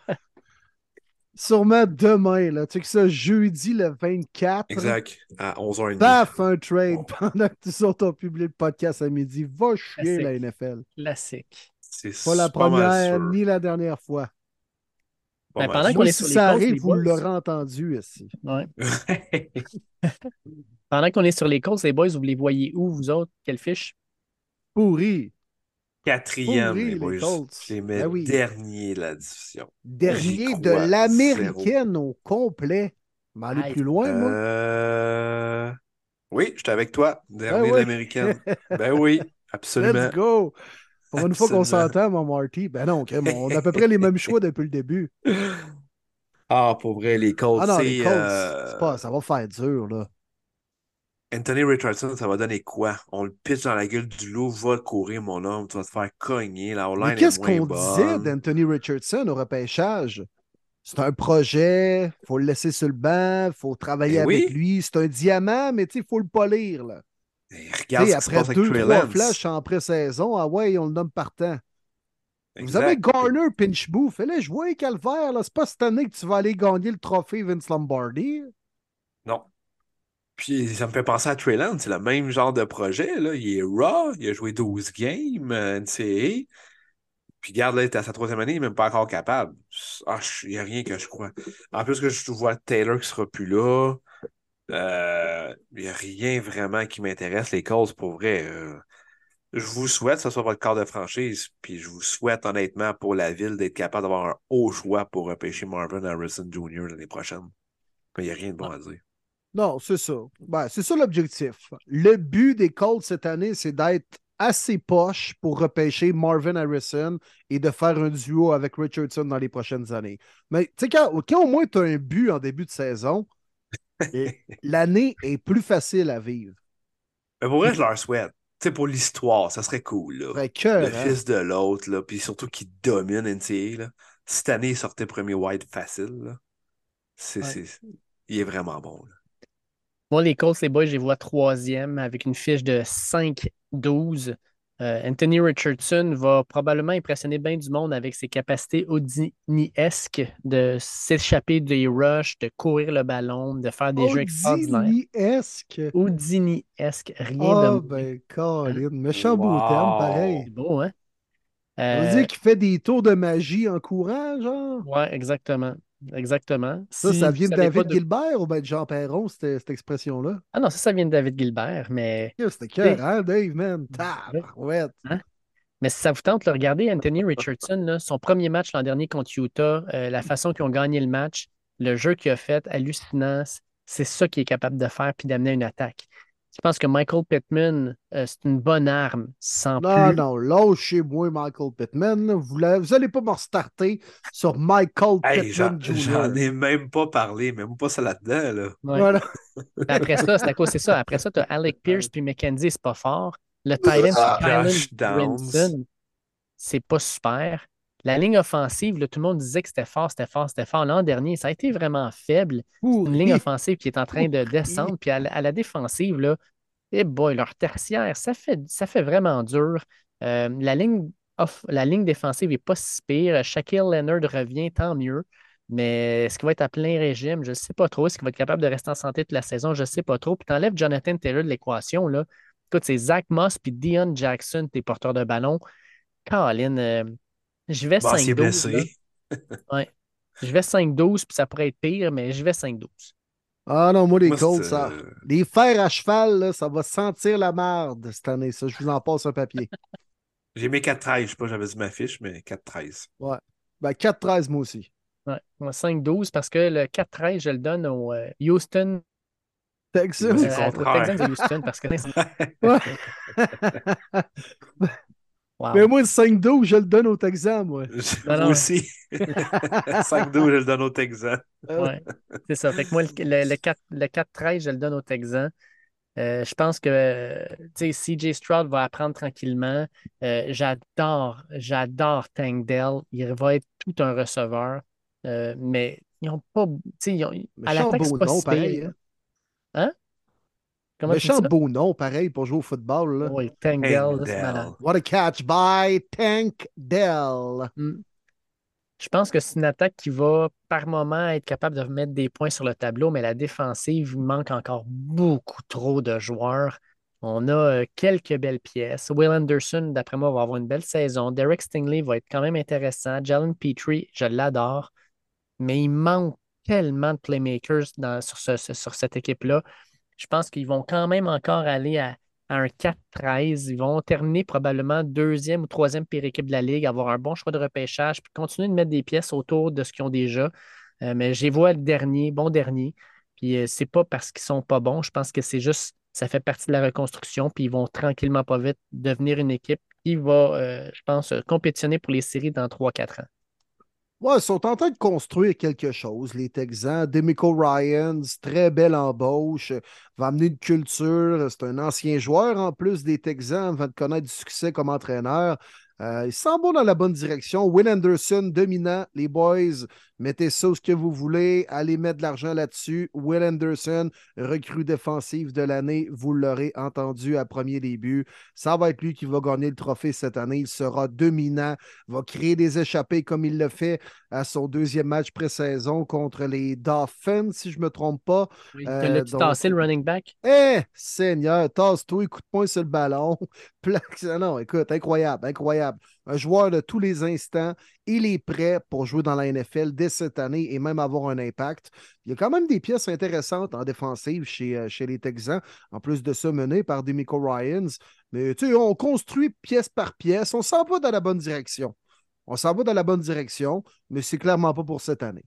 Sûrement demain, là. Tu sais que ça, jeudi le 24, Exact, à 11h30. paf, un trade pendant que tu autres ont publié le podcast à midi. Va chier la Classique. NFL. Classique. Pas la C'est pas mal première sûr. ni la dernière fois. Pas Ben, mal pendant qu'on Moi, est sûr. si sur les ça Colts, arrive, les vous boys. l'aurez entendu ici. Ouais. Pendant qu'on est sur les Colts, les boys, vous les voyez où, vous autres? Quelle fiche? Pourri. Quatrième, les Pourri, les boys. Je Colts. les mets Ben oui. dernier de la division. J'y Dernier de crois zéro. l'américaine au complet. Mais aller Aïe. plus loin, moi. Euh... Oui, j'étais avec toi. Ben Dernier de oui. l'américaine. Ben oui, Let's absolument. go. Pour une fois qu'on Absolument. s'entend, mon Marty. Ben non, crème, on a à peu près les mêmes choix depuis le début. Ah, pour vrai, les Colts, Ah non, les c'est Colts, c'est pas, ça va faire dur, là. Anthony Richardson, ça va donner quoi? On le pitch dans la gueule du loup, va courir, mon homme, tu vas te faire cogner, la Mais O-line est qu'est-ce moins qu'on disait bonne. d'Anthony Richardson au repêchage? C'est un projet, faut le laisser sur le banc, faut travailler Ben avec oui, lui. C'est un diamant, mais il faut le polir, là. ben, Tu regarde sais, ce qui se après passe avec deux, Trey trois Lance. flashs en pré-saison, ah ouais, on le nomme partant. Vous avez Exact. Garner Pinchboo. Fais-le jouer, Calvaire. Là. C'est pas cette année que tu vas aller gagner le trophée Vince Lombardi. Non. Puis ça me fait penser à Trey Lance, c'est le même genre de projet, là. Il est raw, il a joué 12 games, NCAA. Puis regarde, là, il est à sa troisième année, il n'est même pas encore capable. Ah, il n'y a rien que je crois. En plus que je vois Taylor qui sera plus là. Il n'y a rien vraiment qui m'intéresse, les causes pour vrai. Je vous souhaite que ce soit votre quart de franchise, puis je vous souhaite honnêtement pour la ville d'être capable d'avoir un haut choix pour repêcher Marvin Harrison Jr. l'année prochaine. Mais il n'y a rien de bon à dire. Non, c'est ça. Ben, c'est ça l'objectif. Le but des Colts cette année, c'est d'être assez poche pour repêcher Marvin Harrison et de faire un duo avec Richardson dans les prochaines années. Mais tu sais, quand au moins tu as un but en début de saison, l'année est plus facile à vivre. Mais pour vrai, je leur souhaite. Tu sais, pour l'histoire, ça serait cool, là. Très Le cœur, hein? fils de l'autre, là, puis surtout qui domine NCAA, là. Cette année, il sortait premier wide facile, là. C'est, Ouais. c'est... Il est vraiment bon, là. Moi, les Colts, les boys, je les vois troisième avec une fiche de 5-12. Anthony Richardson va probablement impressionner bien du monde avec ses capacités Houdini-esques de s'échapper des rushs, de courir le ballon, de faire des jeux extraordinaires. Houdini-esque. Houdini-esque, rien de Ah, moins. ben, Hein? Colin. Méchant beau terme, Wow! pareil. C'est beau, hein? Ça veut dire Euh, qu'il fait des tours de magie en courant, genre? ouais, exactement. Exactement. Ça Si vous vient de savez pas David de. Gilbert ou bien de Jean Perron, cette expression-là? Ah non, ça vient de David Gilbert, mais. C'était tu cœur, sais, hein, Dave, man? ouais, Tabarouette. hein? Mais si ça vous tente, là, regardez Anthony Richardson, là, son premier match l'an dernier contre Utah, la façon qu'ils ont gagné le match, le jeu qu'il a fait, hallucinant, c'est ça qu'il est capable de faire puis d'amener une attaque. Je pense que Michael Pittman, c'est une bonne arme, sans Non, plus. non, lâchez-moi Michael Pittman. Vous allez pas me restarter sur Michael Hey, Pittman j'en Jr. ai même pas parlé, même pas ça là-dedans, là. Ouais. Voilà. Après ça, c'est à cause, c'est ça. Après ça, tu as Alec Pierce puis McKenzie, c'est pas fort. Le tight end, Ah, Kylan Josh Downs. Brinson, c'est pas super. La ligne offensive, là, tout le monde disait que c'était fort, c'était fort, c'était fort. L'an dernier, ça a été vraiment faible. C'est une ligne pourri, offensive qui est en train de pourri. descendre. Puis à la défensive, là, eh boy, leur tertiaire, ça fait vraiment dur. La ligne défensive n'est pas si pire. Shaquille Leonard revient, tant mieux. Mais est-ce qu'il va être à plein régime? Je ne sais pas trop. Est-ce qu'il va être capable de rester en santé toute la saison? Je ne sais pas trop. Puis tu enlèves Jonathan Taylor de l'équation, là. Écoute, c'est Zach Moss puis Deion Jackson, tes porteurs de ballon. Colin, je vais Bah, s'il est 5-12, là. blessé. Ouais. Je vais 5-12, puis ça pourrait être pire, mais je vais 5-12. Ah non, moi, les Moi, Colts, ça. Les fers à cheval, là, ça va sentir la marde cette année. Ça, je vous en passe un papier. j'ai mis 4-13. Je sais pas, j'avais dit ma fiche, mais 4-13. Ouais. Ben, 4-13, moi aussi. Ouais. Moi, 5-12, parce que le 4-13, je le donne au Houston. Moi, c'est le Texans? Aux Texans contraire. de Houston parce que Ouais. Mais wow. moi, le 5-12, je le donne aux Texans, moi. Non, Moi non, aussi. 5-12, je le donne au Texan. ouais. C'est ça. Fait que moi, le 4-13, je le donne aux Texans. Je pense que tu sais, CJ Stroud va apprendre tranquillement. J'adore Tank Dell. Il va être tout un receveur. Mais ils n'ont pas. Tu sais, à Méchant l'attaque, c'est beau pas nom, si pire, pareil. là. Hein? Hein? Comment tu dis Méchant ça? beau nom, pareil, pour jouer au football. Là. Oui, Tank Dell, là, c'est malade. Engdale. What a catch by Tank Dell. Mm. Je pense que c'est une attaque qui va par moment être capable de mettre des points sur le tableau, mais la défensive, il manque encore beaucoup trop de joueurs. On a quelques belles pièces. Will Anderson, d'après moi, va avoir une belle saison. Derek Stingley va être quand même intéressant. Jalen Petrie, je l'adore, mais il manque tellement de playmakers sur cette équipe-là. Je pense qu'ils vont quand même encore aller à un 4-13. Ils vont terminer probablement deuxième ou troisième pire équipe de la Ligue, avoir un bon choix de repêchage, puis continuer de mettre des pièces autour de ce qu'ils ont déjà. Mais je les vois le dernier, bon dernier. Puis c'est pas parce qu'ils sont pas bons. Je pense que c'est juste, ça fait partie de la reconstruction. Puis ils vont tranquillement, pas vite, devenir une équipe qui va, je pense, compétitionner pour les séries dans 3-4 ans. Ouais, ils sont en train de construire quelque chose, les Texans. Demico Ryans, très belle embauche, va amener une culture. C'est un ancien joueur en plus des Texans, va connaître du succès comme entraîneur. Il s'en va dans la bonne direction. Will Anderson, dominant. Les boys, mettez ça où ce que vous voulez. Allez mettre de l'argent là-dessus. Will Anderson, recrue défensive de l'année. Vous l'aurez entendu à premier début. Ça va être lui qui va gagner le trophée cette année. Il sera dominant, va créer des échappées comme il le fait à son deuxième match pré-saison contre les Dolphins, si je ne me trompe pas. Oui. L'as-tu Donc, tassé le running back? Seigneur, tasse-toi, coup de poing sur le ballon. Non, écoute, incroyable, incroyable. Un joueur de tous les instants, il est prêt pour jouer dans la NFL dès cette année et même avoir un impact. Il y a quand même des pièces intéressantes en défensive chez les Texans, en plus de ça mené par Demico Ryans. Mais tu sais, on construit pièce par pièce, on s'en va dans la bonne direction. On s'en va dans la bonne direction, mais c'est clairement pas pour cette année.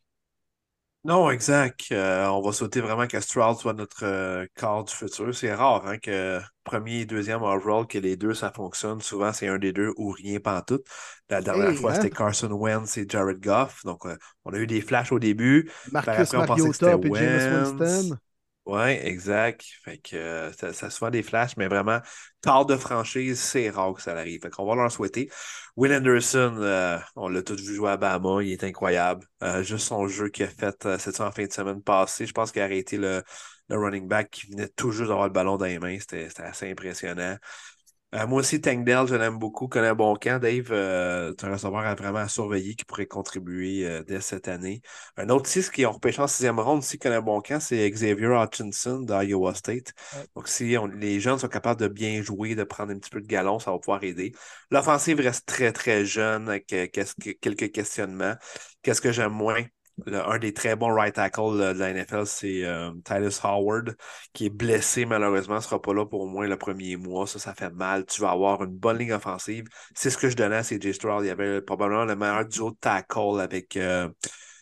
Non, exact. On va souhaiter vraiment que Stroud soit notre quart du futur. C'est rare hein, que premier et deuxième overall, que les deux, ça fonctionne. Souvent, c'est un des deux ou rien pantoute. La dernière Hey, fois, hein? c'était Carson Wentz et Jared Goff. Donc, on a eu des flashs au début. Par Marcus après, on pensait que c'était Mariota et Jameis Wentz. Winston. Oui, exact. Fait que ça a souvent des flashs, mais vraiment, quart de franchise, c'est rare que ça arrive. Fait qu'on va leur souhaiter. Will Anderson, on l'a tous vu jouer à Bama, il est incroyable. Juste son jeu qu'il a fait, c'était en fin de semaine passée. Je pense qu'il a arrêté le running back qui venait tout juste d'avoir le ballon dans les mains. C'était assez impressionnant. Moi aussi, Tank Dell, je l'aime beaucoup, connaît un bon camp. Dave, c'est un receveur vraiment à surveiller qui pourrait contribuer dès cette année. Un autre 6 qui ont repêché en sixième ronde aussi connaît un bon camp, c'est Xavier Hutchinson d'Iowa State. Ouais. Donc, si les jeunes sont capables de bien jouer, de prendre un petit peu de galon, ça va pouvoir aider. L'offensive reste très, très jeune avec quelques questionnements. Qu'est-ce que j'aime moins? Un des très bons right tackles de la NFL, c'est Tytus Howard, qui est blessé malheureusement, ne sera pas là pour au moins le premier mois. Ça fait mal. Tu vas avoir une bonne ligne offensive. C'est ce que je donnais à CJ Stroud. Il y avait probablement le meilleur duo de tackle avec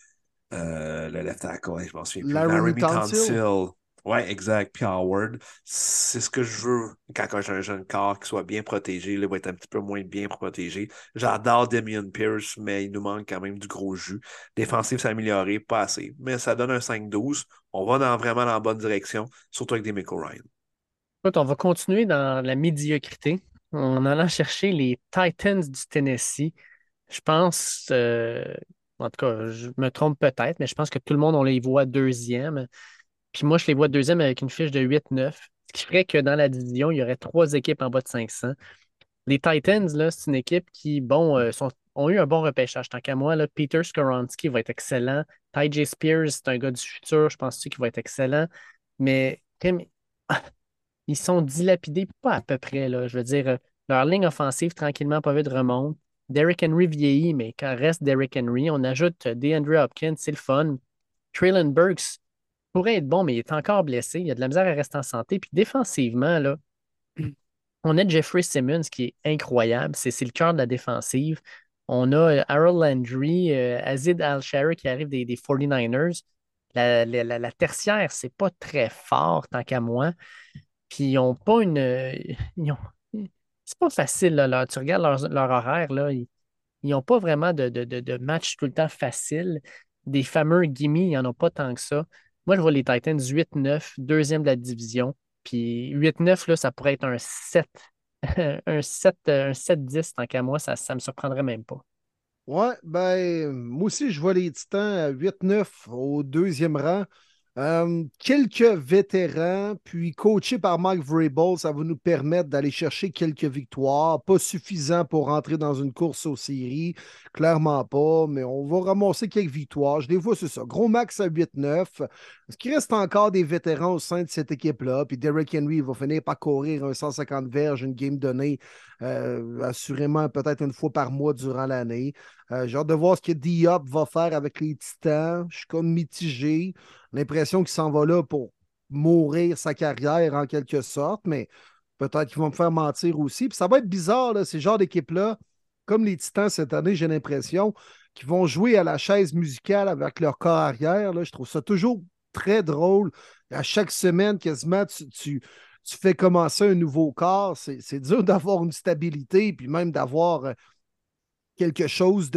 Le left tackle, ouais, je m'en souviens plus. Laramie Laramie Tunsil. Tunsil. Ouais, exact. Puis Howard, c'est ce que je veux quand j'ai un jeune corps qui soit bien protégé. Là, il va être un petit peu moins bien protégé. J'adore Damian Pierce, mais il nous manque quand même du gros jus. Défensif s'est amélioré, pas assez. Mais ça donne un 5-12. On va vraiment dans la bonne direction, surtout avec des Michael Ryan. Écoute, on va continuer dans la médiocrité en allant chercher les Titans du Tennessee. Je pense, en tout cas, je me trompe peut-être, mais je pense que tout le monde, on les voit deuxième. Puis moi, je les vois deuxième avec une fiche de 8-9, ce qui ferait que dans la division, il y aurait trois équipes en bas de 500. Les Titans, là, c'est une équipe qui, bon, ont eu un bon repêchage. Tant qu'à moi, là, Peter Skoronski va être excellent. Ty J. Spears, c'est un gars du futur, je pense qu'il va être excellent. Mais comme, ils sont dilapidés, pas à peu près, là. Je veux dire, leur ligne offensive, tranquillement, pas vite, remonte. Derrick Henry vieillit, mais quand reste Derrick Henry, on ajoute DeAndre Hopkins, c'est le fun. Traylon Burks pourrait être bon, mais il est encore blessé. Il a de la misère à rester en santé. Puis défensivement, là, on a Jeffrey Simmons qui est incroyable. C'est le cœur de la défensive. On a Harold Landry, Azid Al-Shari qui arrive des 49ers. La tertiaire, c'est pas très fort tant qu'à moi. Puis ils n'ont pas une. Ils ont- C'est pas facile, là, tu regardes leur horaire, là, ils n'ont pas vraiment de match tout le temps facile. Des fameux gimme, ils n'en ont pas tant que ça. Moi, je vois les Titans 8-9, deuxième de la division. Puis 8-9, là, ça pourrait être un 7. Un 7-10, tant qu'à moi, ça ne me surprendrait même pas. Ouais, ben, moi aussi, je vois les Titans à 8-9 au deuxième rang. Quelques vétérans, puis coachés par Mike Vrabel, ça va nous permettre d'aller chercher quelques victoires. Pas suffisant pour rentrer dans une course aux séries, clairement pas, mais on va ramasser quelques victoires. Je les vois, c'est ça. Gros max à 8-9. Est-ce qu'il reste encore des vétérans au sein de cette équipe-là? Puis Derrick Henry va finir par courir un 150 verges, une game donnée, assurément peut-être une fois par mois durant l'année. J'ai hâte de voir ce que Diop va faire avec les Titans. Je suis comme mitigé. L'impression qu'il s'en va là pour mourir sa carrière en quelque sorte, mais peut-être qu'ils vont me faire mentir aussi. Puis ça va être bizarre, là, ces genres d'équipes-là, comme les Titans cette année, j'ai l'impression, qu'ils vont jouer à la chaise musicale avec leur corps arrière. Là. Je trouve ça toujours très drôle. À chaque semaine, quasiment, tu fais commencer un nouveau corps. C'est dur d'avoir une stabilité, puis même d'avoir quelque chose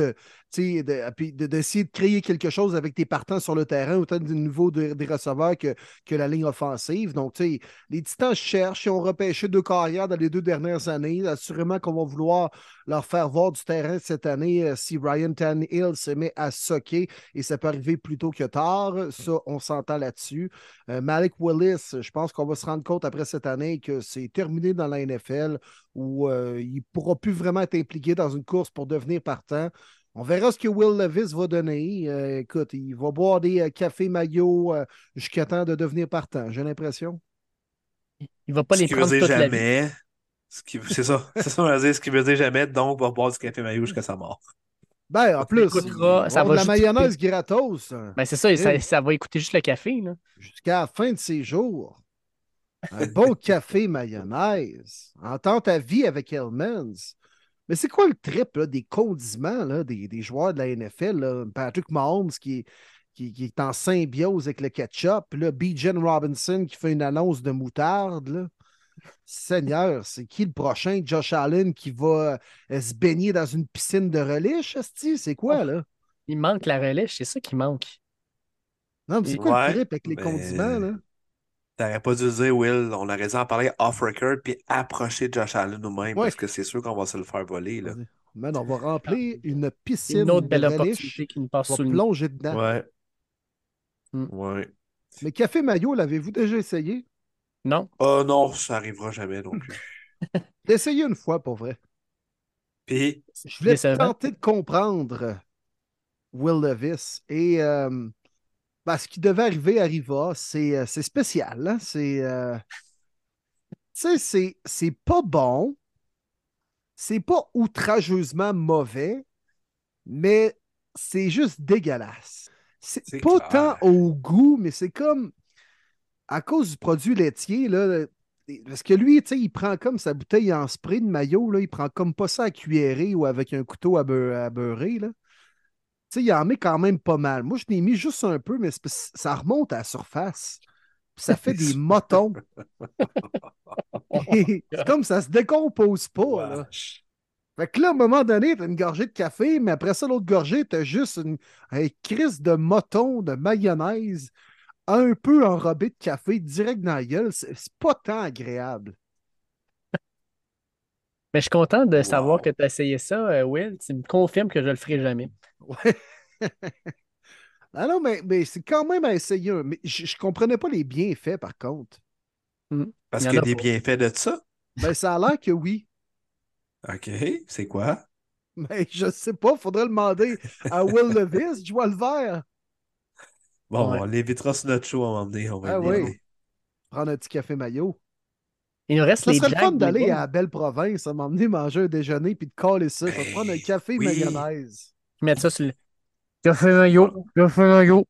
d'essayer de créer quelque chose avec tes partants sur le terrain, autant du niveau des receveurs que la ligne offensive. Donc, les Titans cherchent, ils ont repêché deux carrières dans les 2 dernières années. Assurément qu'on va vouloir leur faire voir du terrain cette année si Ryan Tannehill se met à socker et ça peut arriver plus tôt que tard. Ça, on s'entend là-dessus. Malik Willis, je pense qu'on va se rendre compte après cette année que c'est terminé dans la NFL où il ne pourra plus vraiment être impliqué dans une course pour devenir partant. On verra ce que Will Levis va donner. Écoute, il va boire des cafés maillots jusqu'à temps de devenir partant, j'ai l'impression. Il ne va pas Ce les qui veut prendre dire toute la vie. jamais. C'est ça. C'est ça, on va dire. Ce qui veut dire jamais, donc va boire du café maillot jusqu'à sa mort. Ben, en Ça plus, il écoutera, va ça avoir va de la juste coûter. mayonnaise gratos Ben, c'est ça, crime, ça va écouter juste le café, là. jusqu'à la fin de ses jours. Un bon café mayonnaise. Entends ta vie avec Hellmans. Mais c'est quoi le trip là, des condiments là, des joueurs de la NFL? Là? Patrick Mahomes qui est en symbiose avec le ketchup. Puis là, Bijan Robinson qui fait une annonce de moutarde. Là. Seigneur, c'est qui le prochain? Josh Allen qui va se baigner dans une piscine de relish? esti? C'est Oh, quoi, là? il manque la relèche, c'est ça qui manque. Non, mais c'est Et- quoi le Ouais, trip avec les condiments, mais là? t'aurais pas dû le dire, Will. On aurait dû en parler off-record puis approcher Josh Allen nous-mêmes Ouais. parce que c'est sûr qu'on va se le faire voler, là. Vas-y. Man, on va Ah, remplir une une autre piscine de belle relish. opportunité qui nous passe On va sous le nez. plonger dedans. Ouais, Hmm. ouais. Mais café mayo, l'avez-vous déjà essayé? Non? Oh non, ça arrivera jamais non plus. L'essayez une fois, pour vrai. Puis, C'est Je voulais décevant. tenter de comprendre Will Levis. Et ce qui devait arriver arriva. C'est spécial. Hein? C'est pas bon. C'est pas outrageusement mauvais, mais c'est juste dégueulasse. C'est c'est pas tant clair. au goût, mais c'est comme à cause du produit laitier, là, parce que lui, tu sais, il prend comme sa bouteille en spray de maillot, là, il prend comme pas ça à cuillère ou avec un couteau à beurrer, là. Tu sais, il en met quand même pas mal. Moi, je n'ai mis juste un peu, mais ça remonte à la surface. Puis ça fait des motons. C'est comme ça se décompose pas, là. Wesh. Fait que là, à un moment donné, t'as une gorgée de café, mais après ça, l'autre gorgée, t'as juste un crise de moton, de mayonnaise, un peu enrobé de café direct dans la gueule. C'est pas tant agréable. Mais je suis content de savoir que Wow. tu as essayé ça, Will. Tu me confirmes que je le ferai jamais. Ouais. Ah non, mais c'est quand même à essayer un. Mais je comprenais pas les bienfaits, par contre. Hmm. Il Parce y en qu'il y a a des pas. bienfaits de ça. Ben, ça a l'air que oui. OK, c'est quoi? Mais je sais pas, faudrait le demander à Will Levis. Je vois le vert. Bon, Ouais. on l'évitera sur notre show à un moment donné, on va Ah le oui, demander. prendre un petit café maillot. Il nous reste Ça les serait le fun Jags, les d'aller boys. à la belle province, à m'emmener manger un déjeuner puis de caler ça. Je vais te prendre un Ben café oui. mayonnaise. Mettre ça sur le. Café maillot, On café maillot.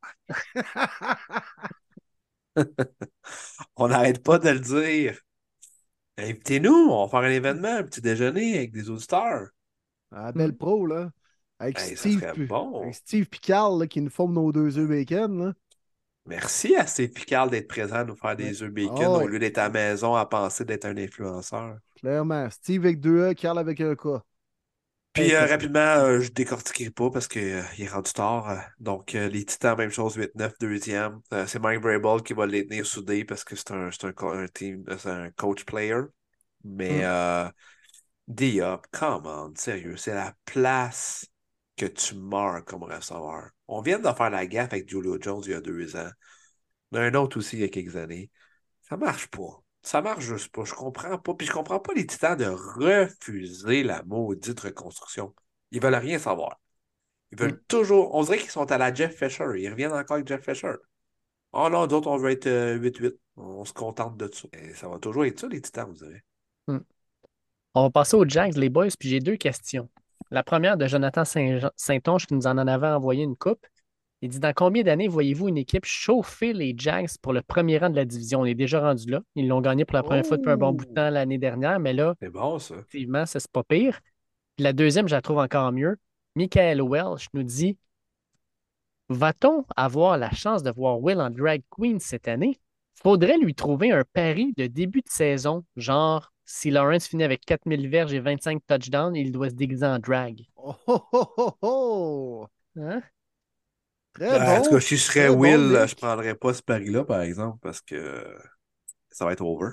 on n'arrête pas de le dire. Invitez-nous, on va faire un événement, un petit déjeuner avec des auditeurs. À la Hmm. belle pro, là. Avec Hey, ça Steve, serait avec bon. Steve Picard, là, qui nous forme nos 2 œufs bacon, là. Merci à Steve Picard d'être présent à nous faire Ouais. des œufs Ah bacon au ouais, lieu d'être à la maison à penser d'être un influenceur. clairement. Steve avec 2 E, Carl avec un K. Puis Écoute, rapidement, je décortiquerai pas parce que, il est rendu tard. Donc, les Titans, même chose, 8-9, deuxième. C'est Mike Vrabel qui va les tenir soudés parce que un team, c'est un coach player. Mais hmm. D-Up, come on, sérieux, c'est la place que tu meurs comme receveur. On vient de faire la gaffe avec Julio Jones il y a 2 ans. Il y en a un autre aussi il y a quelques années. Ça marche pas. Ça marche juste pas. Je comprends pas. Puis je comprends pas les Titans de refuser la maudite reconstruction. Ils veulent rien savoir. Ils Hmm. veulent toujours. On dirait qu'ils sont à la Jeff Fisher. Ils reviennent encore avec Jeff Fisher. Oh non, d'autres, on veut être 8-8. On se contente de ça. Et ça va toujours être ça, les Titans, vous savez. Hmm. On va passer aux Jags, les boys, puis j'ai deux questions. La première de Jonathan Saint-Onge qui nous en avait envoyé une coupe. Il dit, dans combien d'années voyez-vous une équipe chauffer les Jags pour le premier rang de la division? On est déjà rendu là. Ils l'ont gagné pour la première fois depuis un bon bout de Oh! temps l'année dernière, mais là, C'est bon, ça. effectivement, ça, c'est pas pire. Puis la deuxième, je la trouve encore mieux. Michael Welch nous dit, va-t-on avoir la chance de voir Will en drag queen cette année? Faudrait lui trouver un pari de début de saison, genre si Lawrence finit avec 4000 verges et 25 touchdowns, il doit se déguiser en drag. Oh, oh, oh, oh, oh! Hein? En tout cas, si je serais Très bon, Will, je Nick. prendrais pas ce pari-là, par exemple, parce que ça va être over.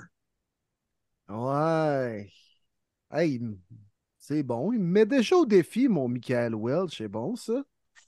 Ouais. Hey, c'est bon. Il me met déjà au défi, mon Michael Welch. C'est bon, ça.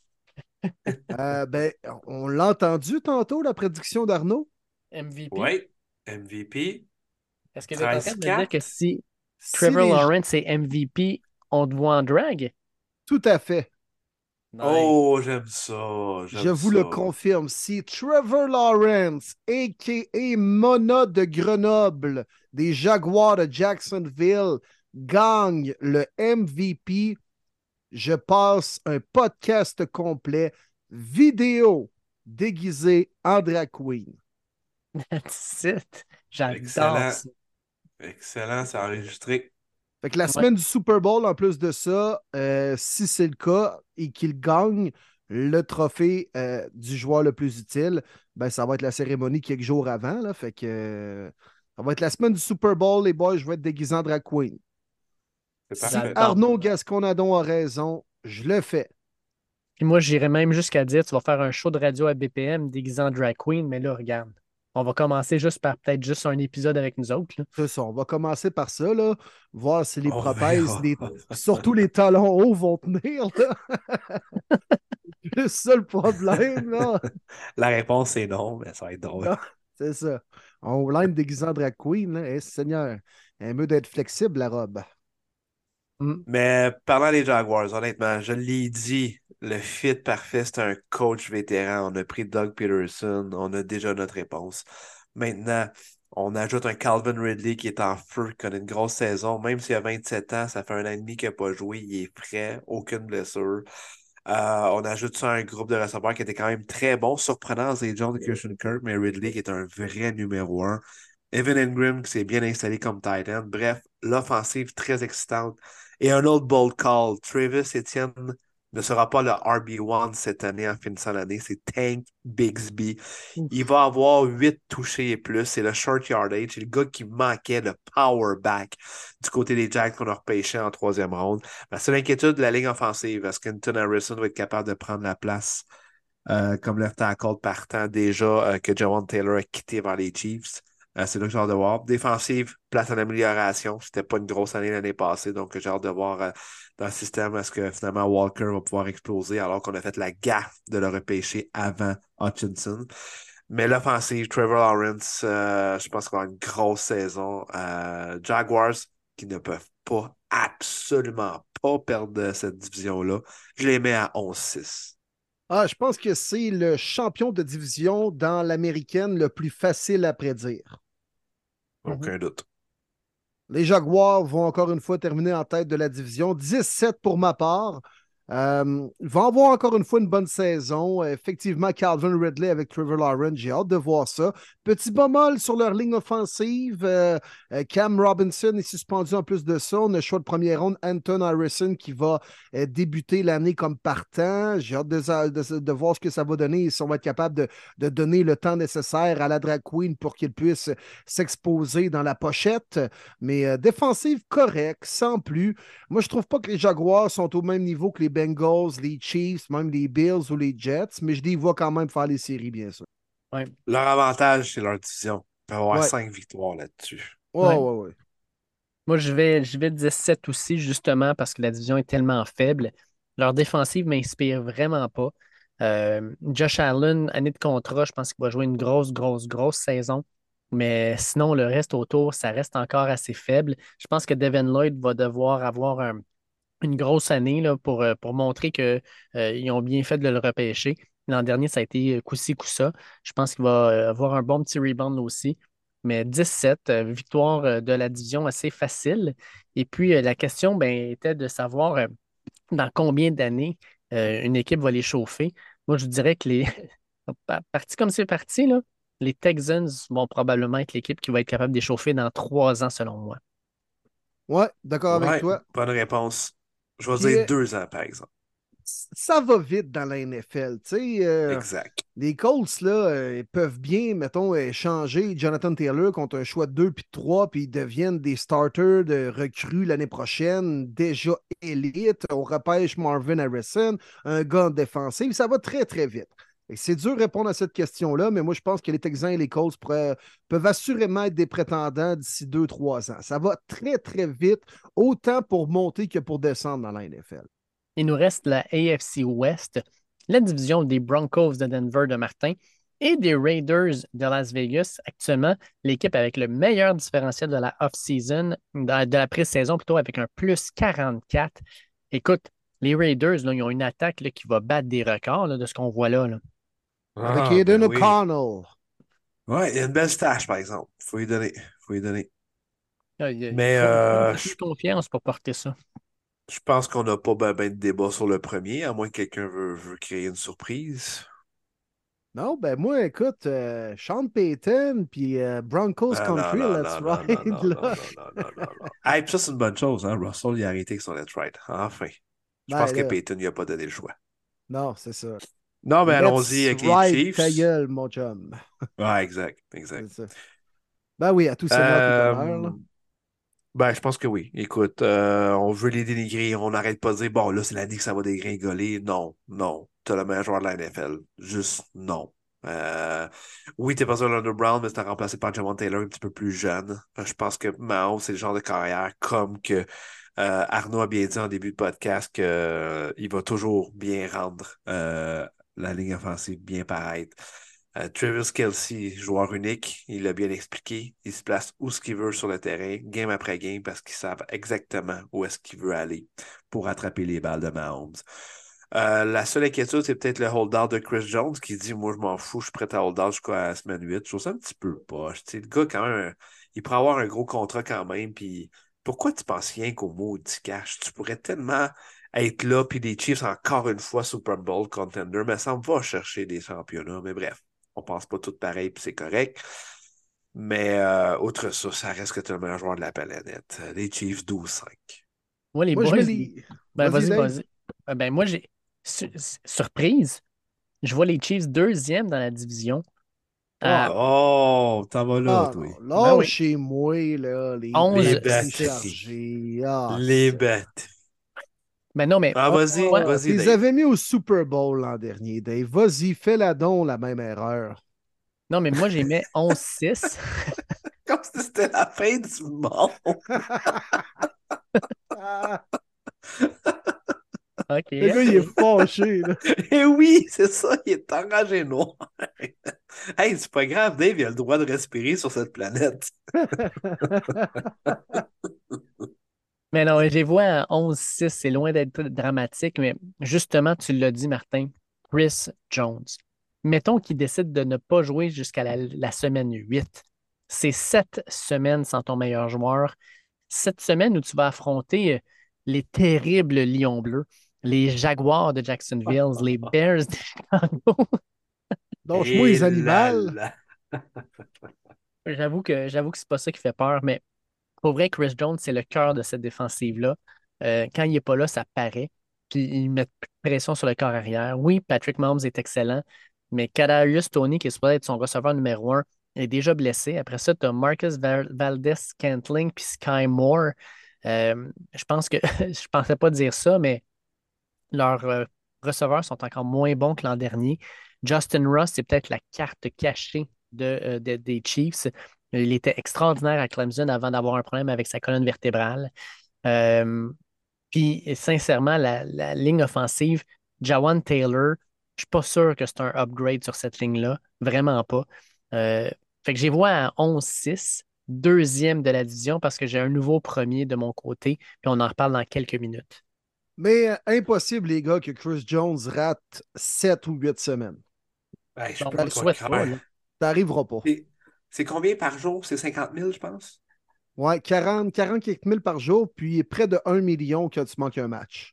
Ben, on l'a entendu tantôt, la prédiction d'Arnaud. MVP? Oui. MVP, Est-ce que tu es en train de me dire que 13-4. si Si Trevor les... Lawrence est MVP, on te voit en drag? Tout à fait. Nice. Oh, j'aime ça. Je J'aime vous le ça. confirme. Si Trevor Lawrence, a.k.a. Mona de Grenoble, des Jaguars de Jacksonville, gagne le MVP, je passe un podcast complet, vidéo déguisé en drag queen. That's it. J'adore Excellent. ça. Excellent, c'est enregistré. Fait que la Ouais. semaine du Super Bowl, en plus de ça, si c'est le cas et qu'il gagne le trophée du joueur le plus utile, ben ça va être la cérémonie quelques jours avant. Là, fait que ça va être la semaine du Super Bowl, les boys, je vais être déguisé en drag queen. C'est Si parfait. J'adore. Arnaud Gasconadon a raison, je le fais. Puis moi, j'irais même jusqu'à dire, tu vas faire un show de radio à BPM déguisé en drag queen, mais là, regarde. On va commencer juste par peut-être juste un épisode avec nous autres, là. C'est ça, on va commencer par ça, là, voir si les On prothèses, verra. surtout les talons hauts vont tenir. Là. C'est ça le problème. Là. La réponse est non, mais ça va être drôle. Non, c'est ça. On l'aime déguisé en drag queen. Là. Eh, Seigneur, elle mieux d'être flexible, la robe. Mm. Mais parlant des Jaguars, honnêtement, je l'ai dit, le fit parfait, c'est un coach vétéran. On a pris Doug Peterson, on a déjà notre réponse. Maintenant, on ajoute un Calvin Ridley qui est en feu, qui connaît une grosse saison. Même s'il a 27 ans, ça fait un an et demi qu'il n'a pas joué, il est frais, aucune blessure. On ajoute ça à un groupe de receveurs qui était quand même très bon, surprenant, c'est John de Christian Kirk, mais Ridley qui est un vrai numéro un. Evan Ingram qui s'est bien installé comme tight end. Bref, l'offensive très excitante. Et un autre bold call, Travis Etienne ne sera pas le RB1 cette année en finissant l'année, c'est Tank Bigsby. Il Ouf. va avoir 8 touchés et plus. C'est le short yardage. C'est le gars qui manquait le power back du côté des Jacks qu'on a repêché en troisième ronde. La seule inquiétude de la ligne offensive, est-ce qu'Anton Harrison va être capable de prendre la place comme left tackle partant déjà que Jawan Taylor a quitté vers les Chiefs? C'est là que j'ai hâte de voir. Défensive, place en amélioration. C'était pas une grosse année l'année passée, donc j'ai hâte de voir dans le système est-ce que finalement Walker va pouvoir exploser alors qu'on a fait la gaffe de le repêcher avant Hutchinson. Mais l'offensive, Trevor Lawrence, je pense qu'on a une grosse saison. Jaguars qui ne peuvent pas, absolument pas perdre cette division-là. Je les mets à 11-6. Ah, je pense que c'est le champion de division dans l'américaine le plus facile à prédire. Mhm. Aucun doute. Les Jaguars vont encore une fois terminer en tête de la division. 17 pour ma part. Ils vont avoir encore une fois une bonne saison. Effectivement, Calvin Ridley avec Trevor Lawrence, j'ai hâte de voir ça. Petit bémol sur leur ligne offensive. Cam Robinson est suspendu en plus de ça. On a choix de première ronde, Anton Harrison qui va débuter l'année comme partant. J'ai hâte de voir ce que ça va donner et si on va être capable de donner le temps nécessaire à la drag queen pour qu'il puisse s'exposer dans la pochette. Mais défensive correcte, sans plus. Moi, je trouve pas que les Jaguars sont au même niveau que les Bengals, les Chiefs, même les Bills ou les Jets, mais je les vois quand même faire les séries, bien sûr. Ouais. Leur avantage, c'est leur division. Ils peuvent avoir Ouais, 5 victoires là-dessus. ouais, Ouais. ouais, ouais. Moi, je vais 17 aussi, justement, parce que la division est tellement faible. Leur défensive m'inspire vraiment pas. Josh Allen, année de contrat, je pense qu'il va jouer une grosse, grosse, grosse saison. Mais sinon, le reste autour, ça reste encore assez faible. Je pense que Devin Lloyd va devoir avoir une grosse année là, pour montrer qu'ils ont bien fait de le repêcher. L'an dernier, ça a été coup-ci, coup-ça. Je pense qu'il va avoir un bon petit rebound aussi. Mais 17, victoire de la division assez facile. Et puis, la question ben, était de savoir dans combien d'années une équipe va les chauffer. Moi, je dirais que parti comme c'est parti, là, les Texans vont probablement être l'équipe qui va être capable de les chauffer dans 3 ans, selon moi. Ouais, d'accord avec Ouais, toi. bonne réponse. Je vais Puis dire 2 ans, par exemple. ça va vite dans la NFL. Tu sais, Exact. les Colts, là, ils peuvent bien, mettons, échanger Jonathan Taylor contre un choix de 2 puis de 3, puis ils deviennent des starters de recrues l'année prochaine, déjà élite. On repêche Marvin Harrison, un gars en défensive. Ça va très, très vite. Et c'est dur de répondre à cette question-là, mais moi, je pense que les Texans et les Colts peuvent assurément être des prétendants d'ici 2, 3 ans. Ça va très, très vite, autant pour monter que pour descendre dans la NFL. Il nous reste la AFC West, la division des Broncos de Denver de Martin et des Raiders de Las Vegas. Actuellement, l'équipe avec le meilleur différentiel de la off-season, de la pré-saison plutôt, avec un plus 44. Écoute, les Raiders, là, ils ont une attaque là, qui va battre des records là, de ce qu'on voit là, là. Avec Ah, ben Aiden oui. O'Connell. Ouais, il y a une belle stache, par exemple. Faut y donner. Faut y donner. Il Mais faut un peu de confiance pour porter ça. je pense qu'on n'a pas ben de débat sur le premier, à moins que quelqu'un veut créer une surprise. Non, ben moi, écoute, Sean Payton puis Broncos Ah, non, Country, non, let's non, non, non, ride, non, non, là. non, non, non, non, non. Hey, puis ça, c'est une bonne chose, hein. Russell, il a arrêté avec son let's right. Enfin. Je pense Ben que là, Peyton, il a pas donné le choix. non, c'est ça. Non, mais allons-y Let's avec les ride ta Chiefs. gueule, mon chum. Ouais, exact, C'est exact. ça. Ben oui, à tout seigneur, tout honneur, là. Euh, Ben, je pense que oui. Écoute, on veut les dénigrer, on n'arrête pas de dire, bon, là, c'est l'année que ça va dégringoler. Non, non. T'as le meilleur joueur de la NFL. Juste non. Euh, oui, t'es pas sur London Brown, mais t'es remplacé par Jamon Taylor un petit peu plus jeune. Je pense que Mahomes, c'est le genre de carrière comme que Arnaud a bien dit en début de podcast qu'il va toujours bien rendre la ligne offensive, bien paraître. Travis Kelce, joueur unique, il l'a bien expliqué. Il se place où ce qu'il veut sur le terrain, game après game, parce qu'ils savent exactement où est-ce qu'il veut aller pour attraper les balles de Mahomes. La seule inquiétude, c'est peut-être le hold-out de Chris Jones qui dit moi, je m'en fous, je suis prêt à hold-out jusqu'à la semaine 8. Je trouve ça un petit peu poche. Tu sais, le gars, quand même, il pourrait avoir un gros contrat quand même. Puis pourquoi tu penses rien qu'au mot du cash? Tu pourrais tellement être là, puis les Chiefs, encore une fois, Super Bowl contender, mais ça me va chercher des championnats. Mais bref, on pense pas tout pareil, puis c'est correct. Mais outre ça, ça reste que tu es le meilleur joueur de la planète. Les Chiefs 12-5. Moi, les Moi, je boys, mets les. ben Vas-y, vas-y, Dave. vas-y. Ben moi, surprise, je vois les Chiefs deuxième dans la division. Ah, Oh, t'en vas là, ah toi. non, Ben oui. lâchez-moi, là, les 11, Les batteries batteries. chargées. Ah, Les batteries. mais non, mais Ah, vas-y, moi, tu vas-y, les Dave. avais mis au Super Bowl l'an dernier, Dave. Vas-y, fais-la donc la même erreur. non, mais moi, j'ai mis 11-6. Comme si c'était la fin du monde. Ah, OK, le gars, il est OK. fâché, là. Eh oui, c'est ça, il est enragé noir. Hey, c'est pas grave, Dave, il a le droit de respirer sur cette planète. Mais non, je les vois à 11-6, c'est loin d'être dramatique, mais justement, tu l'as dit, Martin, Chris Jones. Mettons qu'il décide de ne pas jouer jusqu'à la semaine 8. C'est 7 semaines sans ton meilleur joueur. 7 semaines où tu vas affronter les terribles Lions bleus, les Jaguars de Jacksonville, les Bears de Chicago. Lâche-moi Et les là animaux. là. J'avoue que c'est pas ça qui fait peur, mais pour vrai, Chris Jones, c'est le cœur de cette défensive-là. Quand il n'est pas là, ça paraît. Puis ils mettent plus de pression sur le corps arrière. Oui, Patrick Mahomes est excellent, mais Kadarius Toney, qui est supposé être son receveur numéro un, est déjà blessé. Après ça, tu as Marcus Valdez-Scantling puis Sky Moore. Je pense que je pensais pas dire ça, mais leurs receveurs sont encore moins bons que l'an dernier. Justin Ross, c'est peut-être la carte cachée des Chiefs. Il était extraordinaire à Clemson avant d'avoir un problème avec sa colonne vertébrale. Euh, Puis, sincèrement, la ligne offensive, Jawan Taylor, je ne suis pas sûr que c'est un upgrade sur cette ligne-là. Vraiment pas. Euh, Fait que j'ai vois à 11-6, deuxième de la division, parce que j'ai un nouveau premier de mon côté, puis on en reparle dans quelques minutes. Mais impossible, les gars, que Chris Jones rate 7 ou 8 semaines. Ben, je Bon, peux on pas le trop souhaite pas, croire. là. Ça n'arrivera pas. C'est combien par jour? C'est 50 000, je pense? Ouais, 40 quelques mille par jour, puis près de 1 million quand tu manques un match.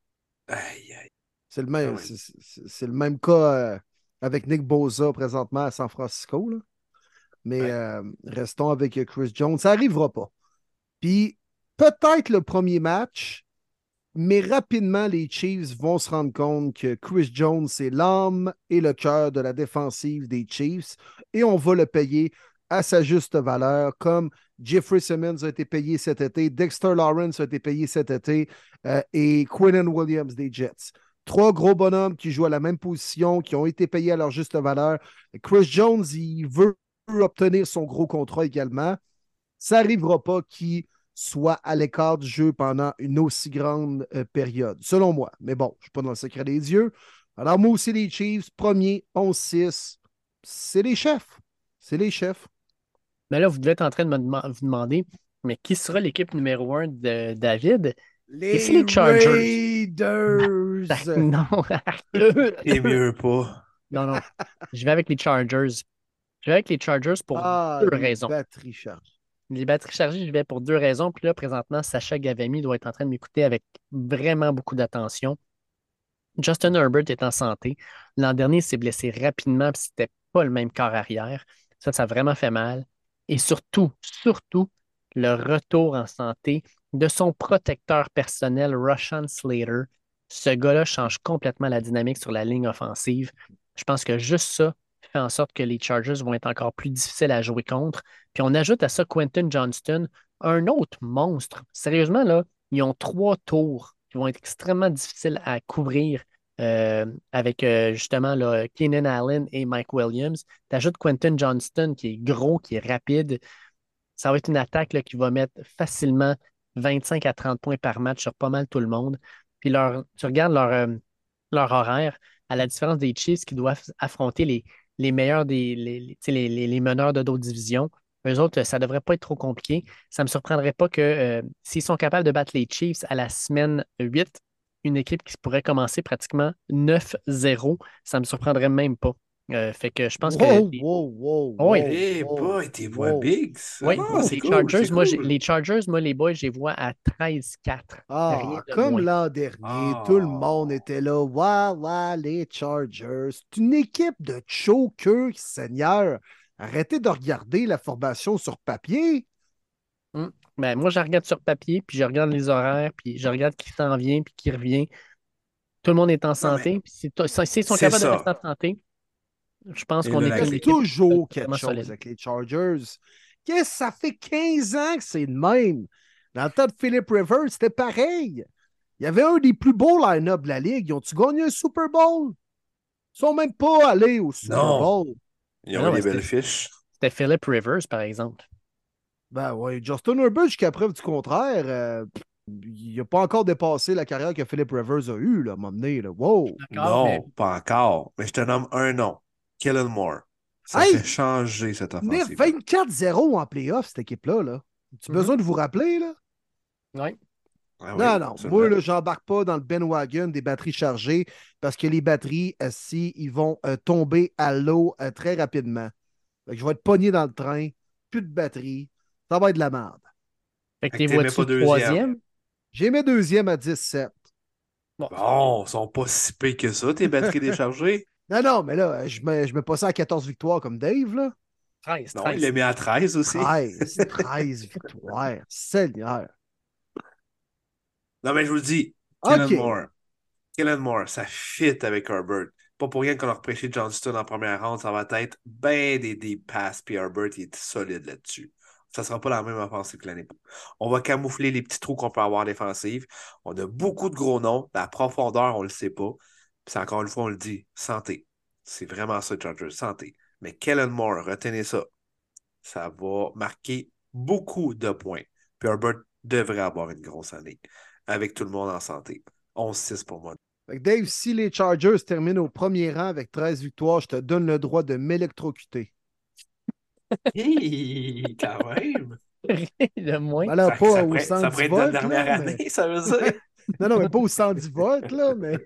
Aïe, aïe, C'est le quand même, même. c'est le même cas avec Nick Bosa présentement à San Francisco, là. Mais Ouais. restons avec Chris Jones. Ça n'arrivera pas. Puis peut-être le premier match, mais rapidement, les Chiefs vont se rendre compte que Chris Jones, c'est l'âme et le cœur de la défensive des Chiefs et on va le payer à sa juste valeur, comme Jeffrey Simmons a été payé cet été, Dexter Lawrence a été payé cet été et Quinnen Williams des Jets. Trois gros bonhommes qui jouent à la même position, qui ont été payés à leur juste valeur. Chris Jones, il veut obtenir son gros contrat également. Ça n'arrivera pas qu'il soit à l'écart du jeu pendant une aussi grande période, selon moi. Mais bon, je ne suis pas dans le secret des dieux. Alors, moi aussi, les Chiefs, premier, 11-6, c'est les chefs. C'est les chefs. Mais là, vous devez être en train de vous demander, mais qui sera l'équipe numéro un de David? Et c'est Les les Chargers. Raiders. Non, Et mieux pas. non, non. Je vais avec les Chargers. Je vais avec les Chargers pour Ah, deux les raisons. batteries chargées. Les batteries chargées, je vais pour deux raisons. Puis là, présentement, Sacha Gavami doit être en train de m'écouter avec vraiment beaucoup d'attention. Justin Herbert est en santé. L'an dernier, il s'est blessé rapidement, puis c'était pas le même corps arrière. Ça a vraiment fait mal. Et surtout, le retour en santé de son protecteur personnel, Rashawn Slater. Ce gars-là change complètement la dynamique sur la ligne offensive. Je pense que juste ça fait en sorte que les Chargers vont être encore plus difficiles à jouer contre. Puis on ajoute à ça Quentin Johnston, un autre monstre. Sérieusement, là, ils ont 3 tours qui vont être extrêmement difficiles à couvrir avec justement là, Keenan Allen et Mike Williams. Tu ajoutes Quentin Johnston qui est gros, qui est rapide. Ça va être une attaque là, qui va mettre facilement 25 à 30 points par match sur pas mal tout le monde. Puis tu regardes leur horaire, à la différence des Chiefs qui doivent affronter les meilleurs tu sais, les meneurs de d'autres divisions. Eux autres, ça ne devrait pas être trop compliqué. Ça ne me surprendrait pas que s'ils sont capables de battre les Chiefs à la semaine 8, une équipe qui pourrait commencer pratiquement 9-0, ça ne me surprendrait même pas. Fait que je pense que Wow, wow, wow, oh oui, wow, Eh wow, boy, t'es voix wow, big. oui, Non, c'est les cool, Chargers, c'est cool. moi, les boys, je les vois à 13-4. Rien Ah, de comme moins. l'an dernier, tout le monde Oh. était là. Voilà, les Chargers. C'est une équipe de chokers, Seigneur. Arrêtez de regarder la formation sur papier. Ben, moi, je regarde sur papier, puis je regarde les horaires, puis je regarde qui s'en vient, puis qui revient. Tout le monde est en Non, mais santé. Puis s'ils sont c'est capables de rester ça. en santé, je pense Et qu'on de est la Il y a une clé. équipe toujours quelque vraiment chose solide. avec les Chargers. Qu'est-ce que ça fait 15 ans que c'est le même? Dans le temps de Philip Rivers, c'était pareil. Il y avait un des plus beaux line-up de la Ligue. Ils ont-tu gagné un Super Bowl? Ils sont même pas allés au Super Non, Bowl. ils Mais ont eu non, mais des belles fiches. c'était Philip Rivers, par exemple. Ben ouais, Justin Herbert, jusqu'à preuve du contraire, il n'a pas encore dépassé la carrière que Philip Rivers a eue, là, à un moment donné, là. Wow! D'accord, mais Non, pas encore. Mais je te nomme un nom. Kellen Moore. Ça fait Hey! changer cette Menait offensive-là. 24-0 en playoff, cette équipe-là, là. As-tu mhm, besoin de vous rappeler, là? ouais. Ah Non, oui, non. Moi, absolument. là, j'embarque pas dans le bandwagon des batteries chargées parce que les batteries, si, ils vont tomber à l'eau très rapidement. Fait que je vais être pogné dans le train, plus de batterie, ça va être de la merde. Fait que Fait que t'es t'aimais vois-tu pas deuxième. troisième? J'ai mes deuxièmes à 17. Bon, Bon, ils sont pas si pires que ça, tes batteries déchargées. Non, non, mais là, je mets pas ça à 14 victoires comme Dave, là. 13, Non, il 13. l'a mis à 13 aussi. 13 victoires. Seigneur. Non, mais je vous le dis, Kellen OK. Moore. Kellen Moore, ça fit avec Herbert. Pas pour rien qu'on a repêché Johnston en première ronde, ça va être bien des deep passes, puis Herbert, il est solide là-dessus. Ça sera pas la même offensive que l'année passée. On va camoufler les petits trous qu'on peut avoir en défensive. On a beaucoup de gros noms. La profondeur, on le sait pas. Puis c'est encore une fois, on le dit, santé. C'est vraiment ça, Chargers, santé. Mais Kellen Moore, retenez ça. Ça va marquer beaucoup de points. Puis Herbert devrait avoir une grosse année avec tout le monde en santé. 11-6 pour moi. Fait que Dave, si les Chargers terminent au premier rang avec 13 victoires, je te donne le droit de m'électrocuter. Hi, quand même. Rien de moins. Ben là, pas au Ça 110 pourrait être notre volts, là, dernière mais. année, ça veut dire. Non, non, mais pas au 110 volts, là, mais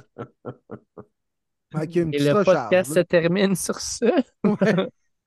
avec une Et petite le recharge, podcast là. se termine sur ça. Ouais.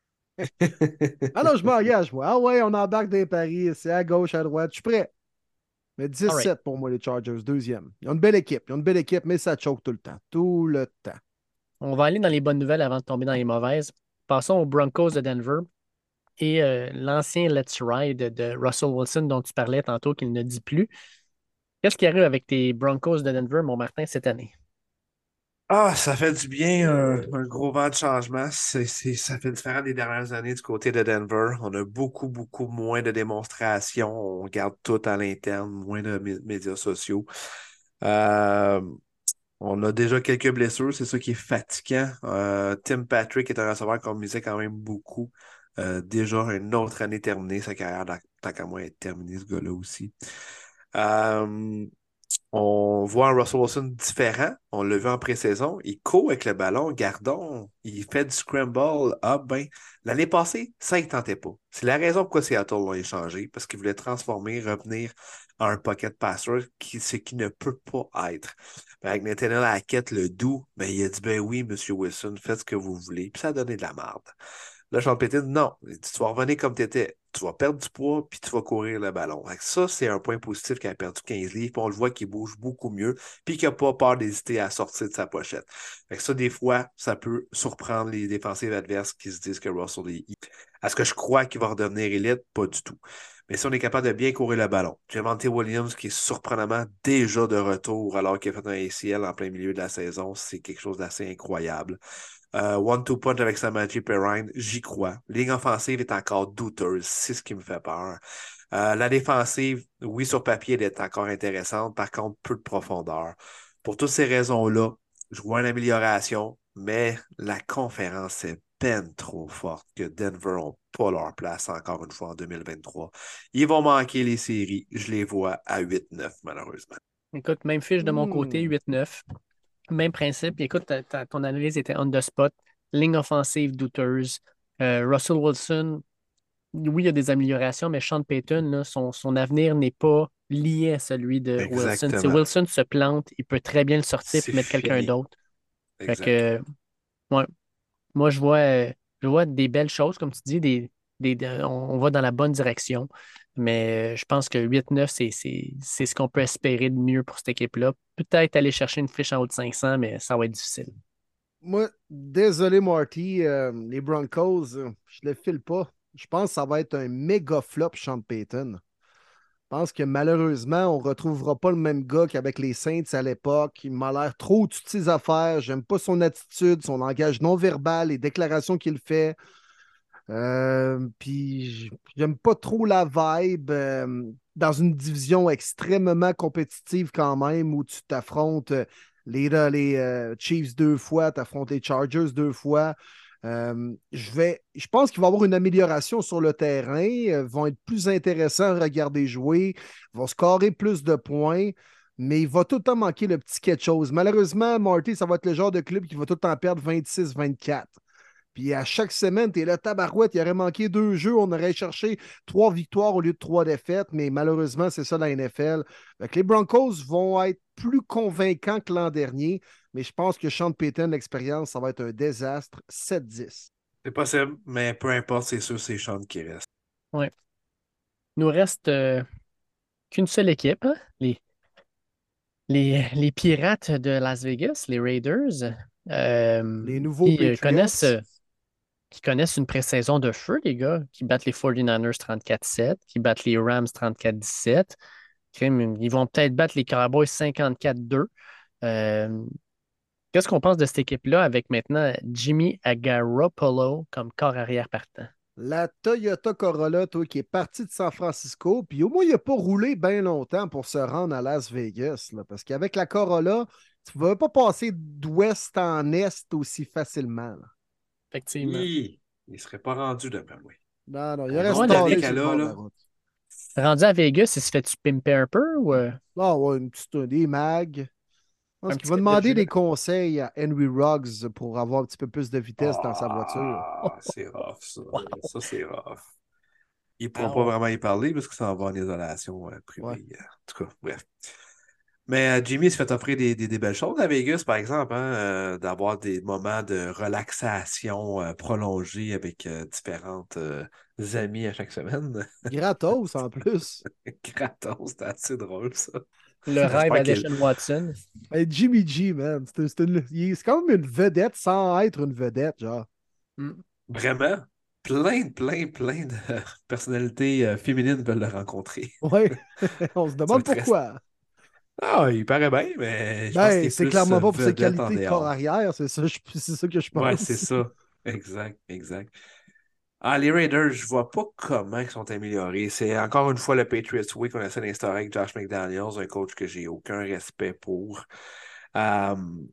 Ah non, je m'engage, moi. Ah ouais, on embarque des paris. C'est à gauche, à droite. Je suis prêt. Mais All right. 17 pour moi, les Chargers, deuxième. Ils ont une belle équipe. Ils ont une belle équipe, mais ça choke tout le temps. Tout le temps. On va aller dans les bonnes nouvelles avant de tomber dans les mauvaises. Passons aux Broncos de Denver et l'ancien Let's Ride de Russell Wilson dont tu parlais tantôt qu'il ne dit plus. Qu'est-ce qui arrive avec tes Broncos de Denver, mon Martin, cette année? Ah, ça fait du bien, un gros vent de changement. Ça fait différent des dernières années du côté de Denver. On a beaucoup, beaucoup moins de démonstrations. On garde tout à l'interne, moins de médias sociaux. Euh, on a déjà quelques blessures, c'est ça qui est fatigant. Tim Patrick est un receveur qu'on misait quand même beaucoup. Déjà une autre année terminée, sa carrière, tant qu'à moi, est terminée, ce gars-là aussi. Euh, on voit un Russell Wilson différent. On l'a vu en pré-saison. Il court avec le ballon. Gardons. Il fait du scramble. Ah ben, l'année passée, ça, il ne tentait pas. C'est la raison pourquoi Seattle l'ont échangé, parce qu'il voulait transformer, revenir à un pocket passer, ce qui ne peut pas être. Ben, avec Nathaniel Hackett, le doux, ben, il a dit, ben oui, Monsieur Wilson, faites ce que vous voulez. Puis ça a donné de la merde. Là, Sean Payton, non. Il dit, tu vas revenir comme tu étais. Tu vas perdre du poids, puis tu vas courir le ballon. Fait que ça, c'est un point positif qu'il a perdu 15 livres, puis on le voit qu'il bouge beaucoup mieux, puis qu'il n'a pas peur d'hésiter à sortir de sa pochette. Fait que ça, des fois, ça peut surprendre les défensives adverses qui se disent que Russell est... Est-ce que je crois qu'il va redevenir élite? Pas du tout. Mais si on est capable de bien courir le ballon, Javonte Williams, qui est surprenamment déjà de retour alors qu'il a fait un ACL en plein milieu de la saison, c'est quelque chose d'assez incroyable. One-two punch avec Samaje Perine, j'y crois. Ligne offensive est encore douteuse, c'est ce qui me fait peur. La défensive, oui, sur papier, elle est encore intéressante, par contre, peu de profondeur. Pour toutes ces raisons-là, je vois une amélioration, mais la conférence est peine trop forte que Denver n'ont pas leur place encore une fois en 2023. Ils vont manquer les séries, je les vois à 8-9 malheureusement. Écoute, même fiche de mon côté, Hmm. 8-9. Même principe. Écoute, ton analyse était on the spot. Ligne offensive douteuse. Russell Wilson, oui, il y a des améliorations, mais Sean Payton, là, son avenir n'est pas lié à celui de Wilson. Si Exactement. Wilson se plante, il peut très bien le sortir C'est et mettre quelqu'un fini. d'autre. Fait Exact. que, ouais, moi, je vois des belles choses, comme tu dis, on va dans la bonne direction. Mais je pense que 8-9, c'est ce qu'on peut espérer de mieux pour cette équipe-là. Peut-être aller chercher une fiche en haut de 500, mais ça va être difficile. Moi, désolé, Marty, les Broncos, je le file pas. Je pense que ça va être un méga flop, Sean Payton. pense que malheureusement, on ne retrouvera pas le même gars qu'avec les Saints à l'époque. Il m'a l'air trop au-dessus de ses affaires. J'aime pas son attitude, son langage non verbal, les déclarations qu'il fait. Puis j'aime pas trop la vibe dans une division extrêmement compétitive quand même où tu t'affrontes les Chiefs 2 fois, tu affrontes les Chargers 2 fois. Je pense qu'il va y avoir une amélioration sur le terrain, vont être plus intéressants à regarder jouer, vont scorer plus de points, mais il va tout le temps manquer le petit quelque chose. Malheureusement, Marty, ça va être le genre de club qui va tout le temps perdre 26-24. Puis à chaque semaine, tu es là, tabarouette, il aurait manqué 2 jeux, on aurait cherché 3 victoires au lieu de 3 défaites, mais malheureusement, c'est ça la NFL. Fait que les Broncos vont être plus convaincants que l'an dernier, mais je pense que Sean Payton, l'expérience, ça va être un désastre. 7-10. C'est possible, mais peu importe, c'est sûr, c'est Sean qui reste. Ouais. Il nous reste qu'une seule équipe, hein? Les Pirates de Las Vegas, les Raiders, Les nouveaux qui Patriots. connaissent une pré-saison de feu, les gars, qui battent les 49ers 34-7, qui battent les Rams 34-17. Ils vont peut-être battre les Cowboys 54-2. Qu'est-ce qu'on pense de cette équipe-là avec maintenant Jimmy Garoppolo comme corps arrière partant? La Toyota Corolla, toi, qui est partie de San Francisco, puis au moins, il n'a pas roulé bien longtemps pour se rendre à Las Vegas, là, parce qu'avec la Corolla, tu ne vas pas passer d'ouest en est aussi facilement. Là. Effectivement. Il ne serait pas rendu de même, oui. Non, il Ouais, reste le tardé dernier sur le qu'elle a, bord de la là. route. Rendu à Vegas, il se fait-tu pimper un peu ou Ah ouais, des mags. Je pense un qu'il petit va peu de demander jus? des conseils à Henry Ruggs pour avoir un petit peu plus de vitesse dans sa voiture. Ah, c'est rough, ça. Wow. Ça, c'est rough. Ils ne pourront Ah pas ouais. vraiment y parler parce que ça va en isolation Ouais. privée. En tout cas, bref. Mais Jimmy se fait offrir des belles choses à Vegas, par exemple, hein, d'avoir des moments de relaxation prolongés avec différentes amies à chaque semaine. Gratos en plus. Gratos, c'est assez drôle, ça. Le rêve J'espère à qu'il... Deshaun Watson. Hey, Jimmy G, man. C'est quand même une vedette sans être une vedette, genre. Hmm. Vraiment, plein de personnalités féminines veulent le rencontrer. Ouais. On se Ça va demande être très... pourquoi. Ah, il paraît bien, mais je pense qu'il Ben, est c'est plus clairement pas pour ses vedette en qualités de corps dehors. arrière, c'est ça que je Ouais, c'est pense. ça. Exact, exact. Ah, les Raiders, je vois pas comment ils sont améliorés. C'est encore une fois le Patriots Way qu'on essaie d'instaurer avec Josh McDaniels, un coach que j'ai aucun respect pour. Euh,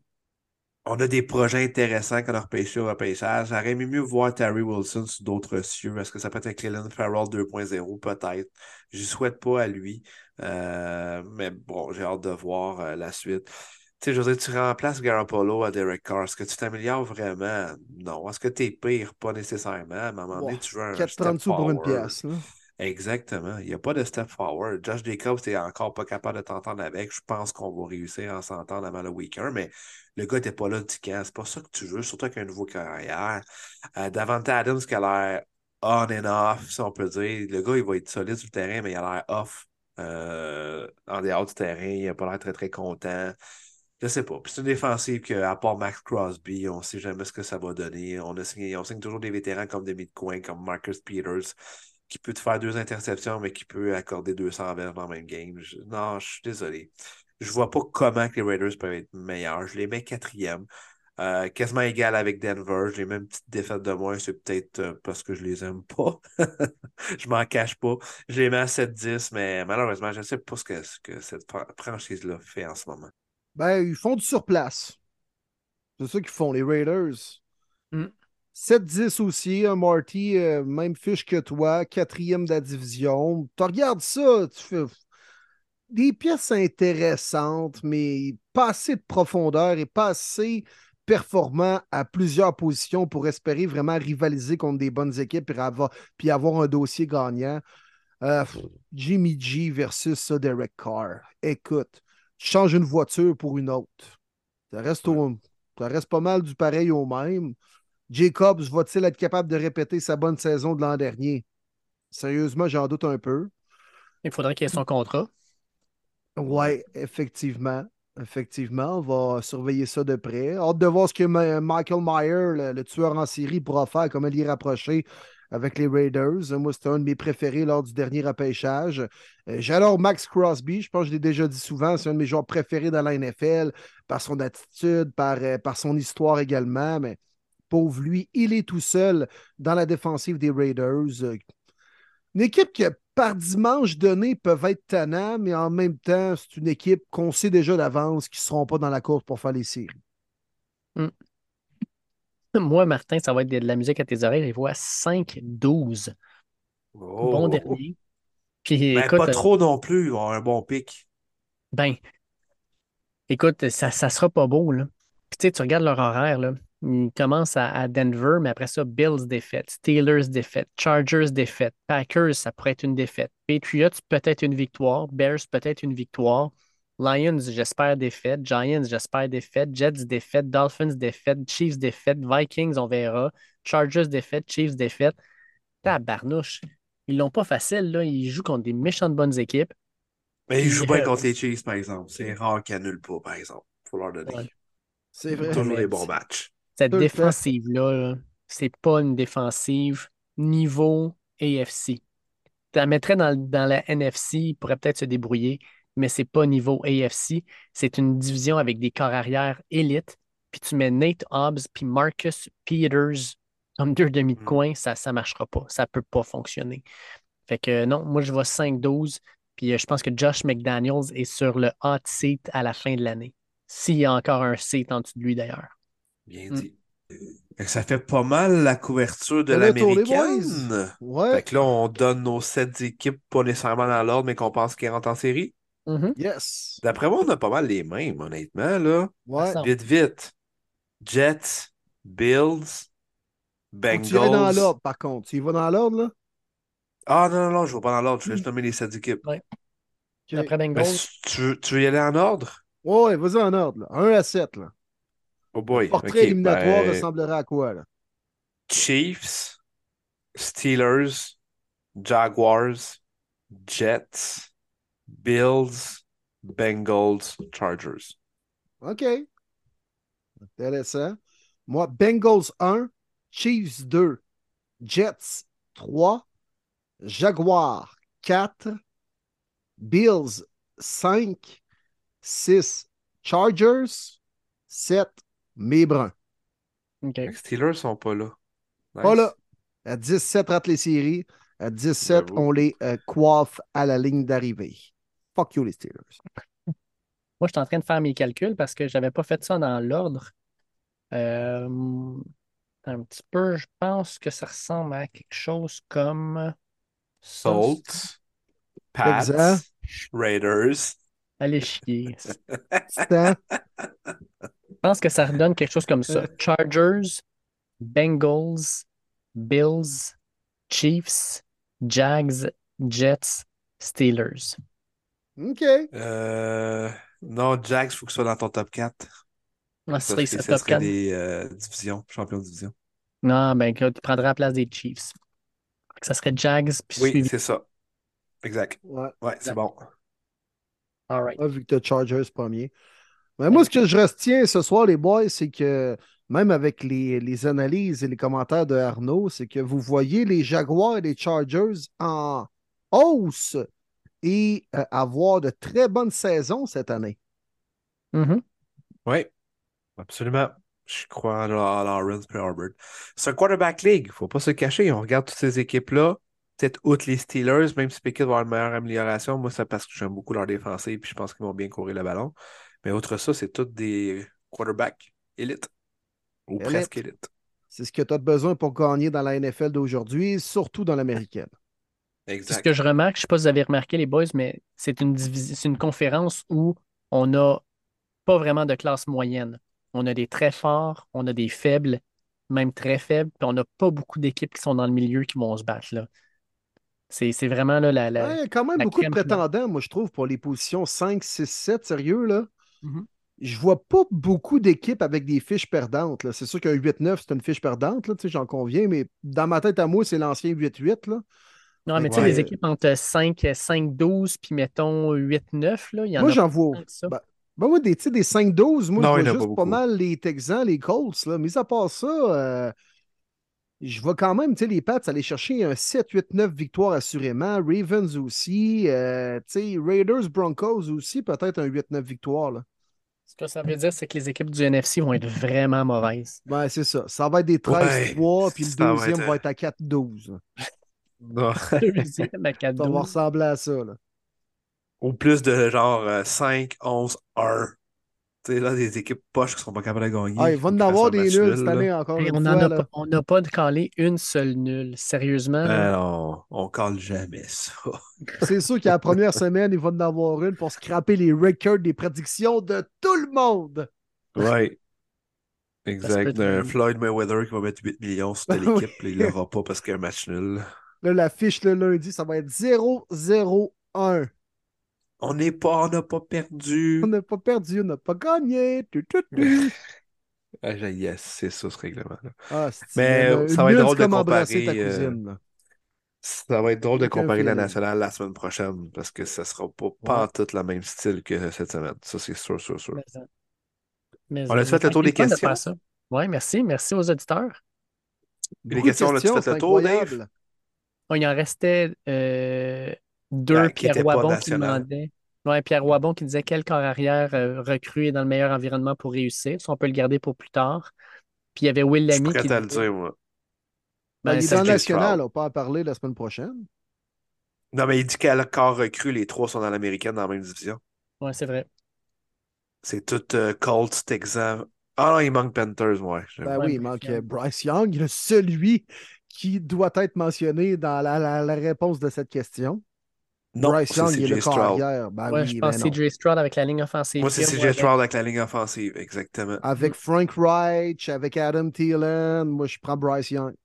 on a des projets intéressants qu'on a repêchés au repêchage. J'aurais aimé mieux voir Terry Wilson sur d'autres cieux. Est-ce que ça peut être un Cleveland Farrell 2.0? Peut-être. Je ne souhaite pas à lui. Mais bon, j'ai hâte de voir la suite. Tu sais, je veux dire, tu remplaces Garoppolo à Derek Carr. Est-ce que tu t'améliores vraiment? Non. Est-ce que tu es pire? Pas nécessairement. À un moment donné, Wow. tu veux un step 4,30 sous pour une forward. pièce, là. Exactement. Il n'y a pas de step forward. Josh Jacobs, t'es encore pas capable de t'entendre avec. Je pense qu'on va réussir à s'entendre avant le week-end, mais le gars n'était pas là du camp. C'est pas ça que tu veux, surtout avec un nouveau carrière. Davante Adams qui a l'air on and off, si on peut dire. Le gars, il va être solide sur le terrain, mais il a l'air off en dehors du terrain. Il n'a pas l'air très, très content. Je sais pas. Puis c'est une défensive que, à part Max Crosby, on ne sait jamais ce que ça va donner. On signe toujours des vétérans comme Demi Coin, comme Marcus Peters, qui peut te faire 2 interceptions, mais qui peut accorder 200 verges dans le même game. Non, je suis désolé. Je vois pas comment que les Raiders peuvent être meilleurs. Je les mets quatrième. Quasiment égal avec Denver. J'ai même une petite défaite de moins. C'est peut-être parce que je les aime pas. Je m'en cache pas. Je les mets à 7-10, mais malheureusement, je ne sais pas ce que cette franchise-là fait en ce moment. Ben, ils font du surplace. C'est ça qu'ils font, les Raiders. Hmm. 7-10 aussi, un Marty, même fiche que toi, quatrième de la division. Tu regardes ça, tu fais des pièces intéressantes, mais pas assez de profondeur et pas assez performant à plusieurs positions pour espérer vraiment rivaliser contre des bonnes équipes puis avoir un dossier gagnant. Euh, Jimmy G versus ça, Derek Carr. Écoute, tu changes une voiture pour une autre. Ça reste, Ouais. ça reste pas mal du pareil au même. Jacobs va-t-il être capable de répéter sa bonne saison de l'an dernier? Sérieusement, j'en doute un peu. Il faudrait qu'il ait son contrat. Ouais. Ouais, effectivement. Effectivement, on va surveiller ça de près. Hâte de voir ce que Michael Myers, le tueur en série, pourra faire, comment l'y rapprocher avec les Raiders. Moi, c'était un de mes préférés lors du dernier repêchage. J'adore Max Crosby. Je pense que je l'ai déjà dit souvent. C'est un de mes joueurs préférés dans la NFL par son attitude, par son histoire également. Mais pauvre lui, il est tout seul dans la défensive des Raiders. Une équipe qui, par dimanche donné, peuvent être tannants, mais en même temps, c'est une équipe qu'on sait déjà d'avance qu'ils ne seront pas dans la course pour faire les séries. Mm. Moi, Martin, ça va être de la musique à tes oreilles. Je vois 5-12. Bon Oh. dernier. Puis Ben, écoute, pas trop non plus. On a un bon pic. ben, écoute, ça sera pas beau, là. Puis tu sais, tu regardes leur horaire, là. Ils commencent à Denver, mais après ça, Bills défaite, Steelers défaite, Chargers défaite, Packers, ça pourrait être une défaite. Patriots, peut-être une victoire. Bears, peut-être une victoire. Lions, j'espère défaite. Giants, j'espère défaite. Jets défaite. Dolphins défaite. Chiefs défaite. Vikings, on verra. Chargers défaite. Chiefs défaite. Tabarnouche. Ils l'ont pas facile, là. Ils jouent contre des méchantes bonnes équipes. Mais ils Puis, jouent bien contre les Chiefs, par exemple. C'est rare qu'ils annulent pas, par exemple. Faut leur donner. ouais. C'est vrai. Toujours Mais des bons matchs. cette Tout le temps. défensive-là, là, c'est pas une défensive niveau AFC. Tu la mettrais dans la NFC, il pourrait peut-être se débrouiller, mais c'est pas niveau AFC. C'est une division avec des corps arrière élites. Puis tu mets Nate Hobbs puis Marcus Peters comme deux demi de Mm. coin, ça marchera pas. Ça peut pas fonctionner. Fait que non, moi je vois 5-12. Puis je pense que Josh McDaniels est sur le hot seat à la fin de l'année. S'il y a encore un seat en dessous de lui d'ailleurs. Bien Mm. dit. Fait que ça fait pas mal la couverture de C'est le tour, les boys. l'américaine. Ouais. Fait que là, on donne nos 7 équipes, pas nécessairement dans l'ordre, mais qu'on pense qu'ils rentrent en série. Mhm. Yes. D'après moi, on a pas mal les mêmes, honnêtement, là. Ouais. Ça, Vite, vite. Jets, Bills, Faut que tu ailles dans Bengals. l'ordre, par contre. Tu y vas dans l'ordre, là? Ah non, non, non, je vais pas dans l'ordre, je vais juste nommer les 7 équipes. ouais. OK. Après Mais Bengals, si tu veux y aller en ordre? Ouais, vas-y en ordre, là. 1 à 7, là. Oh Le boy, portrait ok. éliminatoire Ben, ressemblerait à quoi, là? Chiefs, Steelers, Jaguars, Jets, Bills, Bengals, Chargers. OK. Intéressant. Moi, Bengals 1, Chiefs 2, Jets 3, Jaguars 4, Bills 5, 6, Chargers 7, mes bruns. OK. Les Steelers sont pas là. Pas là. Nice. À 17, rate les séries. À 17, J'avoue. on les coiffe à la ligne d'arrivée. Fuck you, les Steelers. Moi, je suis en train de faire mes calculs parce que je n'avais pas fait ça dans l'ordre. Euh, un petit peu, je pense que ça ressemble à quelque chose comme ça. Colts, Texans, Pats, Raiders. Allez chier. Titans, Je pense que ça redonne quelque chose comme ça. Chargers, Bengals, Bills, Chiefs, Jags, Jets, Steelers. OK. Non, Jags, il faut que ce soit dans ton top 4. Ah, ce Parce serait que ça, ça top serait 4. des divisions, champions de division. Non, ben, que tu prendrais la place des Chiefs. Ça serait Jags, puis Oui, suivi. c'est ça. Exact. Ouais. Ouais, c'est Exact. bon. All right. Vu que tu as Chargers premier. Mais moi, ce que je retiens ce soir, les boys, c'est que même avec les analyses et les commentaires de Arnaud, c'est que vous voyez les Jaguars et les Chargers en hausse et avoir de très bonnes saisons cette année. Mhm. Oui, absolument. Je crois à Lawrence et Herbert. C'est un quarterback league, faut pas se cacher. On regarde toutes ces équipes-là. Peut-être outre les Steelers, même si Pickett va avoir une meilleure amélioration. Moi, c'est parce que j'aime beaucoup leur défensive puis je pense qu'ils vont bien courir le ballon. Mais outre ça, c'est tous des quarterbacks élites. Ou Élite. presque élites. C'est ce que tu as besoin pour gagner dans la NFL d'aujourd'hui, surtout dans l'américaine. Puis ce Exact. que je remarque, je ne sais pas si vous avez remarqué, les boys, mais c'est c'est une conférence où on n'a pas vraiment de classe moyenne. On a des très forts, on a des faibles, même très faibles, puis on n'a pas beaucoup d'équipes qui sont dans le milieu qui vont se battre, là. C'est vraiment là, Ouais, il y a quand même la beaucoup de crème. prétendants, moi, je trouve, pour les positions 5, 6, 7, sérieux, là. Mhm. Je vois pas beaucoup d'équipes avec des fiches perdantes, là. C'est sûr qu'un 8-9, c'est une fiche perdante, là, tu sais, j'en conviens, mais dans ma tête à moi, c'est l'ancien 8-8, là. Non, Fait mais tu sais, que, les équipes entre 5-12 puis mettons 8-9, là, il y en moi, a pas j'en vois. tant que ça. Moi, tu sais, des 5-12, moi, je Non, il vois n'y en a pas juste pas beaucoup. mal les Texans, les Colts, là. Mis à part ça, je vais quand même, tu sais, les Pats aller chercher un 7, 8, 9 victoires assurément. Ravens aussi. Tu sais, Raiders, Broncos aussi, peut-être un 8, 9 victoires. Là. Ce que ça veut dire, c'est que les équipes du NFC vont être vraiment mauvaises. Ben, c'est ça. Ça va être des Ouais, 13-3, puis le ça va deuxième être. va être à 4-12. Non. Deuxième à Ça va 4-12. ressembler à ça. Là. Ou plus de genre 5, 11, 1. Tu sais, là, des équipes poches qui sont pas capables de Ah, gagner, il il va faut en qu'ils fassent avoir un des match nuls cette nul, là. année, encore Hey, une on n'en fois. a Là. pas, on n'a pas calé une seule nulle. Sérieusement, là. On cale jamais ça. C'est sûr qu'à la première semaine, il va en avoir une pour scraper les records des prédictions de tout le monde. Ouais, Ça se peut exact. très Un bien. Floyd Mayweather qui va mettre 8 millions sur telle Oui. équipe, là, il l'aura pas parce qu'il y a un match nul. Là, la fiche le lundi, ça va être 0-0-1. On n'a pas On perdu. n'a pas perdu, on n'a pas gagné. Tu, tu, tu. Ah, yes, c'est ça ce règlement-là. Ah, Mais ça une va être nulle, c'est drôle de comme embrasser ta comparer. cousine. Là. Ça va être drôle de Aucun comparer la feeling. nationale la semaine prochaine parce que ça sera pas Ouais. pantoute le même style que cette semaine. Ça, c'est sûr, sûr, sûr. Mais, mais, On a fait le ça a tour été des le fun de faire questions. ça. Oui, merci. Merci aux auditeurs. Et les Beaucoup de questions, on a-tu questions, fait c'est le tour, Dave? incroyable. Oh, il en restait deux. Ben, qui Pierre n'était pas Roibon qui national. demandait. Ouais, Pierre Roibon qui disait quel corps arrière recrue est dans le meilleur environnement pour réussir. Si on peut le garder pour plus tard. Puis il y avait Will Je suis Lamy prêt qui à le disait dire, moi. Ben, ben, il est ça, dans le CJ national, Stroud. on peut en parler la semaine prochaine. Non, mais il dit qu'à corps recru, les trois sont dans l'américaine dans la même division. ouais, c'est vrai. C'est tout Colts, Texans. Ah non, il manque Panthers, ouais, Ben j'avoue. Ouais, oui, il Bryce manque Young. Bryce Young, celui qui doit être mentionné dans la réponse de cette question. Non, Bryce c'est Young il est le CJ corps Stroud. arrière. Ben Ouais, je oui, mais pense non. CJ Stroud avec la ligne offensive Moi, c'est qu'il y a ou CJ avec. Stroud avec la ligne offensive, exactement. Hmm. Avec Frank Reich, avec Adam Thielen, moi je prends Bryce Young.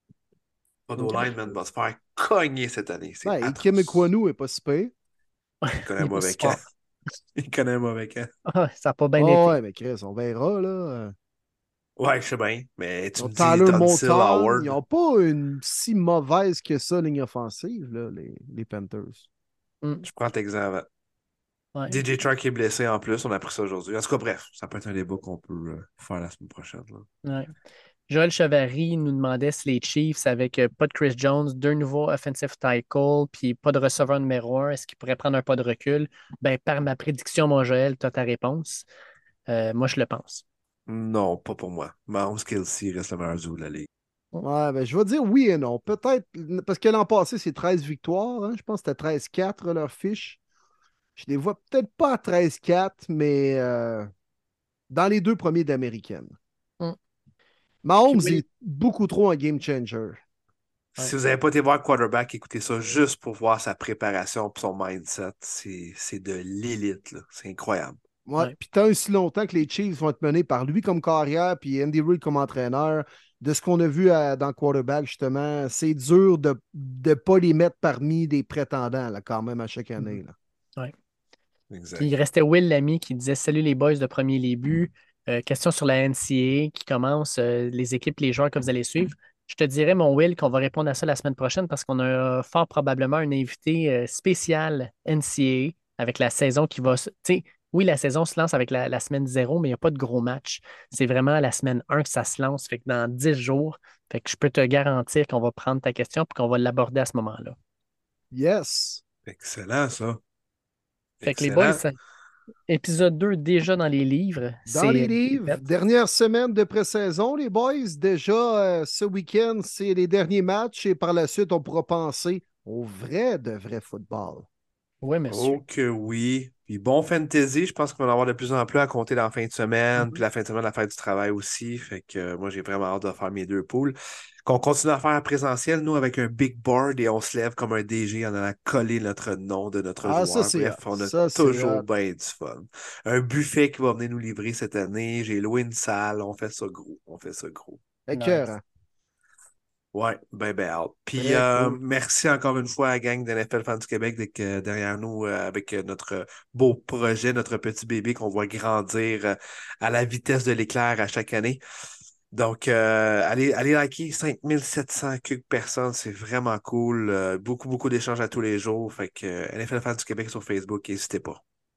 Odo OK. Lineman va se faire cogner cette année. C'est Ben, et Kim atroce. Ekwonu est pas si pire. Il connaît Il un est pas si mauvais camp. fort. Il connaît un mauvais camp. Ah, ça n'a pas bien Oh, été. ouais, mais Chris, on verra, là. Ouais, je sais bien. Mais Ils tu ont me dis Tyler Tunsil Moton. Ils Howard. n'ont pas une si mauvaise que ça, ligne offensive, là, les Panthers. Hmm. Je prends Texan avant. Ouais. DJ Chark est blessé en plus. On a appris ça aujourd'hui. En tout cas, bref, ça peut être un débat qu'on peut faire la semaine prochaine, là. Ouais. Joël Chevary nous demandait si les Chiefs, avec pas de Chris Jones, deux nouveaux offensive tackles, puis pas de receveur numéro un, est-ce qu'ils pourraient prendre un pas de recul? Ben, par ma prédiction, mon Joël, tu as ta réponse. Moi, je le pense. Non, pas pour moi. Mahomes Kelsey reste le meilleur duo de la ligue. Ouais, ben, je vais dire oui et non. Peut-être, parce que l'an passé, c'est 13 victoires. Hein. Je pense que c'était 13-4 leur fiche. Je les vois peut-être pas à 13-4, mais dans les deux premiers d'américaine. Mm. Puis Mahomes Will, est beaucoup trop un game changer. ouais, Si vous n'avez pas été voir quarterback, écoutez ça juste pour voir sa préparation et son mindset. C'est de l'élite, là. C'est incroyable. Ouais. ouais. Puis tant aussi longtemps que les Chiefs vont être menés par lui comme carrière, puis Andy Reid comme entraîneur, de ce qu'on a vu dans le quarterback, justement, c'est dur de ne pas les mettre parmi des prétendants, là, quand même, à chaque année. Mhm. Là. Ouais. Puis Exact. il restait Will Lamy qui disait salut les boys de premier les buts. Question sur la NCAA qui commence, les équipes, les joueurs que vous allez suivre. Je te dirais, mon Will, qu'on va répondre à ça la semaine prochaine parce qu'on a fort probablement un invité spécial NCAA avec la saison qui va. Tu sais, oui, la saison se lance avec la semaine 0, mais il n'y a pas de gros match. C'est vraiment à la semaine 1 que ça se lance. Fait que dans 10 jours, fait que je peux te garantir qu'on va prendre ta question et qu'on va l'aborder à ce moment-là. Yes. Excellent, ça. Fait que les boys, Excellent. épisode 2 déjà dans les livres, Dans les c'est livres, fait. dernière semaine de pré-saison, les boys. Déjà, ce week-end, c'est les derniers matchs et par la suite, on pourra penser au de vrai football. Oui, monsieur. Oh que oui. Puis bon fantasy, je pense qu'on va en avoir de plus en plus à compter dans la fin de semaine, puis Mhm. la fin de semaine, la fête du travail aussi. Fait que moi, j'ai vraiment hâte de faire mes deux poules. Qu'on continue à faire en présentiel, nous, avec un big board et on se lève comme un DG en allant coller notre nom de notre Ah, ça, joueur. c'est hot. Bref, on a Ça, c'est toujours hot. bien du fun. Un buffet qui va venir nous livrer cette année. J'ai loué une salle. On fait ça gros. On fait ça gros. Nice. Écœurant. Ouais, ben hâte. Puis Très cool. merci encore une fois à la gang de NFL Fans du Québec d'être derrière nous avec notre beau projet, notre petit bébé qu'on voit grandir à la vitesse de l'éclair à chaque année. Donc, allez liker 5700 quelques personnes, c'est vraiment cool. Beaucoup d'échanges à tous les jours. Fait que NFL Fans du Québec sur Facebook, n'hésitez pas.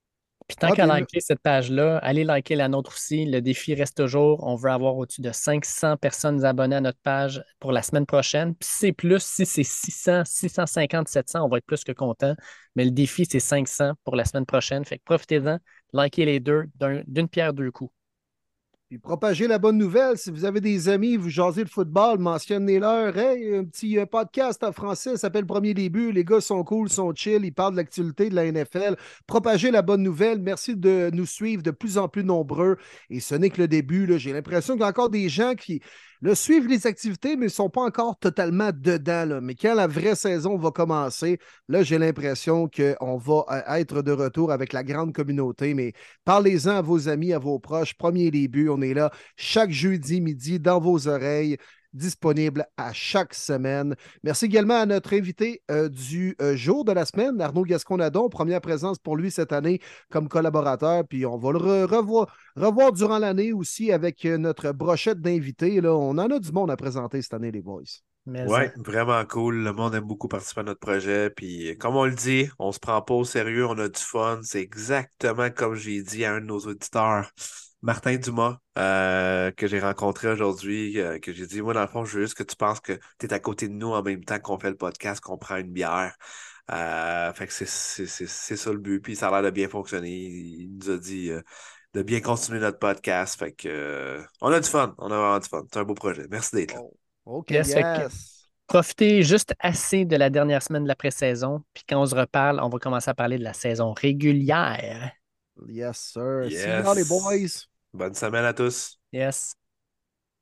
Puis tant Ah, qu'à bien, liker cette page-là, allez liker la nôtre aussi. Le défi reste toujours. On veut avoir au-dessus de 500 personnes abonnées à notre page pour la semaine prochaine. Puis si c'est plus, si c'est 600, 650, 700, on va être plus que content. Mais le défi, c'est 500 pour la semaine prochaine. Fait que profitez-en, likez les deux d'une pierre deux coups. puis propagez la bonne nouvelle. Si vous avez des amis, vous jasez de football, mentionnez-leur. Hey, un petit podcast en français, ça s'appelle Premier Début. Les gars sont cool, sont chill, ils parlent de l'actualité de la NFL. Propagez la bonne nouvelle. Merci de nous suivre de plus en plus nombreux. Et ce n'est que le début. Là. J'ai l'impression qu'il y a encore des gens qui suivent les activités, mais ne sont pas encore totalement dedans. Là. Mais quand la vraie saison va commencer, là, j'ai l'impression qu'on va être de retour avec la grande communauté. Mais parlez-en à vos amis, à vos proches. Premier Début, on est là chaque jeudi midi dans vos oreilles, disponible à chaque semaine. Merci également à notre invité du jour de la semaine, Arnaud Gascon-Nadon, première présence pour lui cette année comme collaborateur. Puis on va le revoir durant l'année aussi avec notre brochette d'invités. Là. On en a du monde à présenter cette année, les boys. Mais Ouais, vraiment cool. Le monde aime beaucoup participer à notre projet. Puis, comme on le dit, on se prend pas au sérieux, on a du fun. C'est exactement comme j'ai dit à un de nos auditeurs, Martin Dumas, que j'ai rencontré aujourd'hui, que j'ai dit, moi, dans le fond, je veux juste que tu penses que tu es à côté de nous en même temps qu'on fait le podcast, qu'on prend une bière. Fait que c'est ça le but. Puis, ça a l'air de bien fonctionner. Il nous a dit de bien continuer notre podcast. Fait que, on a du fun. On a vraiment du fun. C'est un beau projet. Merci d'être là. Oh, OK, yes, fait que yes. profitez juste assez de la dernière semaine de la pré-saison. Puis quand on se reparle, on va commencer à parler de la saison régulière. Yes, sir. See you now, les Yes. boys. Bonne semaine à tous. Yes.